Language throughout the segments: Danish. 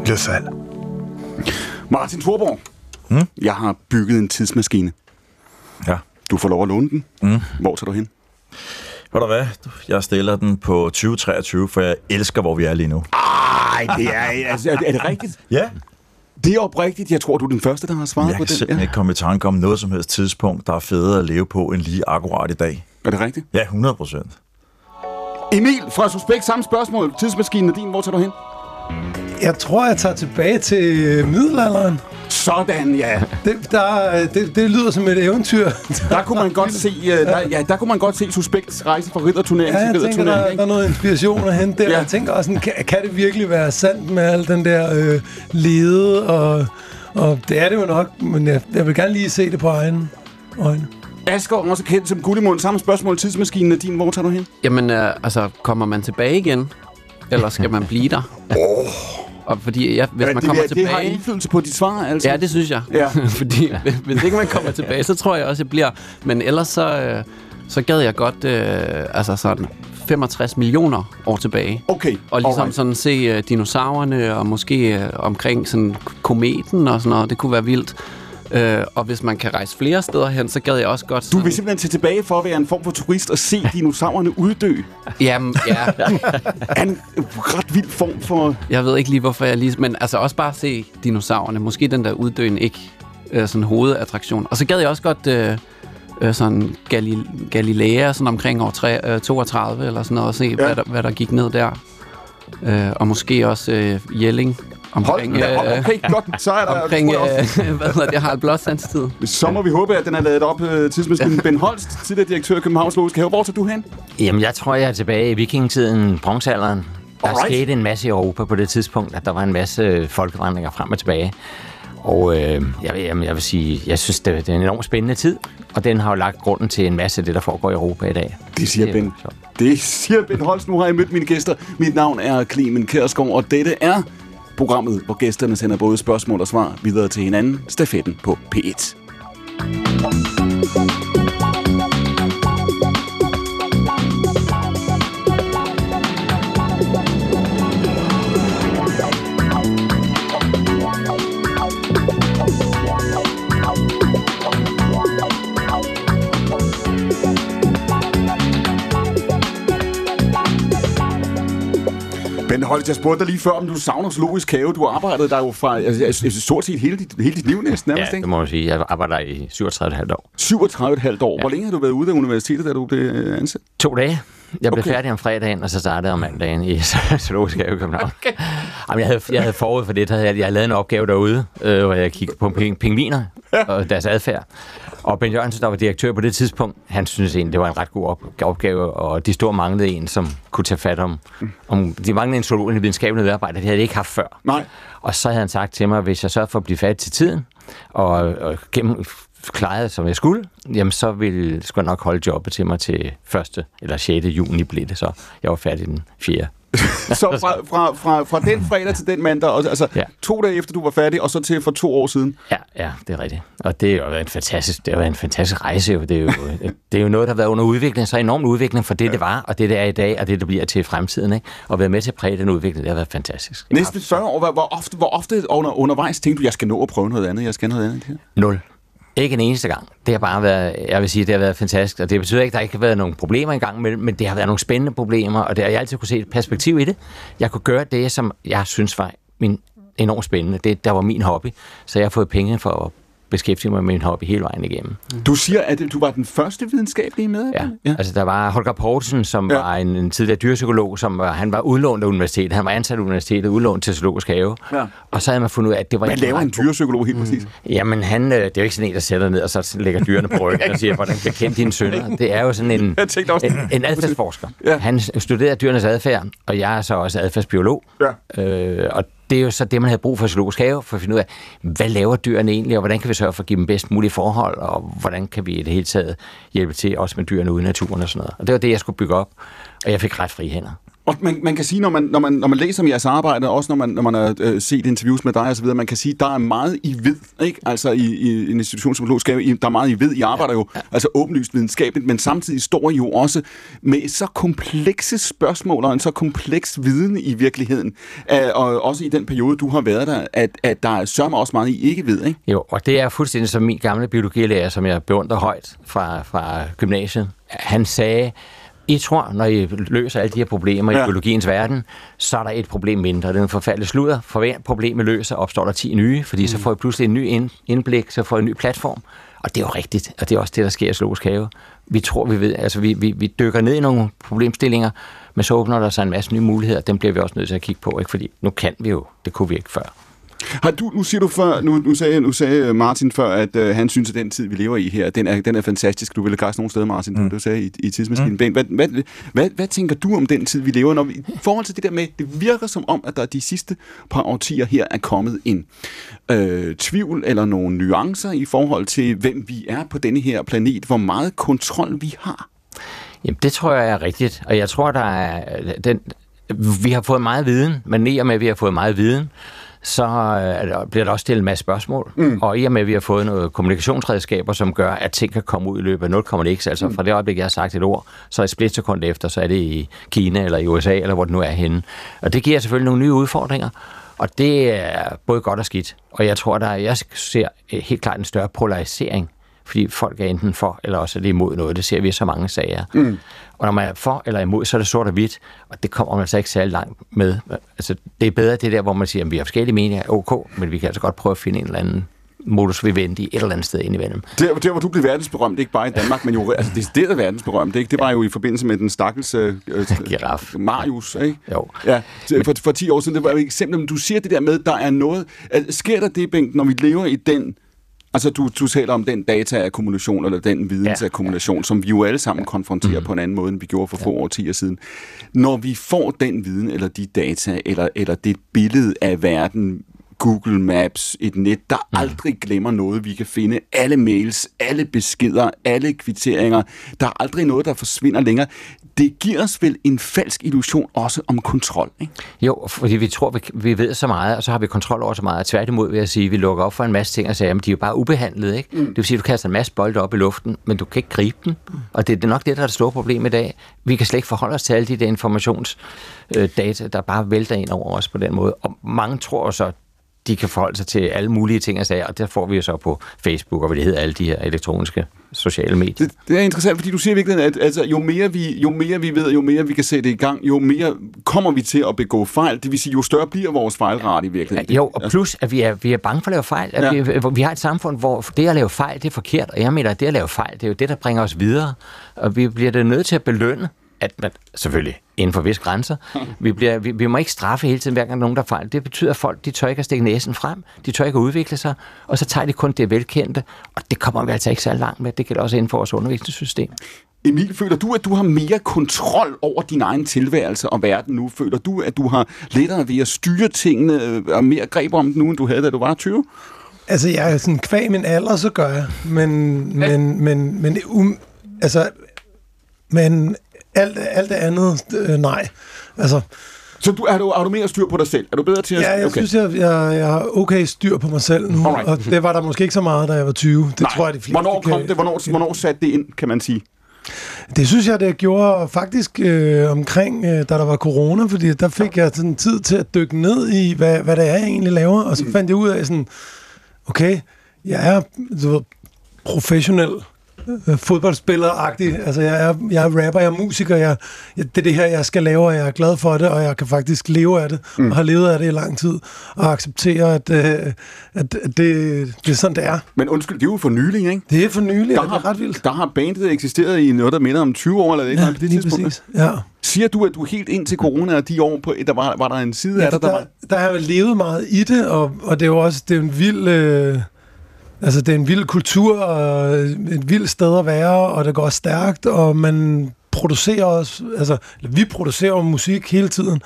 Dødsfald. Martin Thorborg, jeg har bygget en tidsmaskine. Ja. Du får lov at låne den. Hvor tager du hen? Ved du hvad? Jeg stiller den på 2023, for jeg elsker, hvor vi er lige nu. Ej, det er... Altså, er det rigtigt? Ja. Det er oprigtigt. Jeg tror, du er den første, der har svaret på Jeg kan det. simpelthen ikke komme i tanke om noget som helst tidspunkt, der er federe at leve på end lige akkurat i dag. Er det rigtigt? Ja, 100%. Emil fra Suspekt, samme spørgsmål. Tidsmaskinen er din. Hvor tager du hen? Jeg tror, jeg tager tilbage til middelalderen. Sådan, ja. Det lyder som et eventyr. Der kunne man godt se, der kunne man godt se Suspekts rejse fra ridderturnering Ja, til jeg tænker, ridderturnering. der er noget inspiration at hente der. Ja. Jeg tænker også, sådan, kan det virkelig være sandt med al den der lede? Og det er det jo nok, men jeg vil gerne lige se det på egne øjne. Asger, også kendt som Gullimund. Samme spørgsmål. Tidsmaskinen er din. Hvor tager du hen? Jamen, kommer man tilbage igen? Eller skal man blive der? Og fordi hvis man kommer tilbage... Det har indflydelse på dit svar, altså? Ja, det synes jeg. Ja. Fordi hvis ikke man kommer tilbage, så tror jeg også, jeg bliver... Men ellers så gad jeg godt sådan 65 millioner år tilbage. Okay. Og ligesom sådan se dinosaurerne, og måske omkring sådan kometen og sådan noget. Det kunne være vildt. Og hvis man kan rejse flere steder hen, så gad jeg også godt... Du vil simpelthen tage tilbage for at være en form for turist og se dinosaurerne uddø? Jamen, ja. En ret vild form for... Jeg ved ikke lige, hvorfor jeg lige... Men altså også bare se dinosaurerne. Måske den der uddøen ikke sådan hovedattraktion. Og så gad jeg også godt sådan Galilea, sådan omkring år 32 eller sådan noget, og se, hvad der gik ned der. Og måske også Jelling. Omkring, okay, godt. Så er der... Omkring, hvad hedder det, Harald Blåsands tid. Så må vi håbe, at den er lavet op tidsmaskinen. Ben Holst, tidligere direktør i Københavns Zoologiske Have. Hvor tager du hen? Jamen, jeg tror, jeg er tilbage i vikingetiden, bronzealderen. Der Alright. skete en masse i Europa på det tidspunkt, at der var en masse folkevandringer frem og tilbage. Og jeg vil sige, jeg synes, det er en enormt spændende tid, og den har jo lagt grunden til en masse af det, der foregår i Europa i dag. Det siger Ben Holst. Nu har jeg mødt mine gæster. Mit navn er Clemen Kjærsgaard, og dette er programmet, hvor gæsterne sender både spørgsmål og svar videre til hinanden. Stafetten på P1. Ben Holst, jeg spurgte dig lige før, om du savner Zoologisk Have. Du arbejdede der jo fra stort set hele dit liv næsten, nærmest, Ja, ikke? det må man sige. Jeg arbejder i 37,5 år. 37,5 år. Ja. Hvor længe har du været ude af universitetet, da du blev ansat? 2 dage. Jeg blev Okay. færdig om fredagen, og så startede jeg om mandagen i Zoologisk Have i København. Okay. Jamen, jeg havde forud for det, jeg havde lavet en opgave derude, hvor jeg kiggede på pingviner og deres adfærd. Og Ben Jørgensen, der var direktør på det tidspunkt, han synes egentlig, det var en ret god opgave, og de store manglede en, som kunne tage fat om de manglede en zoolog, en videnskabelig medarbejder, det havde de ikke haft før. Nej. Og så havde han sagt til mig, hvis jeg sørger for at blive færdig til tiden, og klarede, som jeg skulle, jamen så skulle jeg nok holde jobbet til mig til 1. eller 6. juni blev det, så jeg var færdig den 4. Så fra den fredag til den mandag, altså 2 dage efter du var færdig, og så til for 2 år siden. Ja, det er rigtigt. Og det er jo en fantastisk rejse. Jo. Det er jo noget, der har været under udvikling, så enorm udvikling for det var, og det er i dag, og det bliver til fremtiden. Ikke? Og være med til at præge den udvikling, det har været fantastisk. Næsten 40 år. Hvor ofte undervejs tænkte du, jeg skal nå at prøve noget andet, jeg skal noget andet? 0. Ikke en eneste gang. Det har bare været, jeg vil sige, det har været fantastisk, og det betyder ikke, at der ikke har været nogle problemer engang imellem, men det har været nogle spændende problemer, og det har jeg altid kunne se et perspektiv i det. Jeg kunne gøre det, som jeg synes var enormt spændende. Det, der var min hobby, så jeg har fået penge for at beskæftige mig med min hobby hele vejen igennem. Du siger, at du var den første videnskabelige medarbejder? Ja, altså der var Holger Poulsen, som var en tidligere dyrepsykolog, han var udlånt af universitetet. Han var ansat af universitetet, udlånt til Zoologisk Have. Ja. Og så havde man fundet ud af, at det var... Man laver en dyrepsykolog helt præcis. Jamen, det er jo ikke sådan en, der sætter ned, og så lægger dyrene på ryggen og siger, hvordan bekæmpe dine sønner. Det er jo sådan en adfærdsforsker. Ja. Han studerer dyrenes adfærd, og jeg er så også adfærdsbiolog. Ja. Og det er jo så det, man havde brug for Zoologisk Have, for at finde ud af, hvad laver dyrene egentlig, og hvordan kan vi sørge for at give dem bedst mulige forhold, og hvordan kan vi i det hele taget hjælpe til, også med dyrene ude i naturen og sådan noget. Og det var det, jeg skulle bygge op, og jeg fik ret frie hænder. Og man kan sige, når man læser om jeres arbejde, også når man har set interviews med dig og så videre, man kan sige, der er meget i vid, ikke? Altså i en institution som Zoologisk Have, der er meget i vid. I arbejder jo altså åbenlyst videnskabeligt, men samtidig står I jo også med så komplekse spørgsmål og en så kompleks viden i virkeligheden, og også i den periode, du har været der, at der er sørme også meget, I ikke ved, ikke? Jo, og det er fuldstændig som min gamle biologilærer, som jeg beundrer højt fra gymnasiet. Han sagde, I tror, når I løser alle de her problemer i biologiens verden, så er der et problem mindre. Det er en forfærdelig sludder. For hver problem, I løser, opstår der 10 nye, fordi så får I pludselig en ny indblik, så får I en ny platform. Og det er jo rigtigt, og det er også det, der sker i Zoologisk Have. Vi tror, vi ved, altså vi dykker ned i nogle problemstillinger, men så åbner der sig en masse nye muligheder, dem bliver vi også nødt til at kigge på, ikke? Fordi nu kan vi jo, det kunne vi ikke før. Nu sagde Martin før, at han synes, at den tid, vi lever i her, den er fantastisk. Du ville kaste nogle steder, Martin, du sagde i tidsmaskinen. Hvad tænker du om den tid, vi lever i? I forhold til det der med, det virker som om, at der de sidste par årtier her er kommet en tvivl eller nogle nuancer i forhold til, hvem vi er på denne her planet, hvor meget kontrol vi har. Jamen, det tror jeg er rigtigt, og jeg tror, vi har fået meget viden, men i og med, at vi har fået meget viden, så bliver der også stillet en masse spørgsmål. Og i og med, at vi har fået nogle kommunikationsredskaber, som gør, at ting kan komme ud i løbet af 0,x, altså fra det øjeblik, jeg har sagt et ord, så et splitsekund efter, så er det i Kina eller i USA, eller hvor det nu er henne. Og det giver selvfølgelig nogle nye udfordringer, og det er både godt og skidt. Og jeg tror, jeg ser helt klart en større polarisering, fordi folk er enten for, eller også er det imod noget. Det ser vi i så mange sager. Og når man er for eller imod, så er det sort og hvidt, og det kommer man altså ikke særlig langt med. Altså, det er bedre det der, hvor man siger, at vi har forskellige meninger, ok, men vi kan altså godt prøve at finde en eller anden modus vivendi et eller andet sted indimellem. Der hvor du blev verdensberømt, ikke bare i Danmark, men jo altså det er verdensberømt, ikke? Det var jo i forbindelse med den stakkels giraf. Marius, ikke? Jo. Ja, for 10 år siden, det var jo et eksempel, men du siger det der med, der er noget, sker der det, Bengt, når vi lever i den. Altså, du taler om den dataakkumulation, eller den vidensakkumulation, som vi jo alle sammen konfronterer på en anden måde, end vi gjorde for få årtier siden. Når vi får den viden, eller de data, eller det billede af verden, Google Maps, et net, der aldrig glemmer noget. Vi kan finde alle mails, alle beskeder, alle kvitteringer. Der er aldrig noget, der forsvinder længere. Det giver os vel en falsk illusion også om kontrol, ikke? Jo, fordi vi tror, vi ved så meget, og så har vi kontrol over så meget. Tværtimod vil jeg sige, at vi lukker op for en masse ting og siger, at de er jo bare ubehandlede, ikke? Det vil sige, at du kaster en masse bolde op i luften, men du kan ikke gribe dem. Og det er nok det, der er det store problem i dag. Vi kan slet ikke forholde os til alle de der informationsdata, der bare vælter ind over os på den måde. Og mange tror så, de kan forholde sig til alle mulige ting og sager, og der får vi jo så på Facebook, og hvad det hedder, alle de her elektroniske sociale medier. Det er interessant, fordi du siger virkelig, at altså, jo mere vi ved, jo mere vi kan sætte i gang, jo mere kommer vi til at begå fejl. Det vil sige, jo større bliver vores fejlrate i virkeligheden. Jo, og plus, at vi er bange for at lave fejl. At vi har et samfund, hvor det at lave fejl, det er forkert, og jeg mener, at det at lave fejl, det er jo det, der bringer os videre. Og vi bliver det nødt til at belønne, at man selvfølgelig inden for visse grænser. Vi må ikke straffe hele tiden, hver gang nogen der fejl. Det betyder, at folk, de tør ikke at stikke næsen frem, de tør ikke at udvikle sig, og så tager de kun det velkendte, og det kommer vi altså ikke så langt med. Det gælder også inden for vores undervisningssystem. Emil, føler du, at du har mere kontrol over din egen tilværelse og verden nu? Føler du, at du har lettere ved at styre tingene og mere greb om det nu, end du havde, da du var 20? Altså, jeg er sådan kvæg min alder, så gør jeg. Men alt det andet, nej. Altså, så har du mere styr på dig selv? Er du bedre til at... Ja, jeg synes, jeg har okay styr på mig selv nu. Alright. Og det var der måske ikke så meget, da jeg var 20. Det tror jeg, de fleste... Hvornår kom det? Hvornår satte det ind, kan man sige? Det synes jeg, det gjorde faktisk omkring, da der var corona, fordi der fik jeg sådan tid til at dykke ned i, hvad det er, jeg egentlig laver. Og så fandt jeg ud af sådan, okay, jeg er professionel fodboldspiller-agtig. Altså, jeg er rapper, jeg er musiker, det er det her, jeg skal lave, og jeg er glad for det, og jeg kan faktisk leve af det, og har levet af det i lang tid, og acceptere, at det er sådan, det er. Men undskyld, det er jo for nylig, ikke? Det er for nylig, det er ret vildt. Der har bandet eksisteret i noget, der minder om 20 år, eller ikke? Ja, lige præcis, ja. Siger du, at du helt ind til corona og de år, der var der en side af dig, der har jeg levet meget i det, og det er jo også, det er en vild... Altså, det er en vild kultur, og et vildt sted at være, og det går stærkt, og man producerer også, vi producerer musik hele tiden,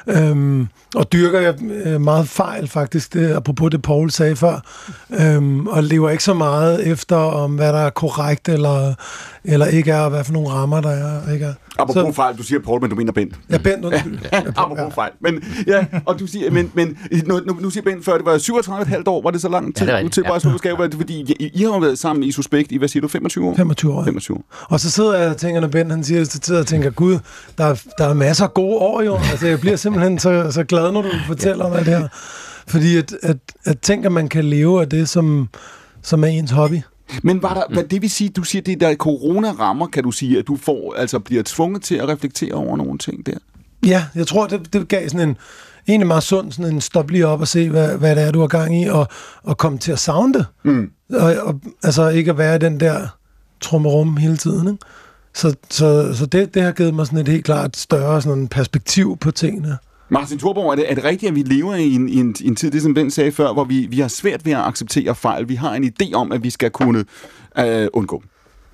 Og dyrker jeg meget fejl, faktisk, det, apropos det, Paul sagde før, og lever ikke så meget efter, om hvad der er korrekt, eller ikke er, og hvad for nogle rammer, der er, ikke er. Apropos fejl, du siger Paul, men du mener Bent. Ja, Bent, undskyld. Apropos fejl. Men, ja, og du siger, men nu siger Bent før, det var 37,5 år, var det så lang tid? Ja, nu til bare slå fordi I har været sammen i Suspekt i, hvad siger du, 25 år? 25 år. 25 år. Og så sidder jeg og tænker, når Bent han siger, så sidder jeg og tænker, gud, der er masser af gode år jo. Altså, jeg bliver simpelthen så glad, når du fortæller mig det her. Fordi at tænker, man kan leve af det, som er ens hobby. Men var der, hvad det vil sige, du siger, det der corona-rammer, kan du sige, at du bliver tvunget til at reflektere over nogle ting der? Ja, jeg tror, det gav sådan en egentlig meget sund, sådan en stop lige op og se, hvad det er, du har gang i, og komme til at savne det. Og altså ikke at være den der trummerum hele tiden, ikke? Så det har givet mig sådan et helt klart større sådan perspektiv på tingene. Martin Thorborg, er det rigtigt, at vi lever i en tid, det som Ben sagde før, hvor vi har svært ved at acceptere fejl? Vi har en idé om, at vi skal kunne undgå.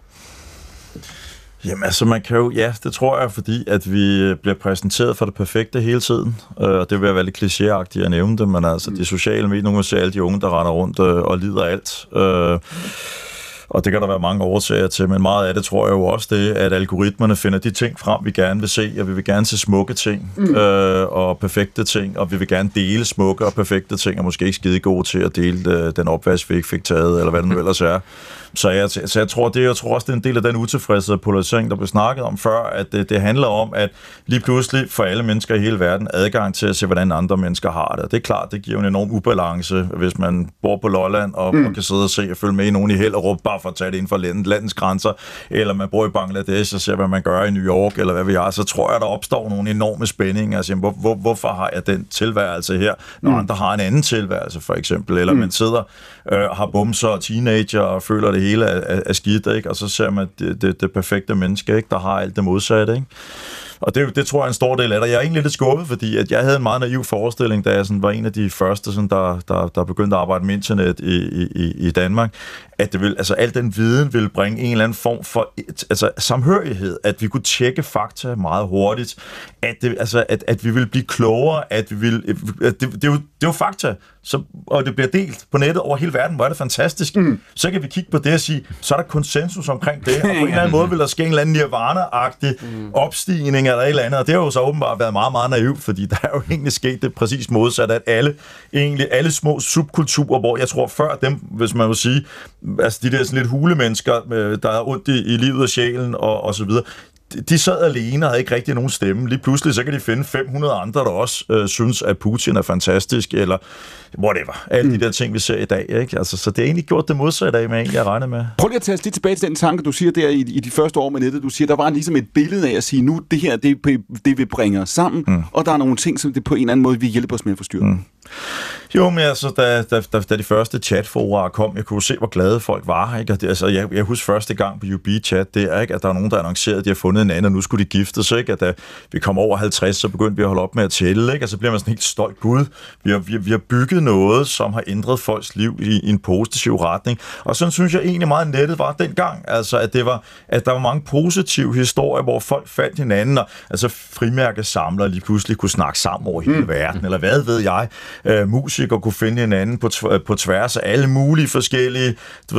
Jamen altså, man kan jo, ja, det tror jeg, fordi at vi bliver præsenteret for det perfekte hele tiden, og det vil være lidt klichéagtigt at nævne det, men altså de sociale medier, nogle ser alle de unge, der render rundt og lider alt. Og det kan der være mange årsager til, men meget af det tror jeg jo også det, at algoritmerne finder de ting frem, vi gerne vil se, og vi vil gerne se smukke ting og perfekte ting, og vi vil gerne dele smukke og perfekte ting, og måske ikke skide gode til at dele den opvask, vi ikke fik taget, eller hvad det nu ellers er. Så jeg tror også, det er en del af den utilfredshed og polarisering, der blev snakket om før, at det handler om, at lige pludselig for alle mennesker i hele verden adgang til at se, hvordan andre mennesker har det. Det er klart, det giver en enorm ubalance, hvis man bor på Lolland og kan sidde og se og følge med i nogen i Hellerup, bare for at tage det inden for landets grænser, eller man bor i Bangladesh og ser, hvad man gør i New York, eller hvad vi har, så tror jeg, der opstår nogle enorme spændinger. Altså, hvorfor har jeg den tilværelse her, når andre har en anden tilværelse, for eksempel, eller man sidder har bumser og teenager og føler det hele er skidt, ikke? Og så ser man det perfekte menneske, ikke? Der har alt det modsatte, ikke? Og det tror jeg er en stor del af det. Jeg er egentlig lidt skuffet, fordi at jeg havde en meget naiv forestilling, da jeg sådan var en af de første, sådan, der begyndte at arbejde med internet i Danmark, at det ville, altså, al den viden ville bringe en eller anden form for samhørighed, at vi kunne tjekke fakta meget hurtigt, at vi ville blive klogere, at vi ville, det er jo fakta, og det bliver delt på nettet over hele verden, hvor er det fantastisk. Så kan vi kigge på det og sige, så er der konsensus omkring det, og på en eller anden måde vil der ske en eller anden nirvana-agtig opstigning eller et eller andet, og det har jo så åbenbart været meget, meget naivt, fordi der er jo egentlig sket det præcis modsat, at alle små subkulturer, hvor jeg tror før dem, hvis man vil sige, altså de der sådan lidt hulemennesker, der er ondt i livet og sjælen og så videre, de sad alene og havde ikke rigtig nogen stemme. Lige pludselig så kan de finde 500 andre, der også synes, at Putin er fantastisk, eller whatever. Alle de der ting, vi ser i dag, ikke? Altså, så det er egentlig gjort det modsatte af, jeg regner med. Prøv lige at tage os lidt tilbage til den tanke, du siger der i de første år med nettet. Du siger, der var ligesom et billede af at sige, nu det her, det vil bringe os sammen, og der er nogle ting, som det på en eller anden måde vil hjælpe os med at forstyrre. Jo, men altså, da de første chatforer kom, jeg kunne se, hvor glade folk var, ikke? Og det, altså, jeg husker første gang på UB-chat, det er ikke, at der er nogen, der annoncerede, at de har fundet en anden, og nu skulle de giftes, ikke? At da vi kom over 50, så begyndte vi at holde op med at tælle, ikke? Og så bliver man sådan helt stolt, gud, vi har bygget noget, som har ændret folks liv i en positiv retning. Og sådan synes jeg egentlig meget, nettet var dengang, altså, at der var mange positive historier, hvor folk fandt hinanden, og altså frimærkesamlere lige pludselig kunne snakke sammen over hele verden, eller hvad ved jeg, musikere kunne finde hinanden på tværs af alle mulige forskellige,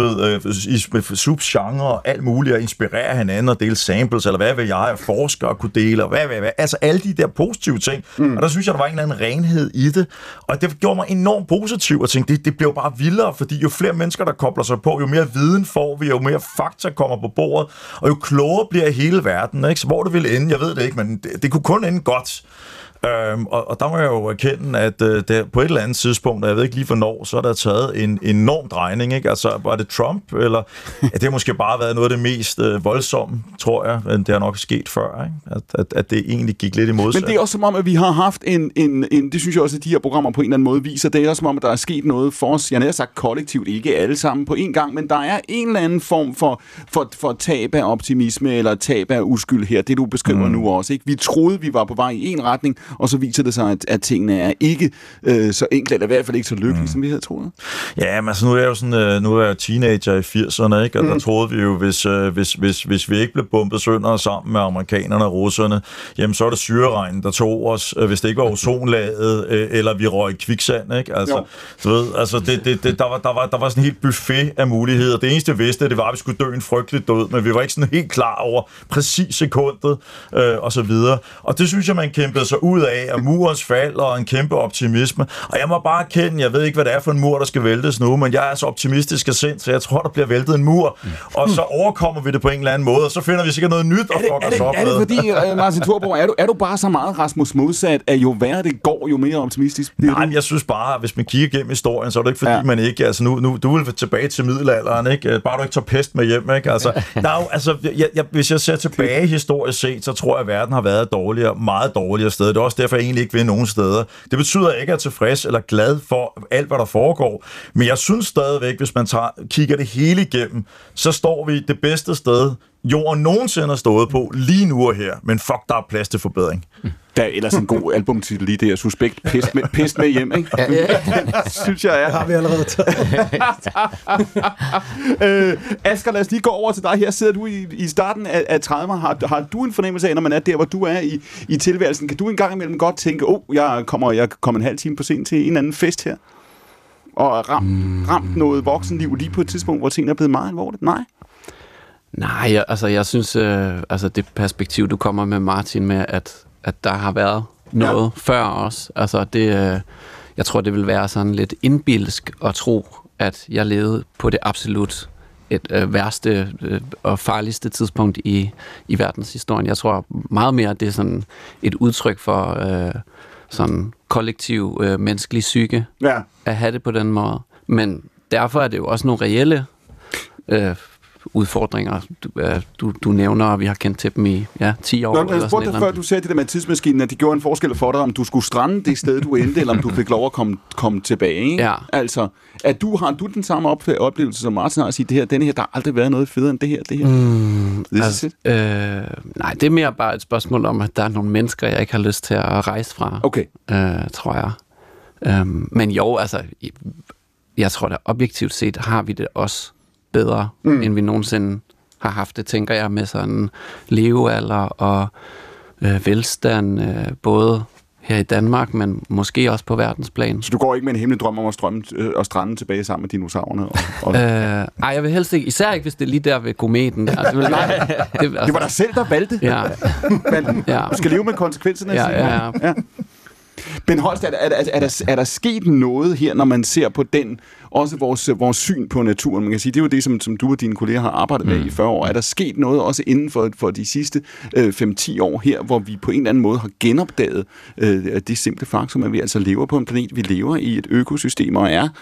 subgenre og alt muligt, og inspirere hinanden og dele samples, eller hvad vil jeg, og forskere kunne dele, og hvad, altså alle de der positive ting. Og der synes jeg, der var en eller anden renhed i det, og det gjorde mig enormt positiv, og tænkte, det blev bare vildere, fordi jo flere mennesker, der kobler sig på, jo mere viden får vi, jo mere fakta kommer på bordet, og jo klogere bliver hele verden, ikke? Så hvor det ville ende, jeg ved det ikke, men det kunne kun ende godt. Og der må jeg jo erkende, at der på et eller andet tidspunkt, og jeg ved ikke lige hvornår, så er der taget en enorm drejning, ikke? Altså, var det Trump, eller det har måske bare været noget af det mest voldsomme, tror jeg, men det har nok sket før, ikke? At det egentlig gik lidt imod. Men det er også som om, at vi har haft en det synes jeg også, at de her programmer på en eller anden måde viser, det er også som om, at der er sket noget for os, jeg har sagt kollektivt, ikke alle sammen på en gang, men der er en eller anden form for tab af optimisme, eller tab af uskyld her, det du beskriver nu også, ikke? Vi troede, vi var på vej i en retning, og så viser det sig, at tingene er ikke så enkle, eller i hvert fald ikke så lykkelige, som vi havde troet. Ja, men altså nu er jeg jo sådan, nu er jeg teenager i 80'erne, ikke? Og der troede vi jo, hvis vi ikke blev bombet sønder sammen med amerikanerne og russerne, jamen så er det syreregnen, der tog os, hvis det ikke var ozonlaget, eller vi røg kviksand, ikke? Altså, du ved, altså der var sådan en helt buffet af muligheder. Det eneste vi vidste, det var, at vi skulle dø en frygtelig død, men vi var ikke sådan helt klar over præcis sekundet, og så videre. Og det synes jeg, man kæmpede sig ud af, og murens fald og en kæmpe optimisme. Og jeg må bare erkende, jeg ved ikke, hvad det er for en mur, der skal væltes nu, men jeg er så optimistisk af sind, så jeg tror, der bliver væltet en mur, og så overkommer vi det på en eller anden måde, og så finder vi sikkert noget nyt at fuck os op med. Er det fordi, Martin Thorborg, er du bare så meget Rasmus modsat, at jo værre det går, jo mere optimistisk bliver du? Nej, jeg synes bare, hvis man kigger gennem historien, så er det ikke fordi, man ikke, altså nu du vil tilbage til middelalderen, ikke? Bare du ikke tager pest med hjem, ikke? Altså, hvis jeg ser tilbage historisk set, så tror jeg, at verden har været dårligere, meget dårligere sted. Det er også derfor, jeg egentlig ikke vil nogen steder. Det betyder, at jeg ikke er tilfreds eller glad for alt, hvad der foregår. Men jeg synes stadigvæk, hvis man kigger det hele igennem, så står vi det bedste sted, jorden nogensinde har stået på lige nu og her. Men fuck, der er plads til forbedring. Der er ellers en god albumtitel lige der. Suspekt pest med hjem, ikke? Ja. Synes jeg er. Det har vi allerede taget. Asger, lad os lige gå over til dig. Her sidder du i starten af 30'erne. Har du en fornemmelse af, når man er der, hvor du er i tilværelsen? Kan du en gang imellem godt tænke, jeg kommer en halv time på sent til en eller anden fest her? Og ramt noget voksenliv lige på et tidspunkt, hvor tingene er blevet meget alvorligt? Nej. Nej, jeg synes, det perspektiv, du kommer med, Martin, med, at der har været noget før os. Altså, jeg tror, det vil være sådan lidt indbilsk at tro, at jeg levede på det absolut værste og farligste tidspunkt i verdenshistorien. Jeg tror meget mere, at det er sådan et udtryk for sådan kollektiv menneskelig psyke at have det på den måde. Men derfor er det jo også nogle reelle udfordringer, du nævner, og vi har kendt til dem i 10 år. Jeg spurgte dig før, du sagde det der med tidsmaskinen, at det gjorde en forskel for dig, om du skulle strande det sted, du endte, eller om du fik lov at komme tilbage. Ikke? Ja. Altså, har du den samme oplevelse som Martin har at sige, denne her, der har aldrig været noget federe end det her? Nej, det er mere bare et spørgsmål om, at der er nogle mennesker, jeg ikke har lyst til at rejse fra, tror jeg. Men jo, altså, jeg tror da objektivt set har vi det også bedre, end vi nogensinde har haft det, tænker jeg, med sådan levealder og velstand, både her i Danmark, men måske også på verdensplan. Så du går ikke med en hemmelig drøm om at strande tilbage sammen med dinosaurerne? Nej, jeg vil helst ikke, især ikke, hvis det er lige der ved kometen. Der. Det var dig selv, der valgte. Ja. Du skal leve med konsekvenserne. Ja. Ben Holst, er der sket noget her, når man ser på den, også vores syn på naturen? Man kan sige, det er jo det, som du og dine kolleger har arbejdet med i 40 år. Er der sket noget også inden for de sidste 5-10 år her, hvor vi på en eller anden måde har genopdaget det simple faktum, at vi altså lever på en planet, vi lever i et økosystem, og er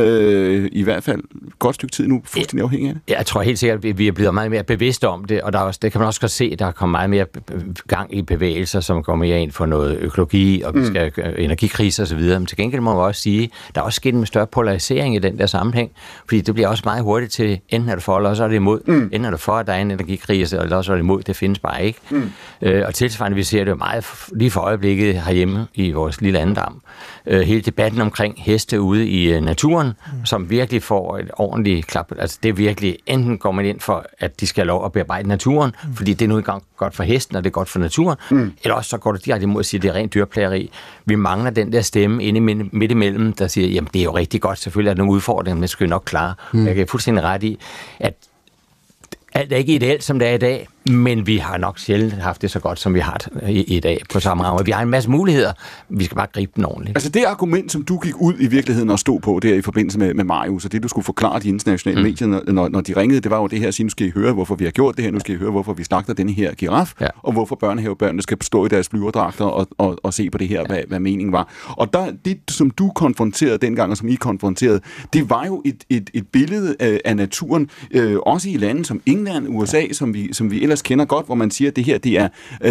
i hvert fald et godt stykke tid nu fuldstændig afhængig af det? Jeg tror helt sikkert, at vi er blevet meget mere bevidste om det, og det kan man også godt se, at der er kommet meget mere gang i bevægelser, som går mere ind for noget økologi, og vi skal energikriser og så videre. Men til gengæld må man også sige, at der er også sket en større polarisering i den der sammenhæng, fordi det bliver også meget hurtigt til, enten er det for, eller også er det imod. Enten er det for, at der er en energikrise, eller også er det imod. Det findes bare ikke. Og tilsvarende, vi ser det jo meget lige for øjeblikket herhjemme i vores lille andedam. Hele debatten omkring heste ude i naturen, som virkelig får et ordentligt klap. Altså det er virkelig, enten går man ind for, at de skal have lov at bearbejde naturen, fordi det er nu engang godt for hesten, og det er godt for naturen, eller også så går det direkte imod at sige, at det er rent dyrplageri. Vi mangler den der stemme inde midt imellem, der siger, jamen det er jo rigtig godt, selvfølgelig er der nogle udfordringer, men det skal vi nok klare. Jeg kan fuldstændig ret i, at alt er ikke ideelt, som det er i dag, men vi har nok sjældent haft det så godt, som vi har i dag på samme rammer. Vi har en masse muligheder, vi skal bare gribe den ordentligt. Altså det argument, som du gik ud i virkeligheden og stod på der i forbindelse med Marius, og det du skulle forklare de internationale medier, når de ringede, det var jo det her at sige, nu skal I høre, hvorfor vi har gjort det her, nu skal I høre, hvorfor vi slagter denne her giraf, og hvorfor børnehavebørnene skal stå i deres flyverdragter og se på det her, hvad meningen var. Og det, som du konfronterede dengang, og som I konfronterede, det var jo et billede af naturen, også i lande som England, USA, som vi ellers kender godt, hvor man siger, at det her, det er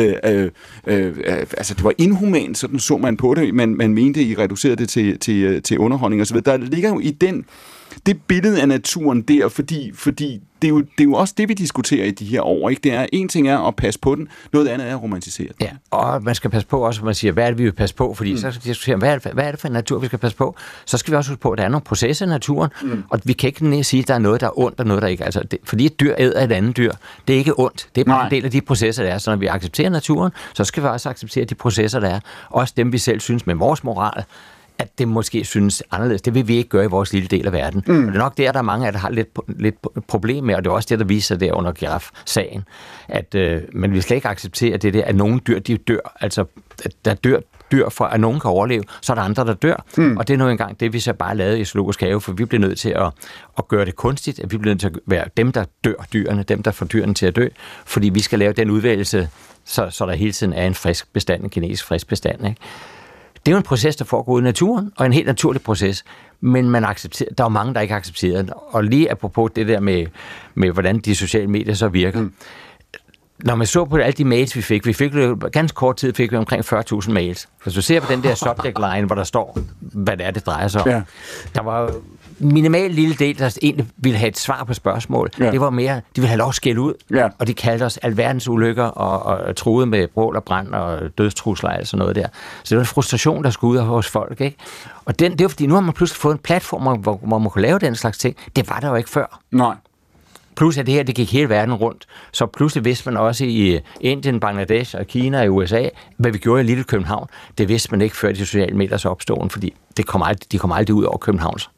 altså det var inhumant, sådan så man på det, man mente, I reducerede det til underholdning og så videre. Der ligger jo i det billede af naturen der, fordi det er jo også det, vi diskuterer i de her år. Ikke? Det er, en ting er at passe på den, noget andet er at romantisere den. Ja, og man skal passe på også, at man siger, hvad er det, vi vil passe på? Fordi så skal vi diskutere, hvad er det for en natur, vi skal passe på? Så skal vi også huske på, at der er nogle processer i naturen, og vi kan ikke sige, at der er noget, der er ondt, og noget, der ikke er. Altså, fordi et dyr æder et andet dyr, det er ikke ondt. Det er bare en del af de processer, der er. Så når vi accepterer naturen, så skal vi også acceptere de processer, der er. Også dem, vi selv synes med vores moral, at det måske synes anderledes. Det vil vi ikke gøre i vores lille del af verden. Og det er nok der er mange af der har lidt problem med, og det er også det, der viser sig der under giraf-sagen, at man vil slet ikke acceptere det der, at nogle dyr, de dør. Altså, der dør dyr for, at nogen kan overleve, så er der andre, der dør. Og det er nu engang det, vi så bare lavede i Zoologisk Have, for vi bliver nødt til at gøre det kunstigt, at vi bliver nødt til at være dem, der dør dyrene, dem, der får dyrene til at dø, fordi vi skal lave den udvælgelse, så der hele tiden er en frisk bestand, en genetisk frisk bestand, ikke? Det er jo en proces, der foregår i naturen, og en helt naturlig proces, men man accepterer, der er mange, der ikke accepterer den. Og lige apropos det der med hvordan de sociale medier så virker. Når man så på alle de mails, vi fik ganske kort tid, fik vi omkring 40.000 mails. Hvis du ser på den der subject line, hvor der står, hvad det er, det drejer sig om. Ja. Der var minimal lille del, der egentlig ville have et svar på spørgsmål. Ja. Det var mere, de ville have lov at skælde ud, og de kaldte os alverdens ulykker og truede med bål og brand og dødstrusler og sådan noget der. Så det var en frustration, der skulle ud af hos folk, ikke? Og det var fordi, nu har man pludselig fået en platform, hvor man kunne lave den slags ting. Det var der jo ikke før. Nej. Plus at det her, det gik hele verden rundt. Så pludselig vidste man også i Indien, Bangladesh og Kina og USA, hvad vi gjorde i Lille København. Det vidste man ikke før de sociale mediers opståen, fordi de kom aldrig ud over Københavns.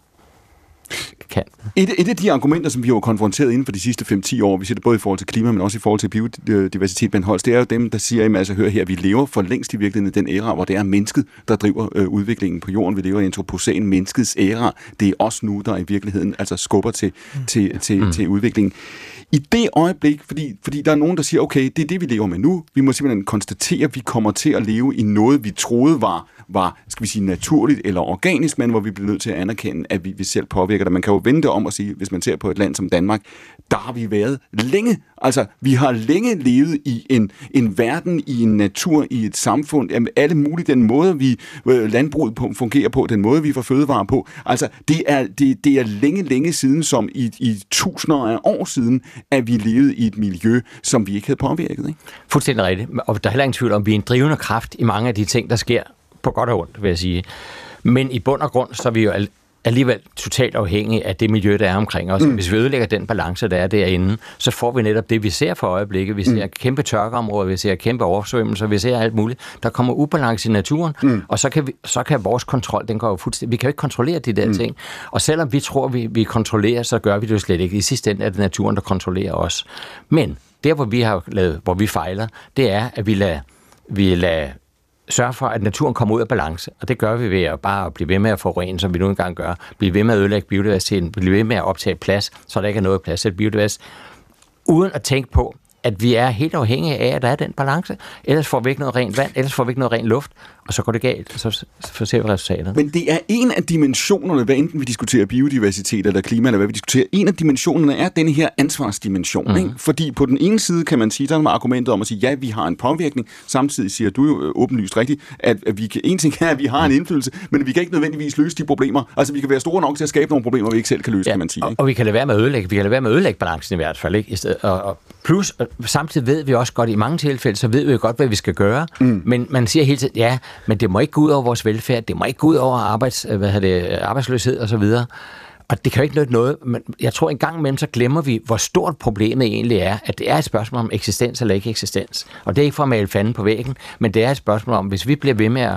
Et af de argumenter, som vi har konfronteret inden for de sidste 5-10 år, vi ser det både i forhold til klima, men også i forhold til biodiversitet, men Holst, det er jo dem, der siger, altså hør her, vi lever for længst i virkeligheden den æra, hvor det er mennesket, der driver udviklingen på jorden. Vi lever i antropocæn, menneskets æra. Det er os nu, der i virkeligheden altså skubber til udviklingen. I det øjeblik, fordi der er nogen, der siger, okay, det er det, vi lever med nu. Vi må simpelthen konstatere, at vi kommer til at leve i noget, vi troede var, skal vi sige, naturligt eller organisk, men hvor vi bliver nødt til at anerkende, at vi selv påvirker det. Man kan jo vende det om og sige, hvis man ser på et land som Danmark, der har vi været længe. Altså, vi har længe levet i en verden, i en natur, i et samfund, alle mulige, den måde, vi landbruget fungerer på, den måde, vi får fødevarer på. Altså, det er længe siden, som i tusinder af år siden, at vi levede i et miljø, som vi ikke havde påvirket. Ikke? Fuldstændig rigtigt. Og der er heller ingen tvivl om, at vi er en drivende kraft i mange af de ting, der sker på godt og ondt, vil jeg sige. Men i bund og grund, så er vi jo alligevel totalt afhængige af det miljø, der er omkring os. Hvis vi ødelægger den balance, der er derinde, så får vi netop det, vi ser for øjeblikket. Vi ser kæmpe tørkeområder, vi ser kæmpe oversvømmelser, vi ser alt muligt. Der kommer ubalance i naturen, og så kan vores kontrol, den går jo fuldstændig. Vi kan jo ikke kontrollere de der ting. Og selvom vi tror, vi kontrollerer, så gør vi det jo slet ikke. I sidste ende er det naturen, der kontrollerer os. Men der, hvor vi fejler, det er, at vi lader sørge for, at naturen kommer ud af balance, og det gør vi ved at bare blive ved med at forurene, som vi nu engang gør, blive ved med at ødelægge biodiversiteten, blive ved med at optage plads, så der ikke er noget plads til biodiversitet, uden at tænke på, at vi er helt afhængige af, at der er den balance. Ellers får vi ikke noget rent vand, ellers får vi ikke noget rent luft, og så går det galt, og så ser vi resultatet. Men det er en af dimensionerne, hvad enten vi diskuterer biodiversitet eller klima, eller hvad vi diskuterer, en af dimensionerne er denne her ansvarsdimension. Ikke? Fordi på den ene side kan man sige, der er argumentet om at sige, ja, vi har en påvirkning, samtidig siger du jo åbenlyst rigtigt, at en ting er, at vi har en indflydelse, men vi kan ikke nødvendigvis løse de problemer. Altså, vi kan være store nok til at skabe nogle problemer, vi ikke selv kan løse, kan man sige. Ikke? Og vi kan lade være med at ødelægge, balancen i hvert fald, ikke? I stedet, og plus, samtidig ved vi også godt, i mange tilfælde, så ved vi jo godt, hvad vi skal gøre, men man siger hele tiden, ja, men det må ikke gå ud over vores velfærd, det må ikke gå ud over arbejdsløshed og så videre. Og det kan jo ikke nytte noget, men jeg tror en gang imellem, så glemmer vi, hvor stort problemet egentlig er, at det er et spørgsmål om eksistens eller ikke eksistens. Og det er ikke for at male fanden på væggen, men det er et spørgsmål om, hvis vi bliver ved med at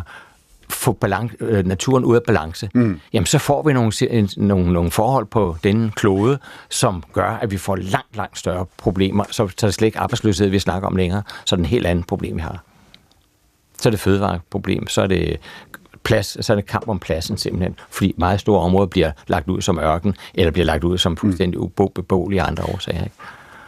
få naturen ud af balance, jamen så får vi nogle forhold på denne klode, som gør, at vi får langt større problemer, så er det slet ikke arbejdsløshed, vi snakker om længere, så er det en helt anden problem, vi har. Så er det fødevareproblem, så er det plads, så er det kamp om pladsen simpelthen, fordi meget store områder bliver lagt ud som ørken, eller bliver lagt ud som fuldstændig ubeboelige andre årsager. Ikke?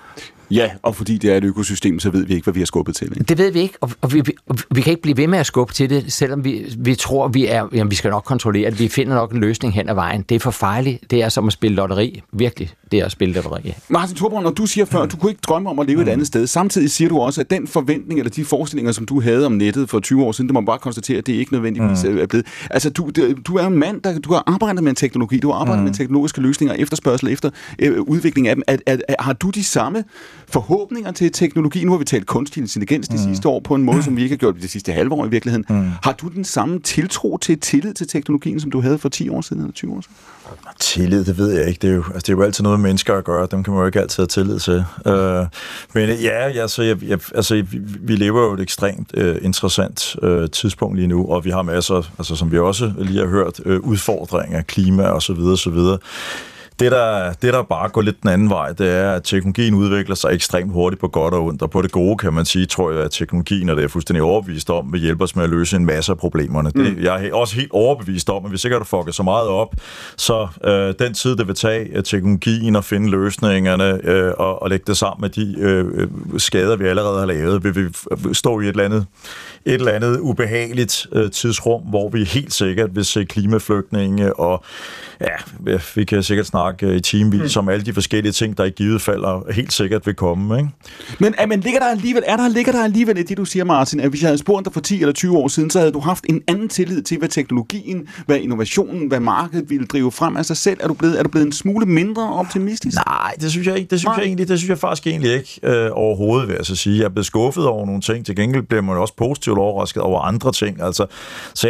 Ja, og fordi det er et økosystem, så ved vi ikke, hvad vi har skubbet til. Ikke? Det ved vi ikke, og vi kan ikke blive ved med at skubbe til det, selvom vi tror, vi skal nok kontrollere det. Vi finder nok en løsning hen ad vejen. Det er for farligt. Det er som at spille lotteri. Virkelig, det er at spille lotteri. Martin Thorborg, når du siger før, du kunne ikke drømme om at leve et andet sted, samtidig siger du også, at den forventning, eller de forestillinger, som du havde om nettet for 20 år siden, det må man bare konstatere, at det ikke nødvendigvis er blevet. Altså, du er en mand, du har arbejdet med en teknologi, du har arbejdet med teknologiske løsninger, efterspørgsel efter udvikling af dem. Har du de samme forhåbninger til teknologi? Nu har vi talt kunstig intelligens de sidste år på en måde, som vi ikke har gjort det sidste halve år i virkeligheden. Har du den samme tiltro til tillid til teknologien, som du havde for 10 år siden eller 20 år siden? Tillid, det ved jeg ikke. Det er jo altid noget med mennesker at gøre. Dem kan man jo ikke altid have tillid til. Men ja, vi lever jo et ekstremt interessant tidspunkt lige nu, og vi har masser, altså som vi også lige har hørt, udfordringer, klima og så videre, så videre. Det, der bare går lidt den anden vej, det er, at teknologien udvikler sig ekstremt hurtigt på godt og ondt, og på det gode, kan man sige, tror jeg, at teknologien, og det er fuldstændig overbevist om, vil hjælpe os med at løse en masse af problemerne. Jeg er også helt overbevist om, at hvis ikke du fucker så meget op, så den tid, det vil tage teknologien at finde løsningerne og lægge det sammen med de skader, vi allerede har lavet, vil vi stå i et eller andet ubehageligt tidsrum, hvor vi helt sikkert vil se klimaflygtninge, og ja, vi kan sikkert snakke i timevis om alle de forskellige ting, der i givet fald helt sikkert vil komme. Ikke? Men ligger der alligevel i det, du siger, Martin, at hvis jeg havde spurgt dig for 10 eller 20 år siden, så havde du haft en anden tillid til, hvad teknologien, hvad innovationen, hvad markedet ville drive frem af sig selv? Er du blevet en smule mindre optimistisk? Nej, det synes jeg ikke. Det synes jeg faktisk egentlig ikke overhovedet, vil jeg så sige. Jeg er blevet skuffet over nogle ting. Til gengæld bliver man også positivt overrasket over andre ting. Altså, så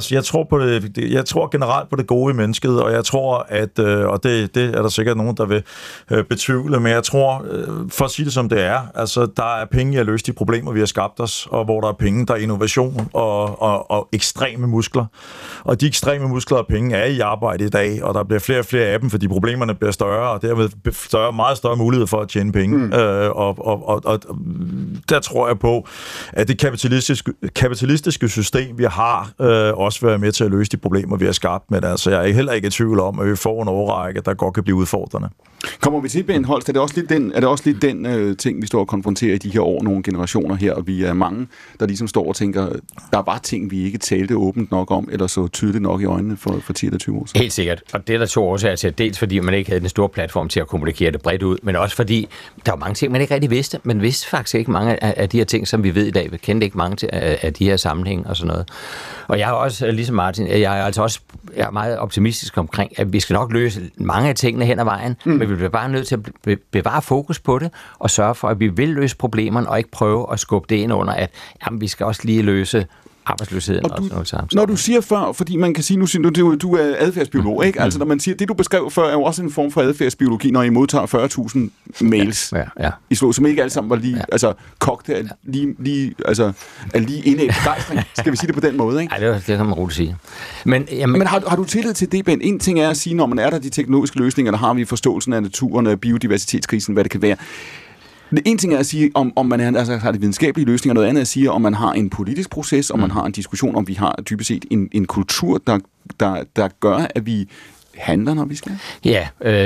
jeg tror generelt på det gode i mennesket, og jeg tror, at, og det er der sikkert nogen, der vil betvivle, men jeg tror, for at sige det som det er, altså der er penge i at løse de problemer, vi har skabt os, og hvor der er penge, der er innovation og ekstreme muskler. Og de ekstreme muskler og penge er i arbejde i dag, og der bliver flere og flere af dem, fordi problemerne bliver større, og dermed meget større mulighed for at tjene penge. Og der tror jeg på, at det kapitalistiske system, vi har, også vil være med til at løse de problemer, vi har skabt med det. Altså, jeg er heller ikke i tvivl om, at vi får en overrække, der godt kan blive udfordrende. Kommer vi til, Bent Holst, er det også lidt den ting, vi står og konfronterer i de her år, nogle generationer her, og vi er mange, der ligesom står og tænker, der var ting, vi ikke talte åbent nok om, eller så tydeligt nok i øjnene for 10 eller 20 år siden. Helt sikkert, og det er der 2 årsager til, dels fordi man ikke havde den store platform til at kommunikere det bredt ud, men også fordi der var mange ting, man ikke rigtig vidste. Man vidste faktisk ikke mange af de her ting, som vi ved i dag. Vi kendte ikke mange af de her sammenhæng og sådan noget. Og jeg er også, ligesom Martin, jeg er meget optimistisk omkring, at vi skal nok løse mange af tingene hen ad vejen, men vi bliver bare nødt til at bevare fokus på det, og sørge for, at vi vil løse problemerne, og ikke prøve at skubbe det ind under, at jamen, vi skal også lige løse arbejdsløsheden og sådan noget sammen. Når du siger før, fordi man kan sige, nu siger du er adfærdsbiolog, ikke? Altså når man siger, det du beskrev før, er jo også en form for adfærdsbiologi, når I modtager 40.000 mails i slå, som ikke alle sammen var lige, altså kogte af lige inde i et begejstring, skal vi sige det på den måde, ikke? Ja, det kan man roligt sige. Men har du tillid til det, Ben? En ting er at sige, når man er der de teknologiske løsninger, der har vi forståelsen af naturen og biodiversitetskrisen, hvad det kan være. En ting er at sige, om man har de videnskabelige løsninger, noget andet er at sige, om man har en politisk proces, om man har en diskussion, om vi har dybest set en kultur, der gør, at vi handler, når vi skal. Ja,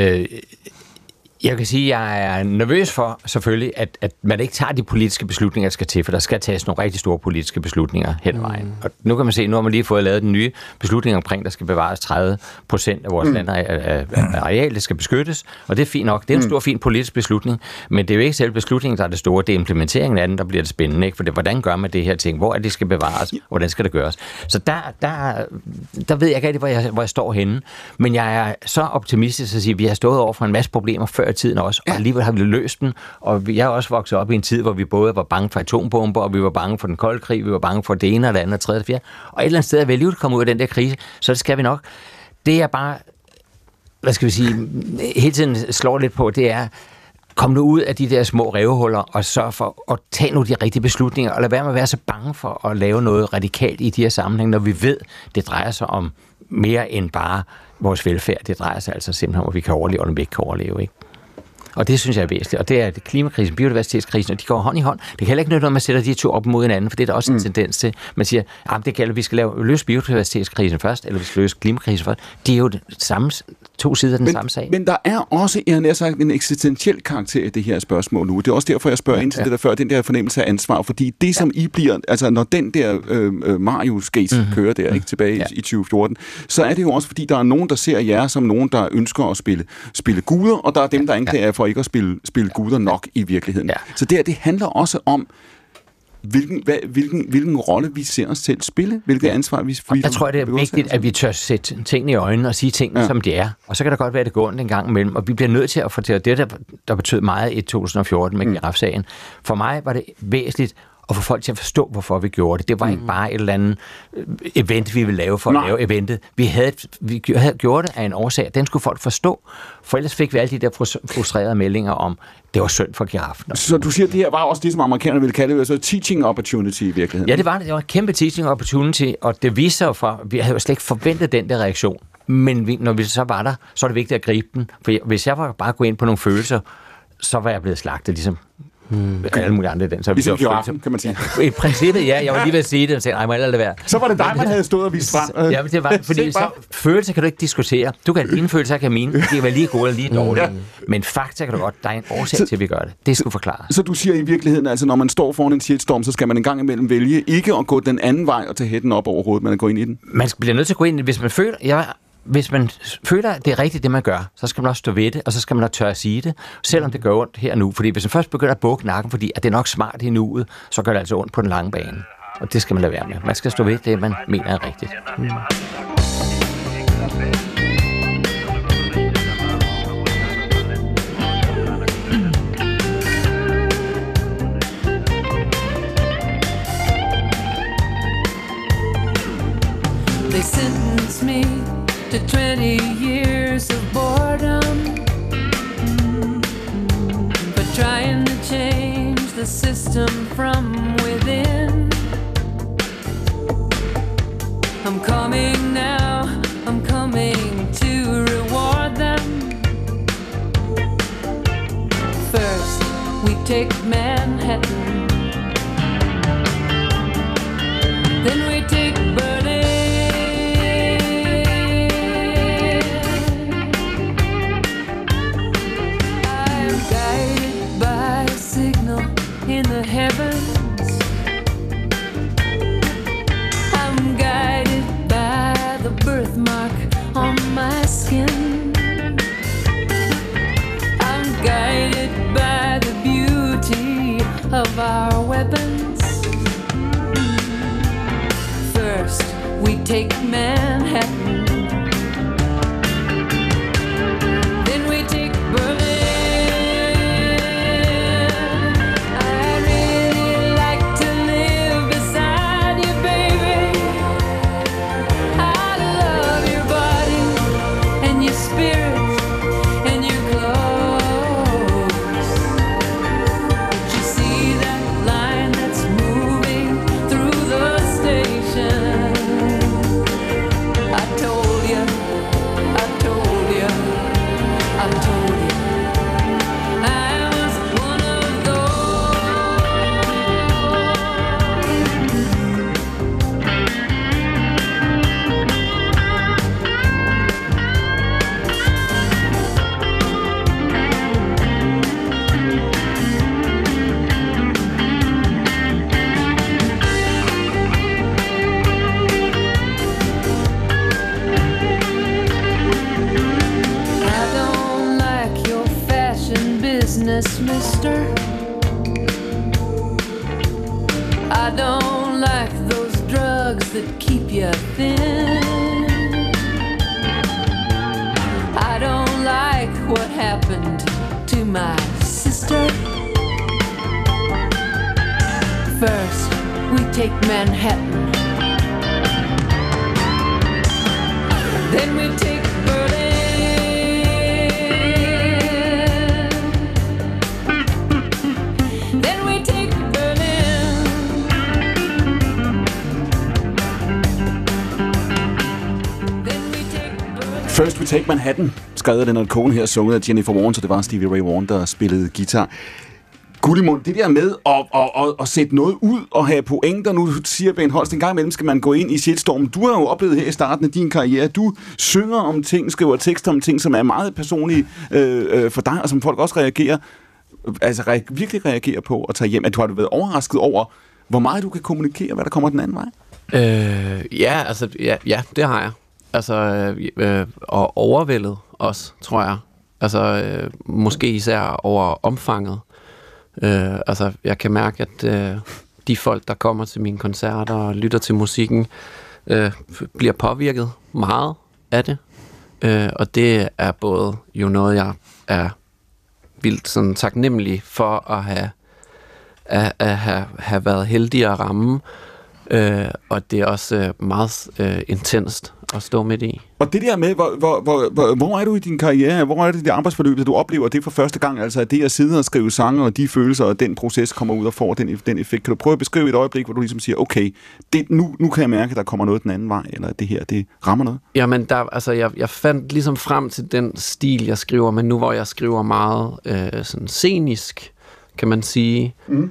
jeg kan sige, at jeg er nervøs for selvfølgelig, at man ikke tager de politiske beslutninger, der skal til, for der skal tages nogle rigtig store politiske beslutninger hen ad vejen. Og nu kan man se, nu har man lige fået lavet den nye beslutning omkring, der skal bevares 30% af vores land af areal, det skal beskyttes, og det er fint nok. Det er en stor, fin politisk beslutning, men det er jo ikke selv beslutningen, der er det store, det er implementeringen af den, der bliver det spændende, ikke? For det, hvordan gør man det her ting? Hvor er det skal bevares? Hvordan skal det gøres? Så der ved jeg ikke rigtig, hvor jeg står henne, men jeg er så optimistisk at sige, at vi har stået over for en masse problemer før i tiden også, og alligevel har vi løst den, og jeg er også vokset op i en tid, hvor vi både var bange for atombomber, og vi var bange for den kolde krig, vi var bange for det ene og det andet og tredje og fjerde, og et eller andet sted er vi alligevel kommet ud af den der krise, så det skal vi nok. Det er bare, hvad skal vi sige, hele tiden slår lidt på, det er, kom nu ud af de der små revhuller og sørg for at tage nogle af de rigtige beslutninger, og lad være med at være så bange for at lave noget radikalt i de her sammenhæng, når vi ved, det drejer sig om mere end bare vores velfærd. Det drejer sig altså simpelthen om, at vi kan overleve, og vi ikke kan overleve, ikke? Og det synes jeg er væsentligt. Og det er klimakrisen, biodiversitetskrisen, og de går hånd i hånd. Det kan heller ikke nytte, når man sætter de to op mod hinanden, for det er der også en tendens til. Man siger, at det gælder, vi skal løse biodiversitetskrisen først, eller vi skal løse klimakrisen først. De er jo det samme to sider af den samme sag. Men der er også, jeg har nær sagt, en eksistentiel karakter i det her spørgsmål nu. Det er også derfor, jeg spørger ind til det der før, den der fornemmelse af ansvar, fordi det, som I bliver, altså når den der Mario-skate kører der, ikke tilbage i 2014, så er det jo også, fordi der er nogen, der ser jer som nogen, der ønsker at spille guder, og der er dem, der anklager for ikke at spille guder nok i virkeligheden. Ja. Så det handler også om, hvilken rolle vi ser os selv spille, hvilket ansvar vi... Jeg tror, det er vigtigt, at vi tør sætte tingene i øjnene og sige tingene, som de er. Og så kan der godt være, at det går ondt en gang imellem, og vi bliver nødt til at fortælle det, der betød meget i 2014 med girafsagen. For mig var det væsentligt at få folk til at forstå, hvorfor vi gjorde det. Det var ikke bare et eller andet event, vi ville lave for at lave eventet. Vi havde gjort det af en årsag, den skulle folk forstå. For ellers fik vi alle de der frustrerede meldinger om, det var synd for giraffen. Så du siger, at det her var også det, som amerikanerne ville kalde det, så teaching opportunity i virkeligheden? Ja, det var en kæmpe teaching opportunity, og det viste sig fra, vi havde jo slet ikke forventet den der reaktion. Men når vi så var der, så er det vigtigt at gribe den. For hvis jeg var bare gå ind på nogle følelser, så var jeg blevet slagtet, ligesom alle mulige andre den. Så ligesom giraffen, kan man sige. I princippet, ja. Jeg var lige ved at sige det, og sagde, må jeg lade være. Så var det dig, man havde stået og vist frem. Ja, det var, fordi så, følelser kan du ikke diskutere. Du kan dine følelser, kan mine. Det kan være lige gode eller lige dårlige. Men fakta kan du godt. Der er en årsag til, at vi gør det. Det skal du forklare. Så du siger i virkeligheden, altså når man står foran en shitstorm, så skal man en gang imellem vælge ikke at gå den anden vej og tage hætten op over hovedet, man går ind i den? Man bliver nødt til at gå ind, hvis man føler, at det er rigtigt, det man gør, så skal man også stå ved det, og så skal man også tørre at sige det, selvom det gør ondt her nu. Fordi hvis man først begynder at bukke nakken, fordi at det er nok smart i nuet, så gør det altså ondt på den lange bane. Og det skal man lade være med. Man skal stå ved det, man mener er rigtigt. They sentenced me to 20 years of boredom for trying to change the system from within. I'm coming now, I'm coming to reward them. First, we take Manhattan, then we take Berlin. In the heavens, I'm guided by the birthmark on my skin. I'm guided by the beauty of our weapons. First, we take Manhattan, then we take Berlin. Mister, I don't like those drugs that keep you thin. I don't like what happened to my sister. First, we take Manhattan, then we take First We Take Manhattan, skrevet af Leonard Cohen her, sunget af Jennifer Warren, så det var Stevie Ray Vaughan, der spillede guitar. Gullimund, det der med at sætte noget ud og have pointer, nu siger Ben Holst, en gang imellem skal man gå ind i shitstorm. Du har jo oplevet her i starten af din karriere, du synger om ting, skriver tekster om ting, som er meget personlige for dig, og som folk også virkelig reagerer på og tager hjem. At du har været overrasket over, hvor meget du kan kommunikere, hvad der kommer den anden vej? Ja, det har jeg. Altså, og overvældet også, tror jeg. Altså, måske især over omfanget. Altså, jeg kan mærke, at de folk, der kommer til mine koncerter og lytter til musikken, bliver påvirket meget af det. Og det er både jo noget, jeg er vildt sådan taknemmelig for at have været heldig at ramme. Og det er også meget intenst at stå midt i. Og det der med, hvor er du i din karriere? Hvor er det arbejdsforløb, at du oplever det for første gang? Altså at det at sidde og skrive sange, og de følelser, og den proces kommer ud og får den effekt. Kan du prøve at beskrive et øjeblik, hvor du ligesom siger, okay, nu kan jeg mærke, at der kommer noget den anden vej, eller det her, det rammer noget? Jamen, jeg fandt ligesom frem til den stil, jeg skriver, men nu hvor jeg skriver meget sådan scenisk, kan man sige. Mm.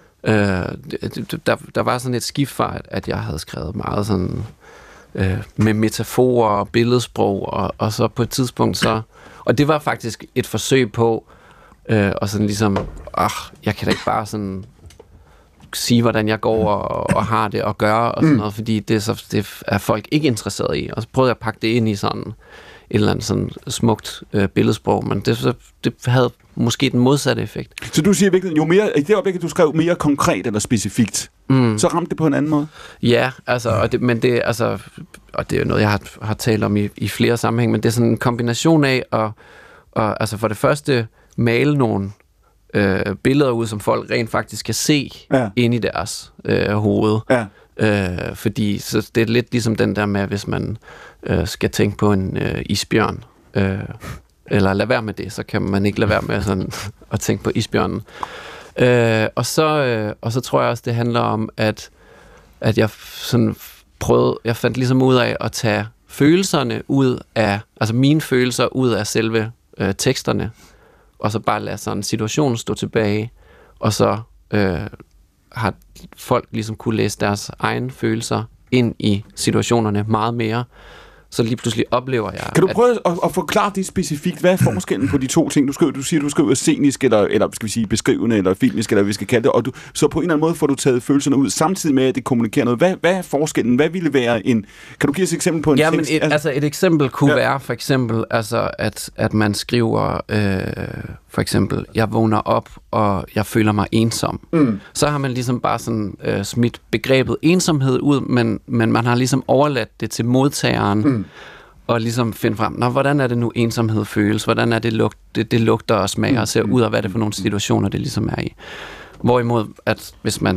Der var sådan et skift fra, at jeg havde skrevet meget sådan med metaforer og billedsprog, og så på et tidspunkt så... Og det var faktisk et forsøg på og sådan ligesom, jeg kan da ikke bare sådan sige, hvordan jeg går og har det og gør og sådan noget, fordi det er folk ikke interesseret i. Og så prøvede jeg at pakke det ind i sådan et eller andet sådan smukt billedsprog, men det havde måske den modsatte effekt. Så du siger virkelig, jo mere, i det øjeblik, du skrev mere konkret eller specifikt, så ramte det på en anden måde? Ja, altså, og det er jo noget, jeg har talt om i flere sammenhæng, men det er sådan en kombination af at altså for det første male nogle billeder ud, som folk rent faktisk kan se ind i deres hoved. Ja. Fordi så det er lidt ligesom den der med, hvis man skal tænke på en isbjørn, eller lade være med det, så kan man ikke lade være med sådan at tænke på isbjørnen. Og så tror jeg også, det handler om, at jeg sådan jeg fandt ligesom ud af at tage følelserne ud af, altså mine følelser ud af selve teksterne, og så bare lade sådan situationen stå tilbage, og så har folk ligesom kunne læse deres egne følelser ind i situationerne meget mere. Så lige pludselig oplever jeg... Kan du prøve at forklare det specifikt? Hvad er forskellen på de to ting? Du siger, du skriver scenisk, eller skal vi sige beskrivende, eller filmisk, eller hvad vi skal kalde det, og så på en eller anden måde får du taget følelserne ud, samtidig med, at det kommunikerer noget. Hvad er forskellen? Hvad ville være en... Kan du give os et eksempel på en tekst? Men et eksempel kunne være for eksempel, altså, at man skriver... for eksempel, jeg vågner op, og jeg føler mig ensom. Så har man ligesom bare sådan smidt begrebet ensomhed ud, men man har ligesom overladt det til modtageren, og ligesom finde frem, hvordan er det nu ensomhed føles? Hvordan er det lugter og smager og ser ud, og hvad er det for nogle situationer, det ligesom er i? Hvorimod, at hvis man,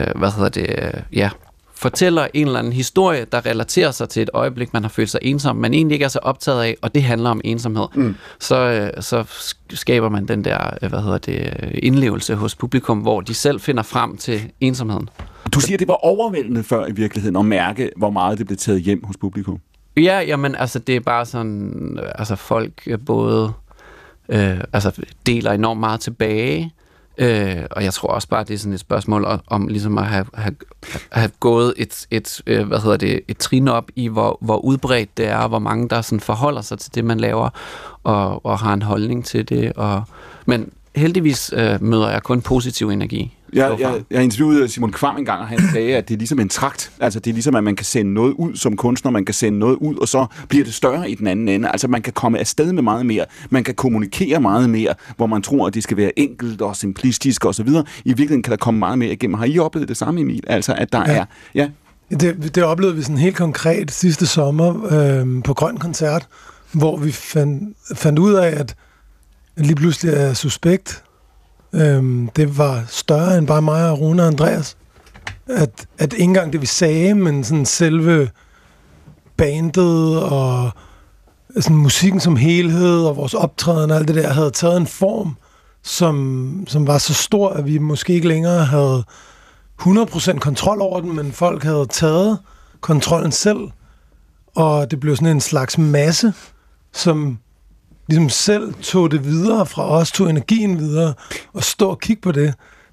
fortæller en eller anden historie, der relaterer sig til et øjeblik, man har følt sig ensom, men egentlig ikke er så optaget af, og det handler om ensomhed, så skaber man den der, indlevelse hos publikum, hvor de selv finder frem til ensomheden. Du siger, det var overvældende før i virkeligheden at mærke, hvor meget det blev taget hjem hos publikum. Ja, jamen, altså, det er bare sådan, altså, folk både deler enormt meget tilbage, og jeg tror også bare, det er sådan et spørgsmål om ligesom at have gået et trin op i, hvor udbredt det er, og hvor mange der sådan forholder sig til det, man laver, og har en holdning til det. Men heldigvis møder jeg kun positiv energi. Jeg interviewede Simon Kvam engang, og han sagde, at det er ligesom en trakt. Altså det er ligesom, at man kan sende noget ud som kunstner, man kan sende noget ud, og så bliver det større i den anden ende. Altså man kan komme afsted med meget mere, man kan kommunikere meget mere, hvor man tror, at det skal være enkelt og simplistisk osv. I virkeligheden kan der komme meget mere igennem. Har I oplevet det samme, Emil? Altså at der er... Ja. Det oplevede vi sådan helt konkret sidste sommer på Grøn Koncert, hvor vi fandt ud af, at lige pludselig er Suspekt. Det var større end bare mig og Rune og Andreas. At ikke engang det vi sagde, men sådan selve bandet og sådan musikken som helhed og vores optræden og alt det der havde taget en form, som var så stor, at vi måske ikke længere havde 100% kontrol over den, men folk havde taget kontrollen selv, og det blev sådan en slags masse, som ligesom selv tog det videre fra os, tog energien videre, og stå og kigge på det.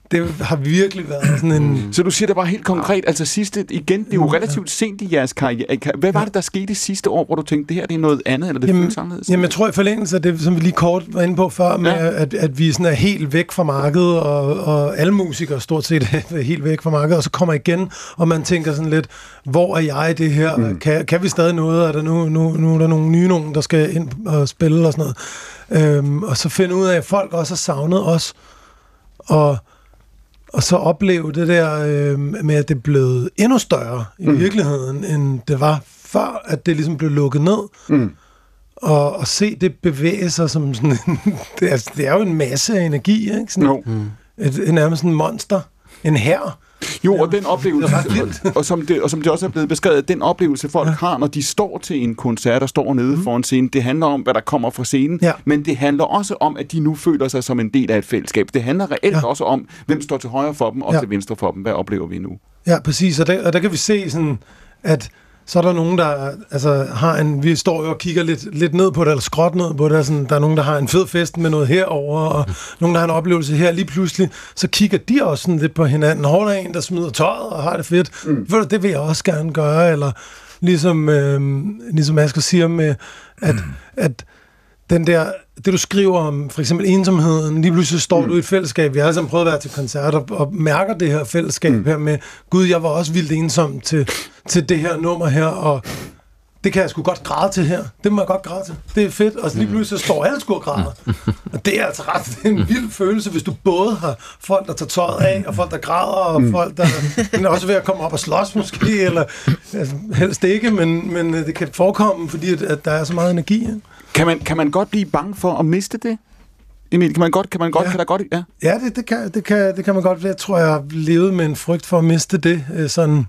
det har virkelig været sådan en... Så du siger det bare helt konkret, altså sidste, igen, det er jo relativt sent i jeres karriere. Hvad var det, der skete sidste år, hvor du tænkte, det her det er noget andet, eller det føles anderledes? Jamen, jeg tror i forlængelse af det, som vi lige kort var inde på før, med at vi sådan er helt væk fra markedet, og alle musikere stort set er helt væk fra markedet, og så kommer igen, og man tænker sådan lidt, hvor er jeg i det her? Kan vi stadig noget? Er der nu er der nogle nye nogen, der skal ind og spille og sådan noget? Og så finde ud af, at folk også har savnet os, og så opleve det der med, at det er blevet endnu større i virkeligheden, end det var før, at det ligesom blev lukket ned. Og se det bevæge sig som sådan det er jo en masse af energi, ikke? Sådan nærmest en monster, en hær. Jo, og den oplevelse, og som det også er blevet beskrevet, den oplevelse folk har, når de står til en koncert og står nede foran scenen, det handler om, hvad der kommer fra scenen, men det handler også om, at de nu føler sig som en del af et fællesskab. Det handler reelt også om, hvem står til højre for dem og til venstre for dem. Hvad oplever vi nu? Ja, præcis, og der kan vi se sådan, at så er der nogen, der har vi står jo og kigger lidt ned på det, eller skråt ned på det, sådan, der er nogen, der har en fed fest med noget herover og nogen, der har en oplevelse her, lige pludselig, så kigger de også sådan lidt på hinanden. Der er en, der smider tøjet og har det fedt. Det vil jeg også gerne gøre, eller ligesom Asger siger med, at den der, det du skriver om, for eksempel ensomheden, lige pludselig står du i et fællesskab. Vi har alle sammen prøvet at være til koncerter og mærker det her fællesskab her med, gud, jeg var også vildt ensom til det her nummer her, og det kan jeg sgu godt græde til her. Det må jeg godt græde til. Det er fedt. Og så lige pludselig står alle sgu og græder. Og det er altså ret en vild følelse, hvis du både har folk, der tager tøjet af, og folk, der græder, og folk, der er også ved at komme op og slås måske, eller altså, helst ikke, men det kan forekomme, fordi at der er så meget energi. Ja. Kan man godt blive bange for at miste det? Emil, kan der godt? Ja, ja det kan man godt. Jeg tror, jeg har levet med en frygt for at miste det, sådan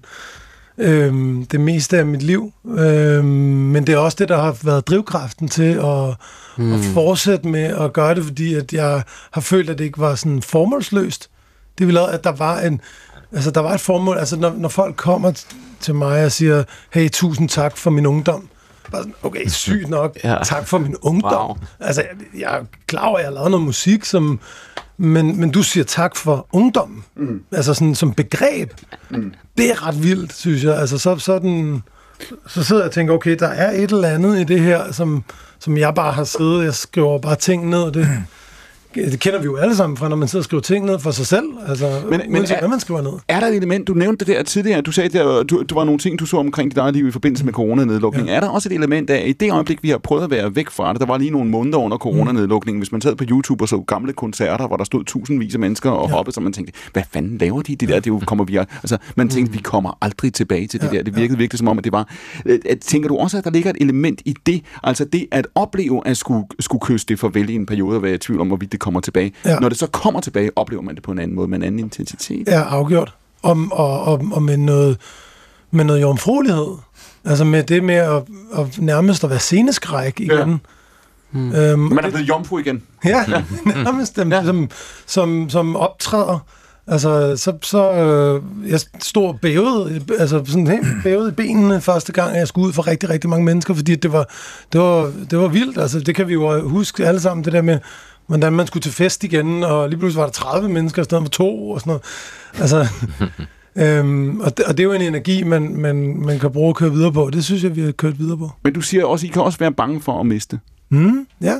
det meste af mit liv. Men det er også det, der har været drivkraften til at fortsætte med at gøre det, fordi at jeg har følt, at det ikke var sådan formålsløst. Det ville at der var et formål. Altså, når folk kommer til mig og siger, hey, tusind tak for min ungdom. Bare sådan, okay, sygt nok. Tak for min ungdom. Wow. Altså, jeg er klar over, at jeg har lavet noget musik, men du siger tak for ungdommen. Altså sådan som begreb. Det er ret vildt, synes jeg. Altså, så sidder jeg og tænker, okay, der er et eller andet i det her, som jeg bare har siddet. Jeg skriver bare ting ned, og det kender vi jo alle sammen fra, når man sidder og skriver ting ned for sig selv. Altså, men hvad man skriver ned. Er der et element, du nævnte det der tidligere, du sagde, at du var nogle ting, du så omkring dit eget liv i forbindelse med coronanedlukningen. Ja. Er der også et element af, i det øjeblik, vi har prøvet at være væk fra det, der var lige nogle måneder under coronanedlukningen, hvis man sad på YouTube og så gamle koncerter, hvor der stod tusindvis af mennesker og hoppede, så man tænkte, hvad fanden laver de der? Det kommer vi altså, man tænkte, vi kommer aldrig tilbage til det der. Det virkede virkelig som om, at det var... Tænker du også, at der ligger et element i det, altså det at opleve at skulle kysse det farvel i en periode og være i tvivl om, hvorvidt det kommer tilbage. Ja. Når det så kommer tilbage, oplever man det på en anden måde, med en anden intensitet. Ja, afgjort. Og med noget jomfruelighed. Altså med det med at nærmest at være sceneskræk igen. Ja. Man er blevet jomfru igen. Ja, nærmest dem, som optræder. Altså, jeg stod og bævede, altså sådan helt bævede i benene første gang, jeg skulle ud for rigtig, rigtig mange mennesker, fordi det var vildt. Altså, det kan vi jo huske alle sammen, det der med, hvordan man skulle til fest igen, og lige pludselig var der 30 mennesker i stedet for 2, og sådan noget. Altså, og det er jo en energi, man kan bruge at køre videre på. Det synes jeg, vi har kørt videre på. Men du siger også, I kan også være bange for at miste. Ja,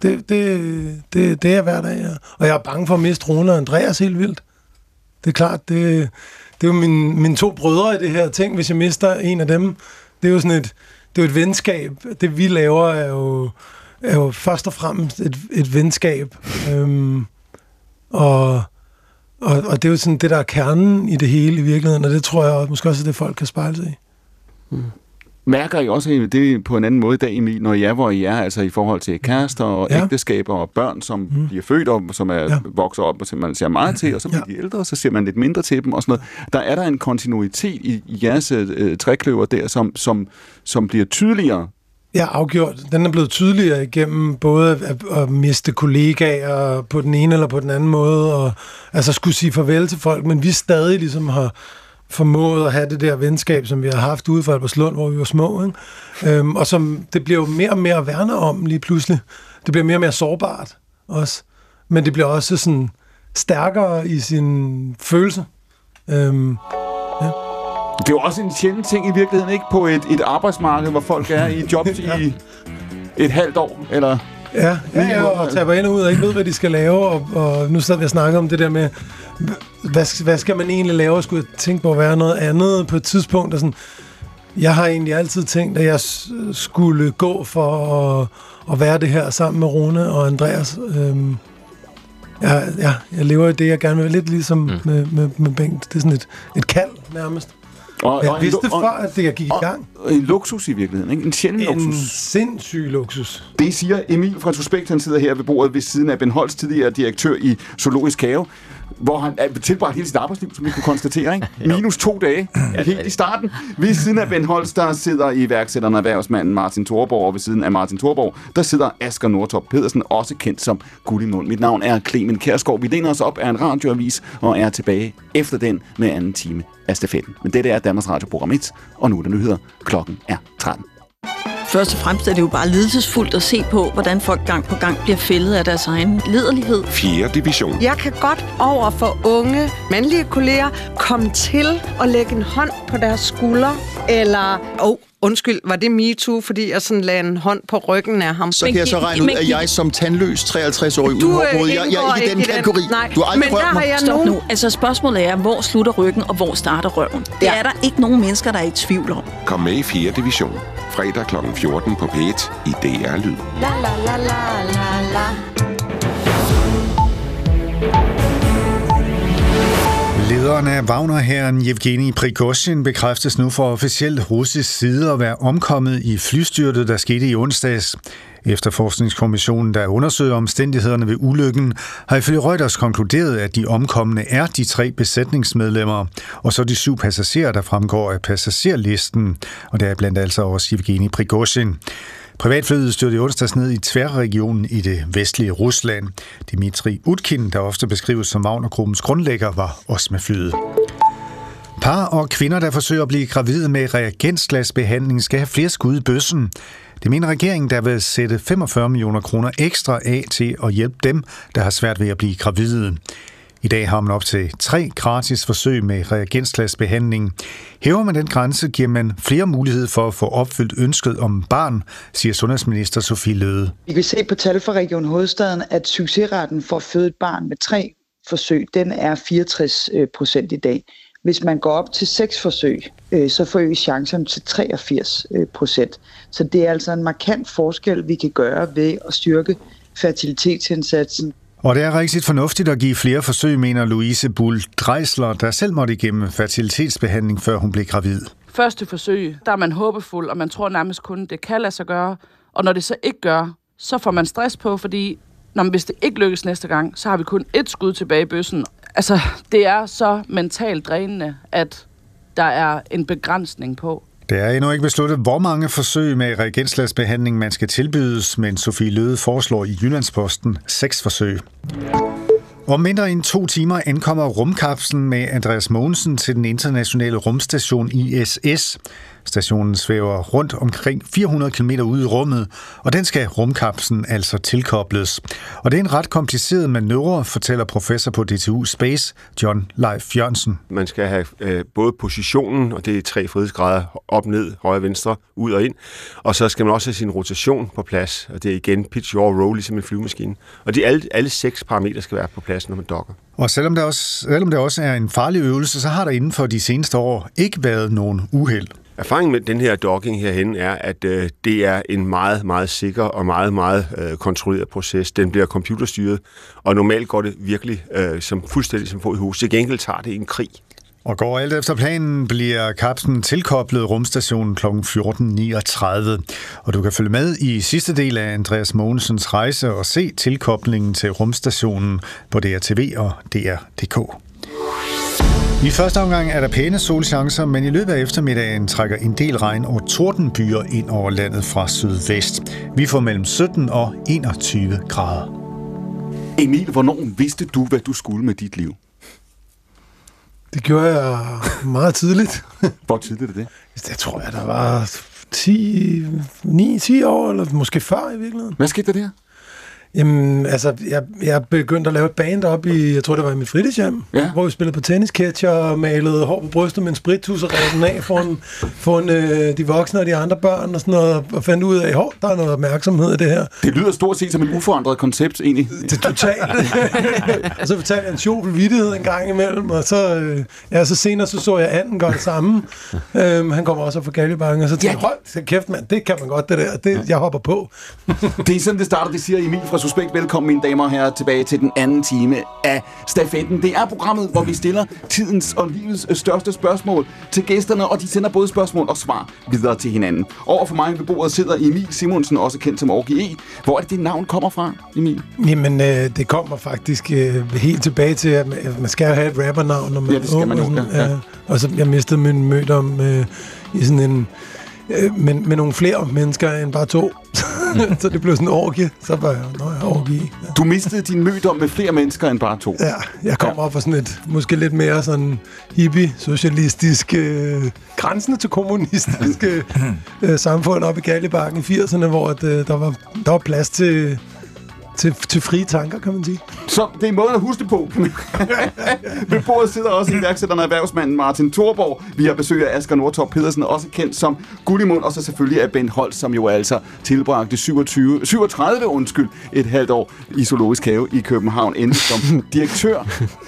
det er hver dag, ja. Og jeg er bange for at miste Rune og Andreas helt vildt. Det er klart, det er jo mine 2 brødre i det her ting. Hvis jeg mister en af dem, det er jo sådan et venskab. Det vi laver er jo først og fremmest et venskab. Og det er jo sådan det, der er kernen i det hele i virkeligheden, og det tror jeg måske også, at det folk kan spejle sig i. Mærker I også det på en anden måde i dag, Emil, når I er, hvor I er, altså i forhold til kærester og ægteskaber og børn, som bliver født og som vokser op, og som man ser meget til, og så bliver de ældre, og så ser man lidt mindre til dem og sådan noget. Der er en kontinuitet i jeres trækløver der, som bliver tydeligere. Ja, afgjort. Den er blevet tydeligere igennem både at miste kollegaer på den ene eller på den anden måde, og altså skulle sige farvel til folk, men vi stadig ligesom har formået at have det der venskab, som vi har haft ude for Albertslund, hvor vi var små, ikke? Og som det bliver jo mere og mere at værne om lige pludselig. Det bliver mere og mere sårbart også. Men det bliver også sådan stærkere i sin følelse. Ja. Det er jo også en sjælden ting i virkeligheden, ikke? På et arbejdsmarked, hvor folk er i jobs i et halvt år, eller... Ja, og taber ind og ud og ikke ved, hvad de skal lave, og nu sad vi og snakkede om det der med, hvad skal man egentlig lave, og skulle jeg tænke på at være noget andet på et tidspunkt, og sådan, jeg har egentlig altid tænkt, at jeg skulle gå for at være det her sammen med Rune og Andreas. Jeg lever i det, jeg gerne vil, lidt ligesom med Bengt. Det er sådan et kald nærmest. Jeg vidste før, at jeg gik i gang. En luksus i virkeligheden, ikke? En sjælden luksus. En sindssyg luksus. Det siger Emil fra Suspekt, han sidder her ved bordet ved siden af Ben Holst, tidligere direktør i Zoologisk Have, hvor han tilbragt hele sit arbejdsliv, som vi kunne konstatere, ikke? Minus 2 dage, helt i starten. Ved siden af Ben Holst, der sidder iværksætteren og erhvervsmanden Martin Thorborg, og ved siden af Martin Thorborg, der sidder Asger Nordtorp Pedersen, også kendt som Guld i mund. Mit navn er Clemen Kjærsgaard. Vi læner os op af en radioavis og er tilbage efter den med anden time af stafetten. Men dette er Danmarks Radio Program 1, og nu er det nyheder. Klokken er 13. Først og fremmest er det jo bare lidelsesfuldt at se på, hvordan folk gang på gang bliver fældet af deres egen liderlighed. 4. division. Jeg kan godt over for unge mandlige kolleger komme til at lægge en hånd på deres skulder, eller... Undskyld, var det MeToo, fordi jeg sådan lagde en hånd på ryggen af ham? Så kan jeg så regne ud, at jeg som tandløs 53-årig uden hårbrud, jeg er ikke i den kategori. Nej, du har aldrig rørt mig. Stop nu. Altså spørgsmålet er, hvor slutter ryggen, og hvor starter røven? Det er der ikke nogen mennesker, der er i tvivl om. Kom med i 4. division. Fredag kl. 14 på P1 i DR Lyd. La la la la la la. Lederen af Wagner-hæren Yevgeni Prigozhin bekræftes nu fra officielt russisk side at være omkommet i flystyrtet, der skete i onsdags. Efterforskningskommissionen, der undersøger omstændighederne ved ulykken, har ifølge Reuters konkluderet, at de omkomne er de 3 besætningsmedlemmer, og så de 7 passagerer, der fremgår af passagerlisten, og der er blandt altså også Yevgeni Prigozhin. Privatflyet styrte i onsdags ned i Tver-regionen i det vestlige Rusland. Dmitri Utkin, der ofte beskrives som Wagner-gruppens grundlægger, var også med flyet. Par og kvinder, der forsøger at blive gravide med reagensglasbehandling, skal have flere skud i bøssen. Det mener regeringen, der vil sætte 45 millioner kroner ekstra af til at hjælpe dem, der har svært ved at blive gravide. I dag har man op til 3 gratis forsøg med reagensglasbehandling. Hæver man den grænse, giver man flere muligheder for at få opfyldt ønsket om barn, siger sundhedsminister Sophie Løhde. Vi kan se på tal fra Region Hovedstaden, at succesraten for at føde et barn med 3 forsøg, den er 64% i dag. Hvis man går op til 6 forsøg, så forøges chancen til 83%. Så det er altså en markant forskel, vi kan gøre ved at styrke fertilitetsindsatsen. Og det er rigtig fornuftigt at give flere forsøg, mener Louise Bull Dreisler, der selv måtte igennem fertilitetsbehandling, før hun blev gravid. Første forsøg, der er man håbefuld, og man tror nærmest kun, det kan lade sig gøre. Og når det så ikke gør, så får man stress på, fordi hvis det ikke lykkes næste gang, så har vi kun 1 skud tilbage i bøssen. Altså, det er så mentalt drænende, at der er en begrænsning på. Det er endnu ikke besluttet, hvor mange forsøg med reagensglasbehandling man skal tilbydes, men Sophie Løhde foreslår i Jyllandsposten 6 forsøg. Om mindre end 2 timer ankommer rumkapslen med Andreas Mogensen til den internationale rumstation ISS. Stationen svæver rundt omkring 400 km ude i rummet, og den skal rumkapslen altså tilkobles. Og det er en ret kompliceret manøvre, fortæller professor på DTU Space, John Leif Jørgensen. Man skal have både positionen, og det er 3 frihedsgrader, op, ned, højre, venstre, ud og ind. Og så skal man også have sin rotation på plads, og det er igen pitch, yaw, roll, ligesom en flyvemaskine. Og alle 6 parametre skal være på plads, når man dokker. Og selvom det også er en farlig øvelse, så har der inden for de seneste år ikke været nogen uheld. Erfaringen med den her docking herhen er, at det er en meget, meget sikker og meget, meget kontrolleret proces. Den bliver computerstyret, og normalt går det virkelig fuldstændig som få i hus. Til gengæld tager det en krig. Og går alt efter planen, bliver kapslen tilkoblet rumstationen kl. 14.39. Og du kan følge med i sidste del af Andreas Mogensens rejse og se tilkoblingen til rumstationen på DRTV og DR.dk. I første omgang er der pæne solchancer, men i løbet af eftermiddagen trækker en del regn og tordenbyer ind over landet fra sydvest. Vi får mellem 17 og 21 grader. Emil, hvornår vidste du, hvad du skulle med dit liv? Det gjorde jeg meget tidligt. Hvor tidligt er det? Det tror jeg, der var 9-10 år, eller måske før i virkeligheden. Hvad skete der der? Jamen, altså, jeg begyndte at lave et band op i, jeg tror, det var i mit fritidshjem, hvor vi spillede på tennisketcher og malede hår på brystet med en sprittus og rev den af foran de voksne og de andre børn og sådan noget, og fandt ud af, der er noget opmærksomhed i det her. Det lyder stort set som et uforandret koncept, egentlig. Det er totalt. Og så fortalte jeg en sjov vittighed en gang imellem, og så senere så jeg anden gøre det samme. Han kommer også fra Galjebakken, og så tænkte jeg, hold kæft mand, det kan man godt, det der. Jeg hopper på. Det er sådan, det starter, det siger Emil fra Suspekt. Velkommen, mine damer og herrer, tilbage til den anden time af Stafetten. Det er programmet, hvor vi stiller tidens og livets største spørgsmål til gæsterne, og de sender både spørgsmål og svar videre til hinanden. Over for mig ved bordet sidder Emil Simonsen, også kendt som Orgi E. Hvor er det navn kommer fra, Emil? Jamen, det kommer faktisk helt tilbage til, at man skal have et rappernavn, når man det skal man jo. Ja. Og så jeg mistede min mødom i sådan en... med nogle flere mennesker end bare 2. Så det blev sådan en orgie. Så var jeg, orgie. Ja. Du mistede din mødom med flere mennesker end bare 2. Ja, jeg kom op fra sådan et, måske lidt mere sådan hippie, socialistisk, grænsende til kommunistisk samfund op i Galjebakken i 80'erne, hvor der var plads til frie tanker, kan man sige. Så det er måden at huske på. Ved bordet sidder også iværksætteren og erhvervsmanden Martin Thorborg. Vi har besøg af Asger Nordtorp Pedersen, også kendt som Gullimund, og så selvfølgelig af Bent Holst, som jo altså tilbragte 37 et halvt år i Zoologisk Have i København, endelig som direktør.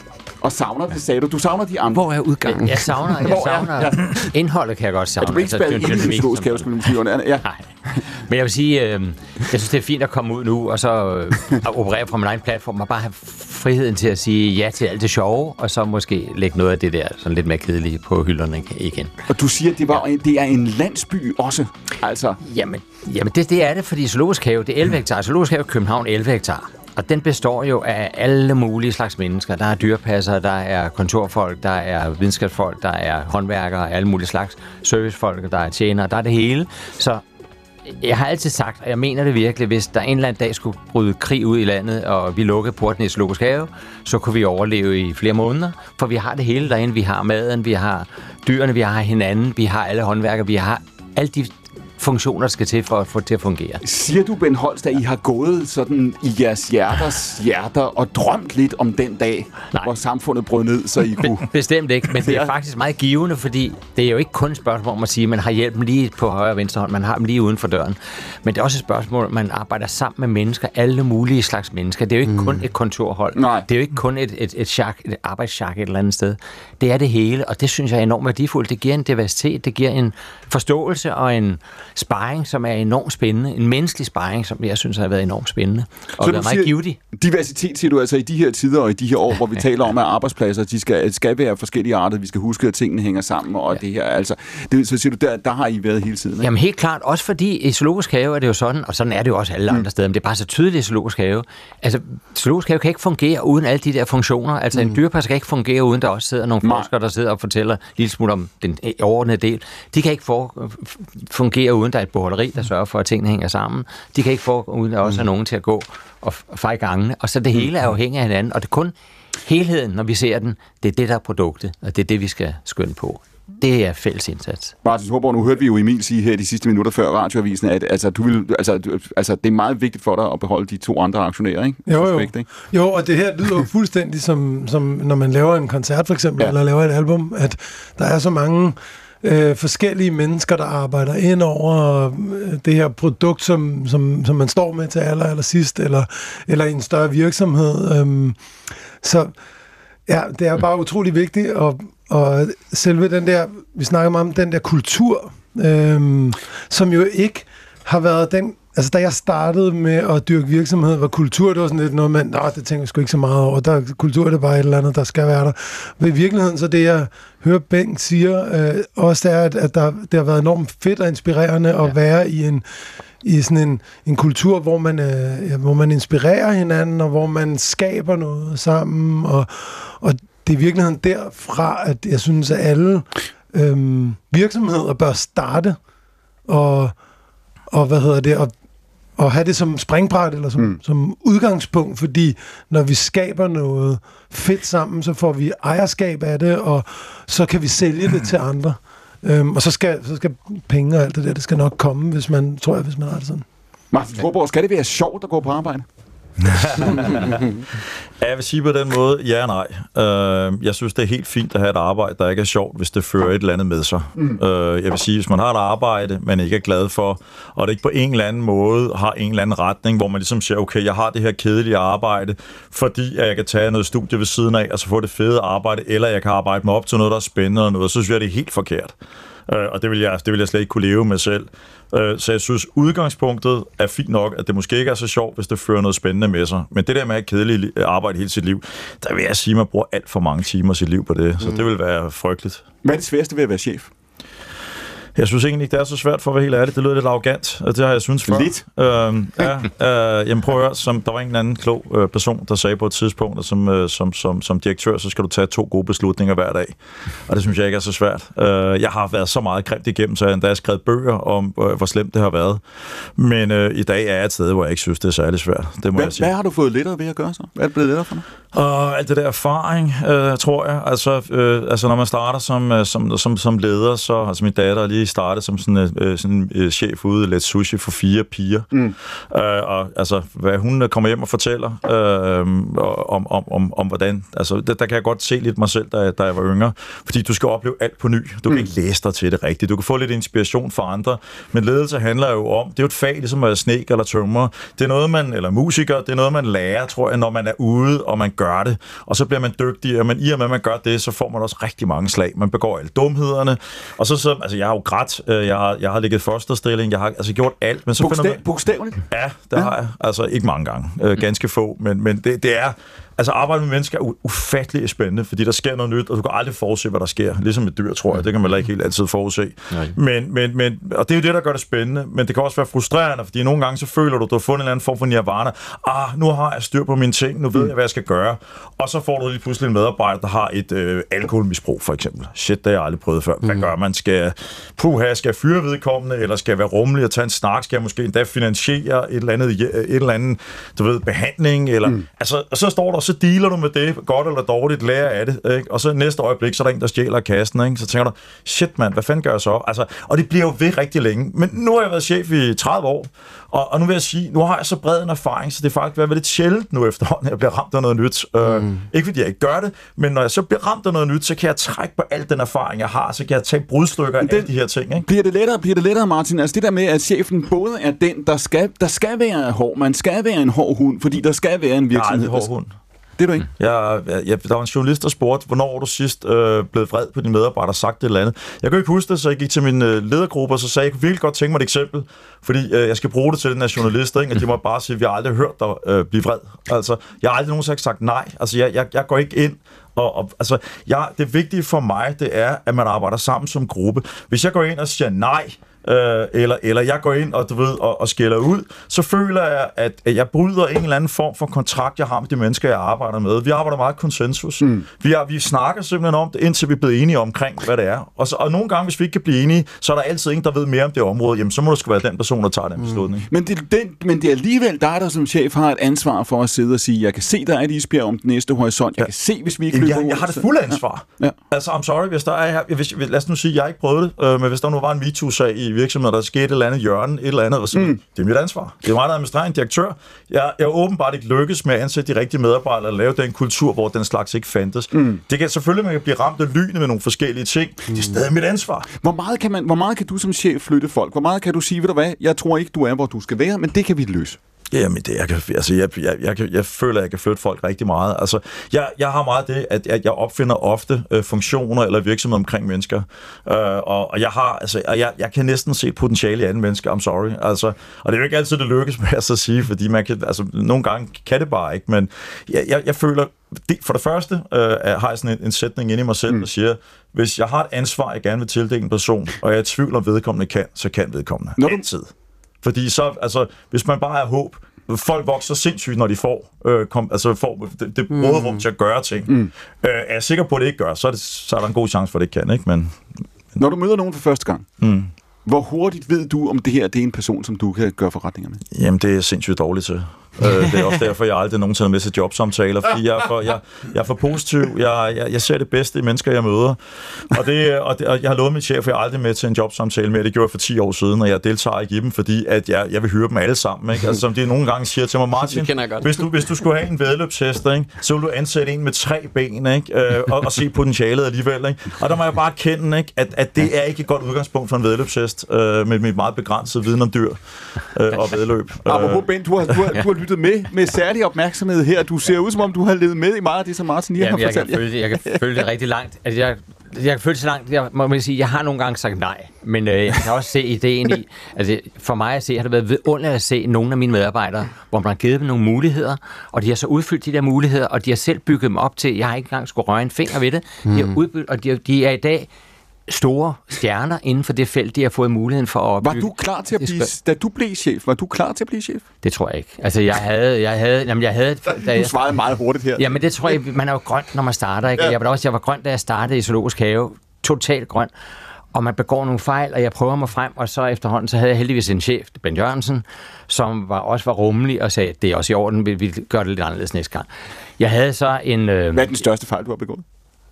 Og savner det, sagde du. Du savner de andre. Hvor er udgangen? Jeg savner. Indholdet kan jeg godt savne. Du vil ikke spille ind i Zoologisk Have, skulle vi sige. Ja. Nej. Men jeg vil sige, jeg synes, det er fint at komme ud nu, og så operere på min egen platform, og bare have friheden til at sige ja til alt det sjove, og så måske lægge noget af det der sådan lidt mere kedelige på hylderne igen. Og du siger, at det er en landsby også, altså? Jamen det er det, fordi Zoologisk Have, det er 11 hektar. Zoologisk Have København 11 hektar. Og den består jo af alle mulige slags mennesker. Der er dyrepassere, der er kontorfolk, der er videnskabsfolk, der er håndværkere, alle mulige slags servicefolk, der er tjenere, der er det hele. Så jeg har altid sagt, og jeg mener det virkelig, hvis der en eller anden dag skulle bryde krig ud i landet, og vi lukkede porten i Zoologisk Have, så kunne vi overleve i flere måneder, for vi har det hele derinde. Vi har maden, vi har dyrene, vi har hinanden, vi har alle håndværkere, vi har alle de funktioner, der skal til for at få det til at fungere. Siger du, Bent Holst, at I har gået sådan i jeres hjerter og drømt lidt om den dag, hvor samfundet brød ned, så I kunne... Bestemt ikke, men det er faktisk meget givende, fordi det er jo ikke kun et spørgsmål om at sige, at man har hjælp lige på højre og venstre hånd, man har dem lige uden for døren. Men det er også et spørgsmål, at man arbejder sammen med mennesker, alle mulige slags mennesker. Det er jo ikke kun et kontorhold. Nej. Det er jo ikke kun et arbejdssjak et eller andet sted. Det er det hele, og det synes jeg er enormt værdifuldt. Det giver en diversitet, det giver en forståelse og en sparring, som er enormt spændende. En menneskelig sparring, som jeg synes har været enormt spændende. Og det er meget givtig. Diversitet siger du altså i de her tider og i de her år, hvor vi taler om, at arbejdspladser, de skal være forskellige arter. Vi skal huske, at tingene hænger sammen, og det her, altså. Så siger du, der har I været hele tiden, ikke? Jamen helt klart. Også fordi i Zoologisk Have er det jo sådan, og sådan er det jo også alle andre steder, men det er bare så tydeligt i Zoologisk Have. Altså, Zoologisk Have kan ikke fungere uden alle de der funktioner. Altså, en dyrepasser kan ikke fungere uden der også sidder nogle forskere, der sidder og fortæller en lille smule om den overordnede del. De kan ikke fungere uden der er et beholderi, der sørger for, at tingene hænger sammen. De kan ikke uden der også er nogen til at gå og fare gangene. Og så det hele er afhængigt af hinanden, og det er kun helheden, når vi ser den, det er det, der er produktet, og det er det, vi skal skynde på. Det er fælles indsats. Martin Thorborg, nu hørte vi jo Emil sige her de sidste minutter før radioavisen, at det er meget vigtigt for dig at beholde de 2 andre aktionærer, ikke? Jo, og det her lyder jo fuldstændig som når man laver en koncert for eksempel, eller laver et album, at der er så mange forskellige mennesker, der arbejder ind over det her produkt, som man står med til aller sidst, eller i en større virksomhed. Så ja, det er bare utrolig vigtigt, og selve den der, vi snakker meget om den der kultur, som jo ikke har været den. Altså, da jeg startede med at dyrke virksomhed, var kultur, det var sådan lidt noget, det tænker jeg sgu ikke så meget over. Kultur er det bare et eller andet, der skal være der. Men i virkeligheden, så det jeg hører Bengt siger, også er, at det har været enormt fedt og inspirerende at være i sådan en kultur, hvor man inspirerer hinanden, og hvor man skaber noget sammen, og det er i virkeligheden derfra, at jeg synes, at alle virksomheder bør starte, og have det som springbræt, eller som udgangspunkt, fordi når vi skaber noget fedt sammen, så får vi ejerskab af det, og så kan vi sælge det til andre. Og så skal penge og alt det der, det skal nok komme, hvis man har det sådan. Martin Thorborg, skal det være sjovt at gå på arbejde? Jeg vil sige på den måde, ja og nej. Jeg synes, det er helt fint at have et arbejde, der ikke er sjovt, hvis det fører et eller andet med sig. Jeg vil sige, hvis man har et arbejde, man ikke er glad for, og det ikke på en eller anden måde har en eller anden retning, hvor man ligesom siger, okay, jeg har det her kedelige arbejde, fordi jeg kan tage noget studie ved siden af, og så få det fede arbejde, eller jeg kan arbejde mig op til noget, der er spændende og noget, så synes jeg, det er helt forkert. Og det vil jeg slet ikke kunne leve med selv. Så jeg synes, udgangspunktet er fint nok, at det måske ikke er så sjovt, hvis det fører noget spændende med sig. Men det der med at have kedeligt arbejde hele sit liv, der vil jeg sige, at man bruger alt for mange timer af sit liv på det. Så det vil være frygteligt. Hvad er det sværeste ved at være chef? Jeg synes egentlig ikke, det er så svært for at være helt ærlig. Det lyder lidt arrogant, og det har jeg synes før. Lidt? Jamen prøv at høre, der var en anden klog person, der sagde på et tidspunkt, at som direktør, så skal du tage 2 gode beslutninger hver dag. Og det synes jeg ikke er så svært. Jeg har været så meget grimt igennem, så jeg endda har skrevet bøger om, hvor slemt det har været. Men i dag er jeg et sted, hvor jeg ikke synes, det er særlig svært. Det må jeg sige. Hvad har du fået lettere ved at gøre så? Hvad er det blevet lettere for dig? Og alt det der erfaring, tror jeg. Altså når man starter som leder, så altså min datter lige startet som sådan chef ude Let Sushi for 4 piger. Og altså hvad hun kommer hjem og fortæller om hvordan, altså der kan jeg godt se lidt mig selv, da jeg var yngre, fordi du skal opleve alt på ny. Du kan ikke læse dig til det rigtigt. Du kan få lidt inspiration fra andre, men ledelse handler jo om, det er jo et fag ligesom at være snedker eller tømrer. Det er noget man, eller musiker, det er noget man lærer, tror jeg, når man er ude og man gør det, og så bliver man dygtig, og i og med at man gør det, så får man også rigtig mange slag. Man begår alle dumhederne, og så altså jeg har jo grædt, jeg har ligget fosterstilling, jeg har altså gjort alt, men så bogstaveligt? Ja, det har jeg. Altså ikke mange gange, ganske få, men det er altså arbejde med mennesker er ufatteligt spændende, fordi der sker noget nyt, og du kan aldrig forudse, hvad der sker. Ligesom et dyr, tror jeg. Det kan man heller ikke helt altid forudse. Men, og det er jo det, der gør det spændende, men det kan også være frustrerende, fordi nogle gange så føler du har fundet en eller anden form for nirvana. Nu har jeg styr på mine ting, nu ved jeg, hvad jeg skal gøre. Og så får du lige pludselig en medarbejder, der har et alkoholmisbrug, for eksempel. Shit, det har jeg aldrig prøvet før. Hvad gør man? Skal jeg fyre vedkommende, eller skal jeg være rummelig og tage en snak? Skal jeg måske endda finansiere et eller andet, du ved, behandling? Eller, altså, og så står der, så dealer du med det, godt eller dårligt, lærer af det, ikke? Og så næste øjeblik, så er der en, der stjæler kassen, ikke? Så tænker du, shit mand, hvad fanden gør jeg så? Altså, og det bliver jo ved rigtig længe. Men nu har jeg været chef i 30 år, og nu vil jeg sige, nu har jeg så bred en erfaring, så det er faktisk været lidt sjældent nu efterhånden, at jeg bliver ramt af noget nyt. Ikke fordi jeg ikke gør det, men når jeg så bliver ramt af noget nyt, så kan jeg trække på al den erfaring, jeg har, så kan jeg tage brudstykker af alle de her ting. Ikke? Bliver det lettere, Martin? Altså det der med, at chefen både er den, der skal være hård, man skal være en hård hund, fordi der skal være en virksomhed. Jeg er en hård hund. Det er du ikke? Der var en journalist, der spurgte, hvornår du sidst blevet vred på dine medarbejdere og sagt det eller andet. Jeg kan ikke huske det, så jeg gik til min ledergruppe, og så sagde jeg kunne virkelig godt tænke mig et eksempel, fordi jeg skal bruge det til den her journalist, ikke? Og de må bare sige, at vi har aldrig hørt dig blive vred. Altså, jeg har aldrig nogensinde sagt nej. Altså, jeg går ikke ind. Altså, det vigtige for mig, det er, at man arbejder sammen som gruppe. Hvis jeg går ind og siger nej, eller jeg går ind og du ved og skælder ud, så føler jeg, at jeg bryder en eller anden form for kontrakt, jeg har med de mennesker, jeg arbejder med. Vi arbejder meget konsensus. Vi snakker simpelthen om det, indtil vi er blevet enige omkring, hvad det er. Og nogle gange, hvis vi ikke kan blive enige, så er der altid en, der ved mere om det område. Jamen, så må det sgu være den person, der tager den beslutning. Men det er alligevel dig, der som chef har et ansvar for at sidde og sige, jeg kan se, der er et isbjerg om den næste horisont. Jeg kan se, hvis vi ikke løber ud. Jeg har det fulde ansvar. Ja. Altså, I'm sorry, hvis der er her... lad os nu sige, jeg har ikke prøvet det, men hvis der nu var en MeToo-sag i virksomheder, der skete et eller andet hjørne, et eller andet, så det er mit ansvar. Det er mig, der administrerer en direktør. Jeg er åbenbart ikke lykkes med at ansætte de rigtige medarbejdere og lave den kultur, hvor den slags ikke fandtes. Det kan selvfølgelig, man kan blive ramt af lynet med nogle forskellige ting. Det er stadig mit ansvar. Hvor meget kan du som chef flytte folk? Hvor meget kan du sige, ved du hvad, jeg tror ikke, du er, hvor du skal være, men det kan vi løse. Jamen, jeg føler, at jeg kan flytte folk rigtig meget. Altså, jeg har meget det, at jeg opfinder ofte funktioner eller virksomheder omkring mennesker. Og jeg kan næsten se potentiale i andre mennesker. I'm sorry. Altså, og det er jo ikke altid, det lykkes med at så sige, fordi man kan, altså, nogle gange kan det bare ikke. Men jeg føler, for det første har jeg sådan en sætning inde i mig selv, der siger, hvis jeg har et ansvar, jeg gerne vil tildele en person, og jeg er i tvivl om vedkommende kan, så kan vedkommende. Altid. Fordi så, altså, hvis man bare har håb, folk vokser sindssygt, når de får det råderum til at gøre ting. Er jeg sikker på, at det ikke gør, så er der en god chance for, at det ikke kan. Ikke? Men når du møder nogen for første gang, hvor hurtigt ved du, om det her det er en person, som du kan gøre forretninger med? Jamen, det er sindssygt dårligt til. Det er også derfor, jeg aldrig nogensinde er med til jobsamtaler, fordi jeg er for positiv. Jeg ser det bedste i mennesker, jeg møder. Og jeg har lovet min chef, at jeg er aldrig med til en jobsamtale mere. Det gjorde jeg for 10 år siden, og jeg deltager ikke i dem, fordi at jeg vil høre dem alle sammen. Ikke? Altså, som de nogle gange siger til mig, Martin, hvis du skulle have en væddeløbshest, ikke, så vil du ansætte en med 3 ben, ikke, og se potentialet alligevel. Ikke? Og der må jeg bare erkende, ikke, at det er ikke et godt udgangspunkt for en væddeløbshest, med mit meget begrænsede viden om dyr og væddeløb. Apropos Ben, du har lyttet med særlig opmærksomhed her. Du ser ud, som om du har levet med i meget af det, som Martin lige har fortalt. Jeg kan føle det rigtig langt. Altså, jeg kan føle det så langt, jeg har nogle gange sagt nej, men jeg kan også se ideen i, altså for mig at se, har det været vidunderligt at se nogle af mine medarbejdere, hvor man har givet dem nogle muligheder, og de har så udfyldt de der muligheder, og de har selv bygget dem op til, jeg har ikke engang skulle røre en finger ved det, de har udbygget, og de er i dag store stjerner inden for det felt, de har fået muligheden for at opbygge. Var du klar til at blive, da du blev chef? Var du klar til at blive chef? Det tror jeg ikke. Altså, jeg havde du svarede meget hurtigt her. Jamen, det tror jeg, man er jo grøn, når man starter, ikke? Ja. Jeg var grøn, da jeg startede i Zoologisk Have. Totalt grøn. Og man begår nogle fejl, og jeg prøver mig frem, og så efterhånden, så havde jeg heldigvis en chef, Ben Jørgensen, som også var rummelig og sagde, det er også i orden, vi gør det lidt anderledes næste gang. Jeg havde så en... Hvad er den største fejl, du har begået?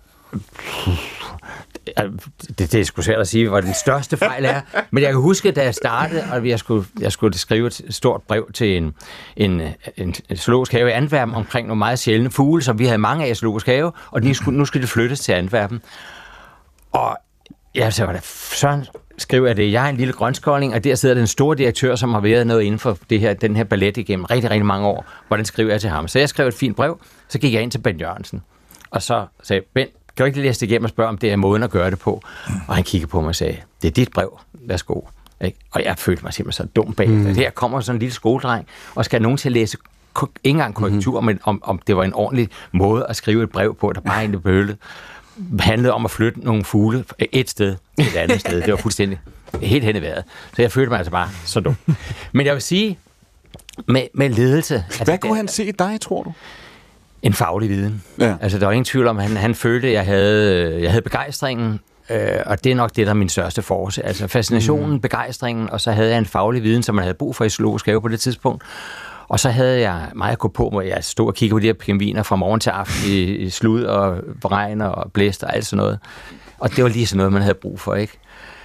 Det er sgu svært at sige, hvad den største fejl er. Men jeg kan huske, da jeg startede, og jeg skulle skrive et stort brev til en zoologisk have i Antwerpen omkring nogle meget sjældne fugle, som vi havde mange af i zoologisk have, og nu skulle det flyttes til Antwerpen. Og så skriver jeg det. Jeg er en lille grønskolding, og der sidder den store direktør, som har været noget inden for den her ballet igennem rigtig, rigtig mange år. Hvordan skriver jeg til ham? Så jeg skrev et fint brev, så gik jeg ind til Ben Jørgensen, og så sagde Ben, kan du ikke læse det igennem og spørge, om det er måden at gøre det på? Og han kiggede på mig og sagde, det er dit brev, værsgo. Ikke? Og jeg følte mig simpelthen så dum bag. Her kommer sådan en lille skoledreng, og skal nogen til at læse ikke engang korrektur, men om det var en ordentlig måde at skrive et brev på, der bare egentlig bøvlet. Handlede om at flytte nogle fugle et sted til et andet sted. Det var fuldstændig helt hen i vejret. Så jeg følte mig altså bare så dum. Men jeg vil sige, med ledelse... Hvad kunne han se i dig, tror du? En faglig viden. Ja. Altså, der var ingen tvivl om, at han følte, at jeg havde begejstringen, og det er nok det, der er min største force. Altså fascinationen, begejstringen, og så havde jeg en faglig viden, som man havde brug for i zoologisk have på det tidspunkt. Og så havde jeg meget at gå på, hvor jeg stod og kiggede på de her pingviner fra morgen til aften i slud og regn og blæst og alt sådan noget. Og det var lige sådan noget, man havde brug for, ikke?